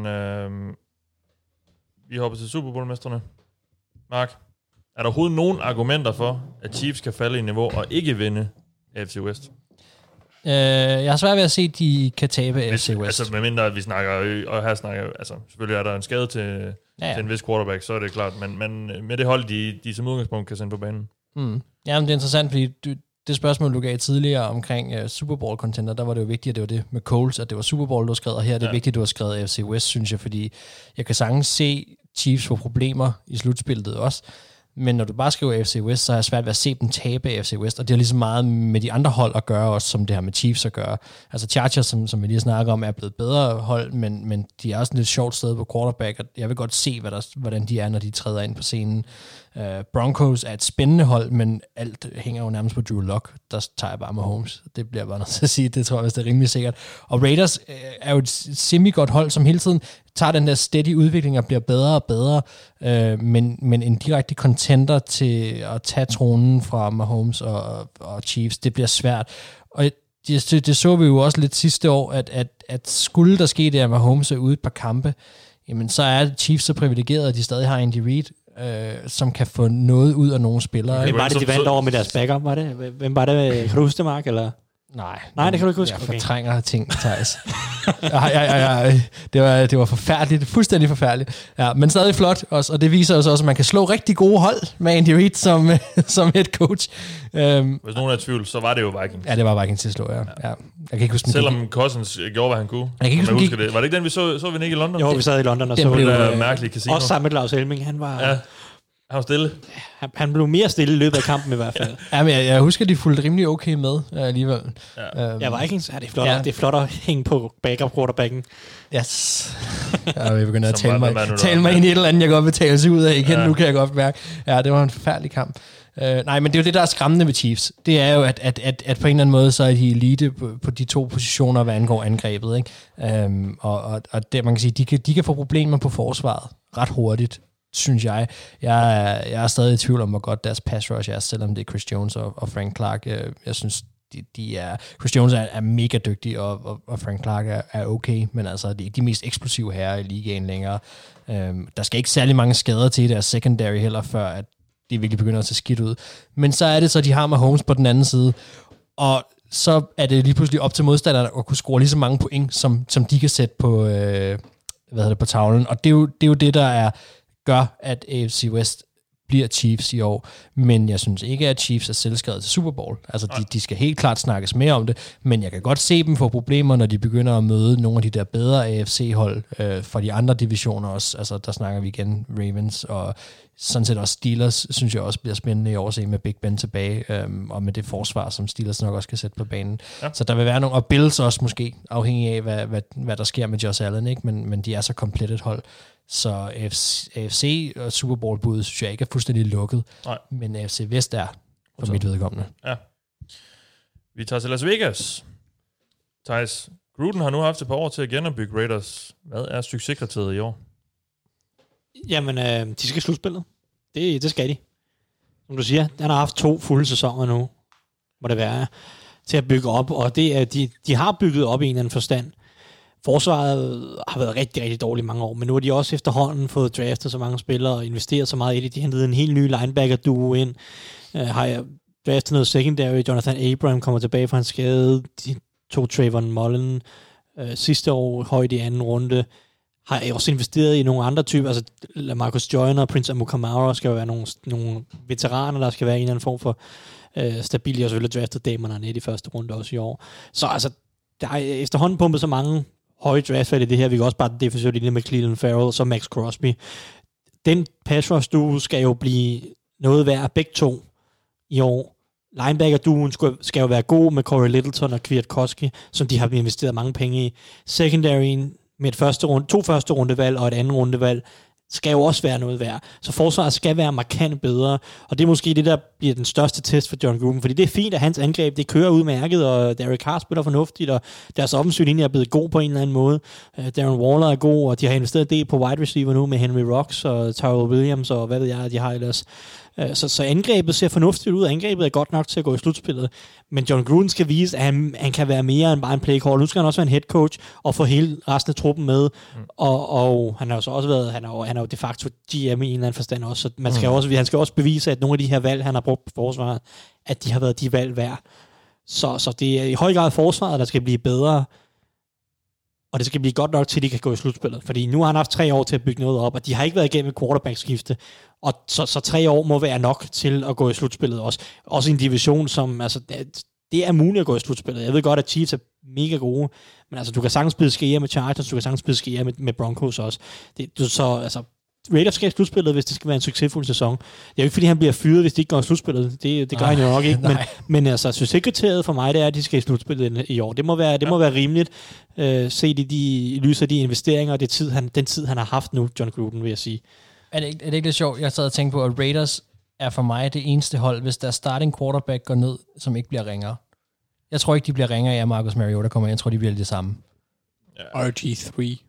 vi hopper til Super Bowl-mesterne. Mark, er der overhovedet nogen argumenter for, at Chiefs kan falde i niveau og ikke vinde AFC West? Jeg har svært ved at se, at de kan tabe AFC West. Altså, medmindre at vi snakker, og her snakker, altså selvfølgelig er der en skade til en vis quarterback, så er det klart, men med det hold, de som udgangspunkt kan sende på banen. Jamen, det er interessant, fordi det spørgsmål, du gav tidligere omkring Super Bowl-contender, der var det jo vigtigt, at det var det med Coles, at det var Super Bowl, du har skrevet, og her er det vigtigt, at du har skrevet AFC West, synes jeg, fordi jeg kan sagtens se Chiefs få problemer i slutspillet også, men når du bare skriver AFC West, så er jeg svært ved at se dem tabe AFC West, og det har lige så meget med de andre hold at gøre, også som det her med Chiefs at gøre. Altså Chargers, som vi lige snakker om, er blevet bedre hold, men de er også et lidt sjovt sted på quarterback, og jeg vil godt se, hvordan de er, når de træder ind på scenen. Broncos er et spændende hold, men alt hænger jo nærmest på Drew Lock. Der tager jeg bare Mahomes. Det bliver jeg bare nødt til at sige. Det tror jeg, det er rimelig sikkert. Og Raiders er jo et semi-godt hold, som hele tiden tager den der steady udvikling og bliver bedre og bedre, men en direkte contender til at tage tronen fra Mahomes og Chiefs, det bliver svært. Og det så vi jo også lidt sidste år, at skulle der ske det, at Mahomes er ude et par kampe, jamen så er Chiefs så privilegeret, at de stadig har Andy Reid, som kan få noget ud af nogle spillere. Hvem var det, de vandt over med deres backup? Var det? Hvem var det? Kan du huske det, Mark? Eller? Nej, det kan du ikke huske. Jeg fortrænger ting, Theis. Det var forfærdeligt, fuldstændig forfærdeligt. Ja, men stadig flot også, og det viser også, at man kan slå rigtig gode hold med Andy Reid som head coach. Hvis nogen er i tvivl, så var det jo Vikings. Ja, det var Vikings til at slå, ja. Jeg kan ikke huske, selvom Cousins gjorde, hvad han kunne. Jeg kan ikke huske det. Var det ikke den, vi så vi ikke i London? Jo, vi sad i London og så det mærkelige casino. Også sammen med Lars Elming, han var... Ja. Han var stille. Han blev mere stille i løbet af kampen i hvert fald. Jamen, jeg husker, de fulgte rimelig okay med alligevel. Ja, Vikings, det er flot. Ja. Det er flot at hænge på backup quarterbacken. Yes. Jeg begynder at tale mig ind i et eller andet, jeg godt vil tale sig ud af igen. Nu kan jeg godt mærke. Ja, det var en forfærdelig kamp. Nej, men det er jo det, der er skræmmende med Chiefs. Det er jo, at på en eller anden måde, så er de elite på de to positioner, hvad angår angrebet. Ikke? Og det, man kan sige, de kan få problemer på forsvaret ret hurtigt, synes jeg. Jeg er stadig i tvivl om, hvor godt deres pass rush er, selvom det er Chris Jones og Frank Clark. Jeg synes, de er... Chris Jones er mega dygtig, og Frank Clark er okay, men altså, det er ikke de mest eksplosive herrer i ligaen længere. Der skal ikke særlig mange skader til i deres secondary heller, før at de virkelig begynder at se skidt ud. Men så er det så, de har Mahomes på den anden side, og så er det lige pludselig op til modstanderne at kunne score lige så mange point, som de kan sætte på, på tavlen. Og det er jo det, der gør, at AFC West bliver Chiefs i år. Men jeg synes ikke, at Chiefs er selvskrevet til Super Bowl. Altså, de skal helt klart snakkes mere om det, men jeg kan godt se dem få problemer, når de begynder at møde nogle af de der bedre AFC-hold fra de andre divisioner også. Altså, der snakker vi igen Ravens, og sådan set også Steelers, synes jeg også bliver spændende i år at se med Big Ben tilbage, og med det forsvar, som Steelers nok også kan sætte på banen. Ja. Så der vil være nogle, og Bills også måske, afhængig af, hvad der sker med Josh Allen, ikke? Men de er så komplet et hold. Så AFC og Super Bowl-budet, synes jeg ikke er fuldstændig lukket. Nej. Men AFC Vest er for mit vedkommende. Ja. Vi tager til Las Vegas. Thijs, Gruden har nu haft et par år til at genopbygge Raiders. Hvad er succeskriteriet i år? Jamen, de skal slutspillet. Det skal de. Som du siger, han har haft 2 fulde sæsoner nu, må det være, til at bygge op. Og det er, de har bygget op i en eller anden forstand. Forsvaret har været rigtig, rigtig dårligt i mange år, men nu har de også efterhånden fået draftet så mange spillere og investeret så meget i det. De hentede en helt ny linebacker-duo ind. Har draftet noget secondary. Jonathan Abram kommer tilbage fra en skade. De tog Trayvon Mullen sidste år højt i anden runde. Har også investeret i nogle andre typer. Altså Marcus Joyner og Prince Amukamara skal jo være nogle veteraner, der skal være en eller anden form for stabile. Og selvfølgelig draftet Damon Arnett i første runde også i år. Så altså, der er efterhånden pumpet så mange høje draftvalg i det her. Vi kan også bare defensivt linje med Cleveland Farrell, så Max Crosby. Den pass rush duo skal jo blive noget værd begge to i år. Linebacker-duoen skal jo være god med Corey Littleton og Kwiatkowski, som de har investeret mange penge i. Secondaryen med to første rundevalg og et andet rundevalg skal jo også være noget værd. Så forsvaret skal være markant bedre, og det er måske det, der bliver den største test for John Gruden, fordi det er fint, at hans angreb, det kører udmærket, og Derek Carr spiller fornuftigt, og deres offensiv linje er blevet god på en eller anden måde. Darren Waller er god, og de har investeret det på wide receiver nu med Henry Rocks og Tyrell Williams, og hvad ved jeg, de har ellers. Så angrebet ser fornuftigt ud, angrebet er godt nok til at gå i slutspillet, men John Gruden skal vise, at han kan være mere end bare en playcaller. Nu skal han også være en head coach og få hele resten af truppen med, og han har jo så også været, han er jo de facto GM i en eller anden forstand også, så man skal han skal også bevise, at nogle af de her valg, han har brugt på forsvaret, at de har været de valg værd. Så det er i høj grad forsvaret, der skal blive bedre, og det skal blive godt nok til, at de kan gå i slutspillet. Fordi nu har han haft 3 år til at bygge noget op, og de har ikke været igennem et quarterback-skifte. Og så 3 år må være nok til at gå i slutspillet også. Også i en division, som altså, det er muligt at gå i slutspillet. Jeg ved godt, at Chiefs er mega gode, men altså, du kan sagtens spille skære med Chargers, du kan sagtens spille skære med Broncos også. Raiders skal i slutspillet, hvis det skal være en succesfuld sæson. Det er jo ikke, fordi han bliver fyret, hvis de ikke går i slutspillet. Det gør han jo nok ikke. Men altså, succeskriteriet for mig, det er, at de skal i slutspillet i år. Det må være rimeligt, set i lyset af de investeringer og den tid, han har haft nu, John Gruden, vil jeg sige. Er det ikke lidt sjovt? Jeg sad og tænkte på, at Raiders er for mig det eneste hold, hvis der starting quarterback går ned, som ikke bliver ringere. Jeg tror ikke, de bliver ringere af Marcus Mariota kommer ind. Jeg tror, de bliver det samme. RG3.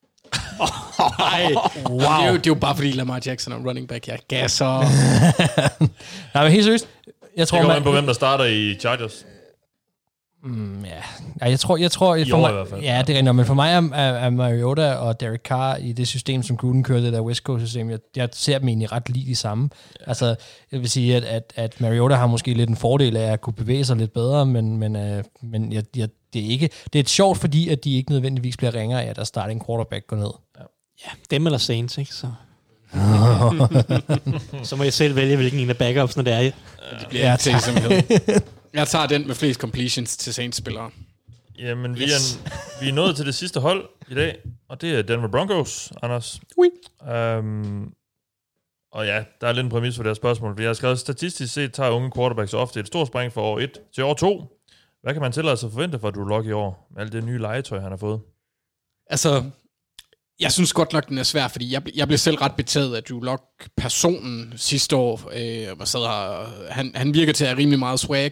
Wow. Det er jo bare fordi Lamar Jackson er running back. Jeg gasser. Nej, men helt seriøst. Jeg tror, det kommer an på, hvem der starter i Chargers. Ja, jeg tror for mig, i hvert fald. Ja, det er rigtigt, men for mig er Mariota og Derek Carr i det system, som Gruden kører, det der West Coast-system, jeg ser dem egentlig ret lige de samme. Ja. Altså, jeg vil sige, at Mariota har måske lidt en fordel af at kunne bevæge sig lidt bedre, men det er ikke. Det er sjovt, fordi at de ikke nødvendigvis bliver ringere af, at der starting quarterback går ned. Ja, dem eller Saints, ikke? Så må jeg selv vælge, hvilken en af backups, når det er. Det bliver ikke simpelthen. Jeg tager den med flest completions til Saints-spillere. Jamen, vi er nået til det sidste hold i dag, og det er Denver Broncos, Anders. Oui. Og ja, der er lidt en præmis for det her spørgsmål, for jeg har skrevet, statistisk set tager unge quarterbacks ofte et stort spring fra år 1 til år 2. Hvad kan man tillade sig at forvente for Drew Lock i år, med alt det nye legetøj, han har fået? Altså, jeg synes godt nok, den er svær, fordi jeg blev selv ret betaget af Drew Lock-personen sidste år. Han virker til at have rimelig meget swag.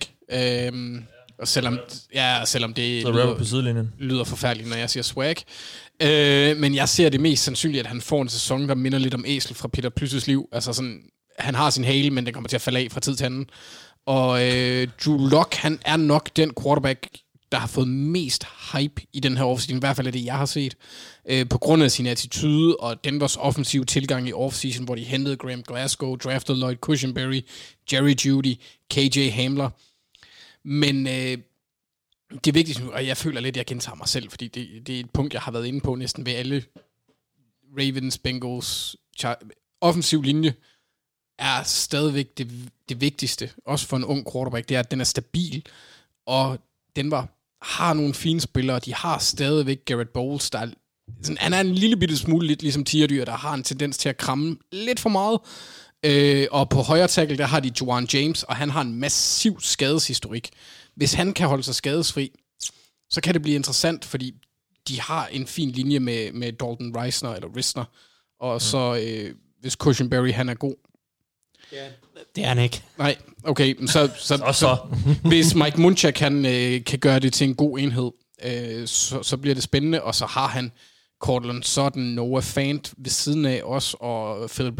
Og selvom det lyder forfærdeligt, når jeg siger swag. Men jeg ser det mest sandsynligt, at han får en sæson, der minder lidt om æsel fra Peter Plys' liv. Altså sådan, han har sin hale, men den kommer til at falde af fra tid til anden. Og Drew Lock, han er nok den quarterback, der har fået mest hype i den her offseason. I hvert fald er det, jeg har set. På grund af sin attitude og Denvers offensive tilgang i offseason, hvor de hentede Graham Glasgow, draftede Lloyd Cushenberry, Jerry Jeudy, KJ Hamler. Men det vigtigste, og jeg føler lidt, at jeg gentager mig selv, fordi det er et punkt, jeg har været inde på næsten ved alle Ravens, Bengals, offensiv linje, er stadigvæk det vigtigste, også for en ung quarterback, det er, at den er stabil, og Denver har nogle fine spillere, de har stadigvæk Garrett Bowles, der er sådan, han er en lille bitte smule lidt ligesom Tierdyr, der har en tendens til at kramme lidt for meget, og på højre tackle, der har de Juwan James, og han har en massiv skadeshistorik. Hvis han kan holde sig skadesfri, så kan det blive interessant, fordi de har en fin linje med Dalton Risner, og så hvis Cushenberry, han er god. Ja, det er han ikke. Nej, okay, så hvis Mike Munchak kan gøre det til en god enhed, så bliver det spændende, og så har han Cortland Sutton, Noah Fant ved siden af os, og Philip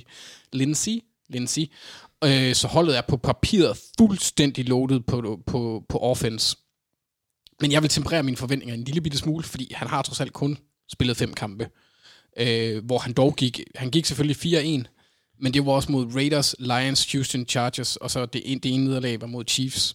Lindsay. Så holdet er på papiret fuldstændig loaded på offense. Men jeg vil temperere mine forventninger en lille bitte smule, fordi han har trods alt kun spillet 5 kampe, hvor han dog gik selvfølgelig 4-1, men det var også mod Raiders, Lions, Houston Chargers, og så det ene nederlag var mod Chiefs.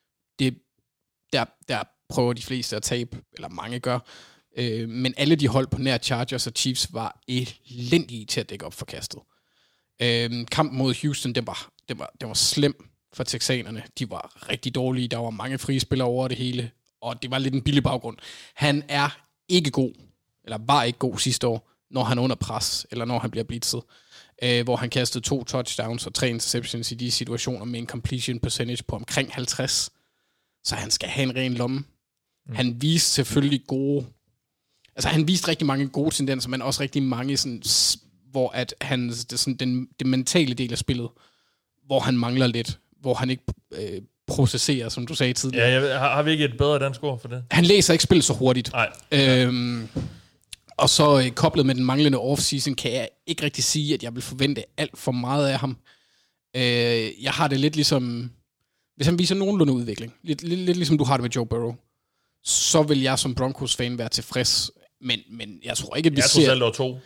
Der prøver de fleste at tabe, eller mange gør, men alle de hold på nær Chargers og Chiefs var elendige til at dække op for kastet. Kampen mod Houston, det var slem for texanerne. De var rigtig dårlige. Der var mange frie spillere over det hele, og det var lidt en billig baggrund. Han er ikke god, eller var ikke god sidste år, når han er under pres, eller når han bliver blitzet. Hvor han kastede 2 touchdowns og 3 interceptions i de situationer med en completion percentage på omkring 50. Så han skal have en ren lomme. Han viste selvfølgelig han viste rigtig mange gode tendenser, men også rigtig mange sådan, hvor at han det mentale del af spillet, hvor han mangler lidt, hvor han ikke processerer, som du sagde tidligere. Ja, har vi ikke et bedre dansk ord for det? Han læser ikke spillet så hurtigt. Nej. Og så koblet med den manglende offseason, kan jeg ikke rigtig sige, at jeg vil forvente alt for meget af ham. Jeg har det lidt ligesom, hvis han viser nogenlunde udvikling, lidt ligesom du har det med Joe Burrow, så vil jeg som Broncos-fan være tilfreds. Men jeg tror ikke, at vi ser... Jeg tror selv, år 2.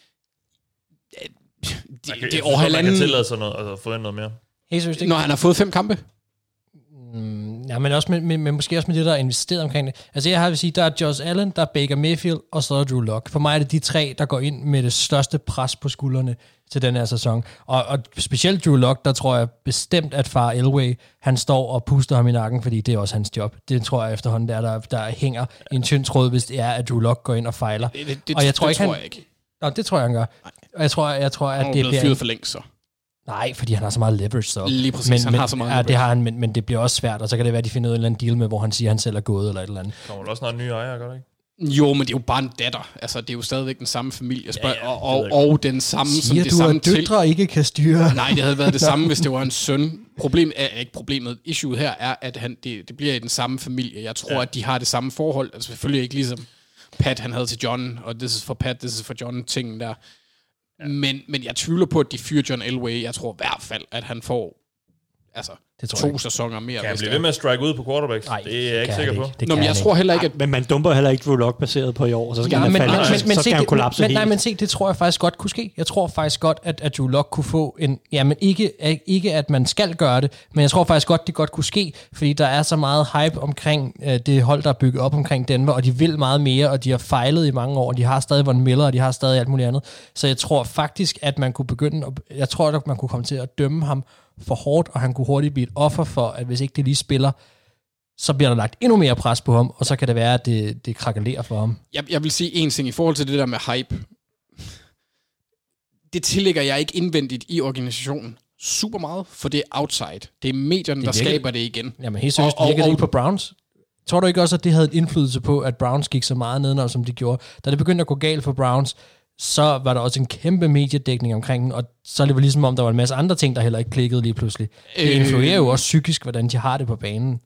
Det er over halvanden... Man kan tillade sig noget, altså forvente noget mere. Jesus, når han har fået 5 kampe? Ja, men også med måske også med det, der er investeret omkring det. Altså jeg vil sige, der er Josh Allen, der er Baker Mayfield, og så er Drew Lock. For mig er det de 3, der går ind med det største pres på skuldrene til den her sæson. Og specielt Drew Lock, der tror jeg bestemt, at far Elway, han står og puster ham i nakken, fordi det er også hans job. Det tror jeg efterhånden, der hænger en tynd tråd, hvis det er, at Drew Lock går ind og fejler. Og jeg tror ikke. Nå, det tror jeg, han gør. Og jeg tror, at han er blevet fyret for længst, så. Nej, fordi han har så meget leverage, så. Lige præcis, han har så meget leverage. Det har han, men det bliver også svært, og så kan det være, at de finder ud af en eller anden deal med, hvor han siger, at han selv er gået, eller et eller andet. Kommer der også snart nye ejere, gør det ikke? Jo, men det er jo bare en datter. Altså, det er jo stadigvæk den samme familie. Og den samme... Siger som det samme du, at døtre ikke kan styre? Nej, det havde været det samme, hvis det var en søn. Problemet. Issue her er, at det bliver i den samme familie. Jeg tror, at de har det samme forhold. Altså, selvfølgelig ikke ligesom Pat, han havde til John, og this is for Pat, this is for John, tingen der. Ja. Men jeg tvivler på, at de fyrer John Elway. Jeg tror i hvert fald, at han får 2 sæsoner mere. Kan han blive ved med at strike ud på quarterbacks? Nej, det er jeg ikke sikker på. Men jeg tror heller ikke, at... Men man dumper heller ikke Drew Lock baseret på i år, så skal han falde, så skal han kollapse helt. Nej, men se, det tror jeg faktisk godt kunne ske. Jeg tror faktisk godt, at Drew Lock kunne få en... Jamen ikke at man skal gøre det, men jeg tror faktisk godt, det godt kunne ske, fordi der er så meget hype omkring det hold, der er bygget op omkring Denver, og de vil meget mere, og de har fejlet i mange år, og de har stadig Von Miller, og de har stadig alt muligt andet. Så jeg tror faktisk, at man kunne begynde... Jeg tror, at man kunne komme til at dømme ham for hårdt, og han kunne hurtigt blive et offer for, at hvis ikke det lige spiller, så bliver der lagt endnu mere pres på ham, og så kan det være, at det krakelerer for ham. Jeg vil sige en ting i forhold til det der med hype. det tillægger jeg ikke indvendigt i organisationen super meget, for det er outside. Det er medierne, der skaber det igen. Jamen helt seriøst, virker det ikke på Browns? Tror du ikke også, at det havde et indflydelse på, at Browns gik så meget nedenom, som de gjorde? Da det begyndte at gå galt for Browns, så var der også en kæmpe mediedækning omkring den, og så er det ligesom om, der var en masse andre ting, der heller ikke klikkede lige pludselig. Det influerer jo også psykisk, hvordan de har det på banen.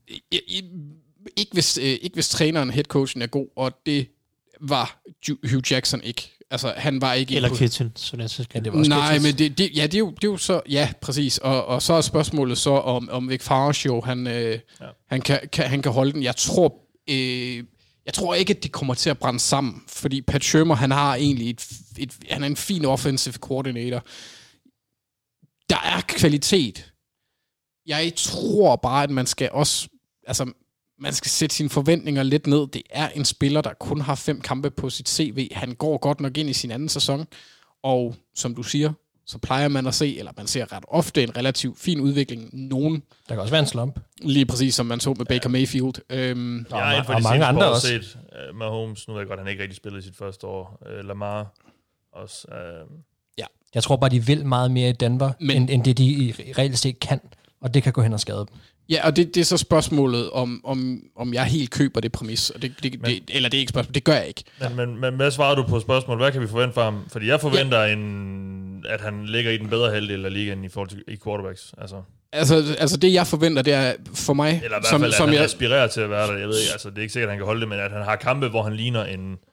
Ikke hvis træneren, headcoachen er god, og det var Hugh Jackson ikke. Altså, han var ikke... Eller Kitchen, så det var også nej, Kitchens. men det er jo så... Ja, præcis. Og så er spørgsmålet så, om Vic Fangio, han kan holde den. Jeg tror ikke, at det kommer til at brænde sammen, fordi Pat Shurmur, han har egentlig han er en fin offensive coordinator. Der er kvalitet. Jeg tror bare, at man skal også... Altså, man skal sætte sine forventninger lidt ned. Det er en spiller, der kun har 5 kampe på sit CV. Han går godt nok ind i sin anden sæson. Og som du siger, så plejer man at se, eller man ser ret ofte, en relativt fin udvikling. Der kan også være en slump. Lige præcis, som man så med Baker Mayfield. Og mange andre også. Set Mahomes, nu ved jeg godt, han ikke rigtig spillede i sit første år. Lamar også. Ja. Jeg tror bare, de vil meget mere i Denver, end det de reelt set kan. Og det kan gå hen og skade dem. Ja, og det er så spørgsmålet, om jeg helt køber det præmis. Og eller det er ikke spørgsmål, det gør jeg ikke. Men hvad svarer du på spørgsmålet? Hvad kan vi forvente fra ham? Fordi jeg forventer, at han ligger i den bedre halvdel af ligaen i forhold til i quarterbacks. Altså det jeg forventer, det er for mig... Eller i hvert fald, at han aspirerer til at være der. Jeg ved ikke, det er ikke sikkert, at han kan holde det, men at han har kampe, hvor han ligner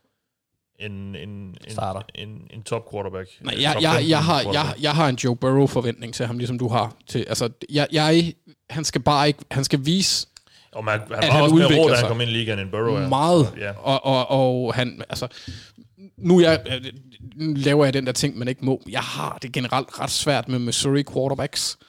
en top quarterback. Nej, jeg har en Joe Burrow forventning til ham, ligesom du har. Han skal bare ikke... Han skal vise... Og han var også mere råd, da han kom ind i ligaen end Burrow er. Meget. Ja. Og han... Altså, nu laver jeg den der ting, man ikke må. Jeg har det generelt ret svært med Missouri quarterbacks.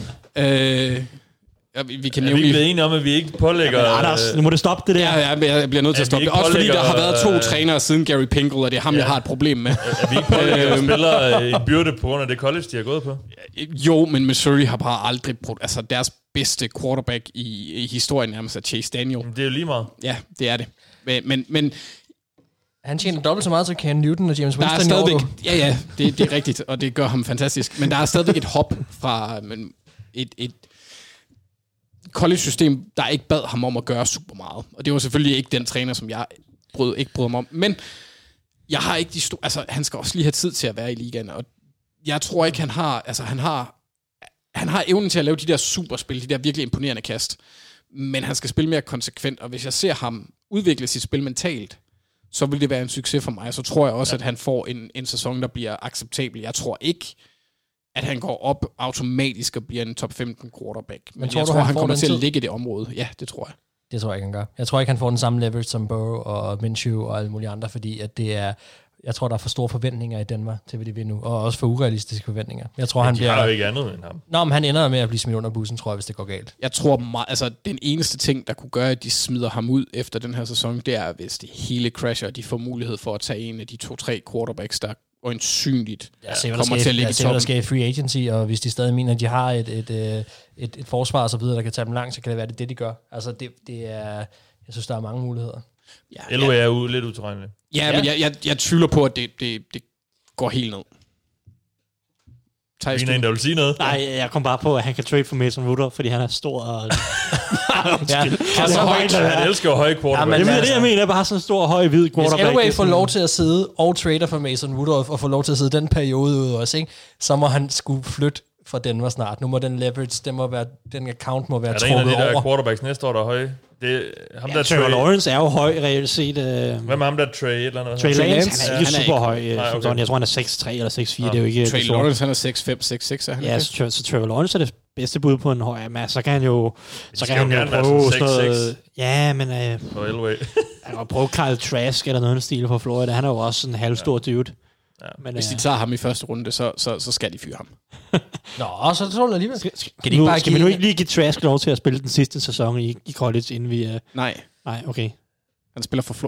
Vi kan er vi blevet enige om, at vi ikke pålægger... Ja, Anders, nu må du stoppe det der. Ja, jeg bliver nødt til at stoppe det. Også fordi der har været 2 trænere siden Gary Pinkel, og det er ham, jeg har et problem med. Er vi ikke pålægger spillere en byrde på grund af det college, de har gået på? Jo, men Missouri har bare aldrig brugt... Altså, deres bedste quarterback i historien nærmest er Chase Daniel. Men det er jo lige meget. Ja, det er det. Men han tjener dobbelt så meget til Cam Newton og James Winston. Der er stadigvæk... Ja, det er rigtigt, og det gør ham fantastisk. Men der er stadigvæk et hop fra et college-system, der ikke bad ham om at gøre super meget. Og det var selvfølgelig ikke den træner, som jeg ikke brød mig om. Men jeg har ikke de store... Altså, han skal også lige have tid til at være i ligaen, og jeg tror ikke, han har... Altså, han har evnen til at lave de der superspil, de der virkelig imponerende kast. Men han skal spille mere konsekvent, og hvis jeg ser ham udvikle sit spil mentalt, så vil det være en succes for mig. Så tror jeg også, at han får en sæson, der bliver acceptabel. Jeg tror ikke, at han går op automatisk og bliver en top 15 quarterback. Men jeg tror, han kommer til at ligge i det område. Ja, det tror jeg. Det tror jeg ikke, han gør. Jeg tror ikke, han får den samme leverage som Burrow og Minshew og alle mulige andre, fordi at det er... Jeg tror, der er for store forventninger i Danmark til, hvad de vil nu. Og også for urealistiske forventninger. Jeg tror, han har jo ikke andet end ham. Nå, men han ender med at blive smidt under bussen, tror jeg, hvis det går galt. Jeg tror, den eneste ting, der kunne gøre, at de smider ham ud efter den her sæson, det er, hvis det hele crasher, og de får mulighed for at tage en af de 2-3 quarterbacks, der øjensynligt kommer til at ligge i toppen. Der skal i free agency, og hvis de stadig mener, at de har et forsvar og så videre, der kan tage dem langt, så kan det være det de gør. Altså, det er... Jeg synes, der er mange muligheder. Ja, LO er jo lidt utilregnelig. Ja, men jeg tvivler på, at det går helt ned. Er en, der vil sige noget? Nej, jeg kom bare på, at han kan trade for Mason Rudolph, fordi han er stor og... Han elsker høje quarterback. Jamen, det er det, jeg mener. Bare sådan en stor, høj, hvid quarterback. Hvis Elway får lov til at sidde og trader for Mason Rudolph, og får lov til at sidde den periode ud også, ikke? Så må han skulle flytte fra Denver snart. Nu må den leverage, den account må være trukket over. Er der en af de der quarterbacks næste år, der er høje? Trevor Lawrence er jo høj reelt set. Hvem er ham der? Trey et eller andet? Trey Lance, han er ikke super høj. Jeg tror, han er 6'3 eller 6'4. Det er jo ikke... Trey Lawrence, han er 6'5, 6'6. Ja, så Trevor Lawrence er det bedste bud på en høj. Men så kan han jo... Så kan han jo prøve sådan noget... Ja, men... Og Elway. Han kan prøve Kyle Trask eller noget stil fra Florida. Han er jo også en halvstor dude. Ja. Men, hvis de tager ham i første runde, så skal de fyre ham. Nå, så tror jeg alligevel. Skal vi nu ikke lige give Trask lov til at spille den sidste sæson i college, inden vi... Nej, okay. Han spiller for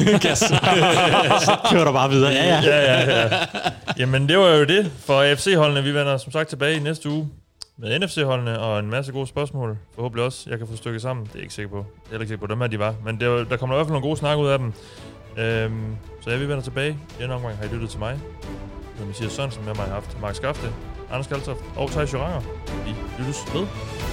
så kører der bare videre. Ja. Jamen, det var jo det for AFC-holdene. Vi vender som sagt tilbage i næste uge med NFC-holdene og en masse gode spørgsmål. Forhåbentlig også, jeg kan få stykket sammen. Det er ikke sikker på. Det er ikke sikker på, dem her de var. Men der kommer i hvert fald nogle gode snak ud af dem. Så vi vender tilbage. I denne omgang har I lyttet til mig. Mathias Sørensen. Med mig har haft Mark Skafte, Anders Kaltoft og Thijs Joranger. Vi lyttes ved.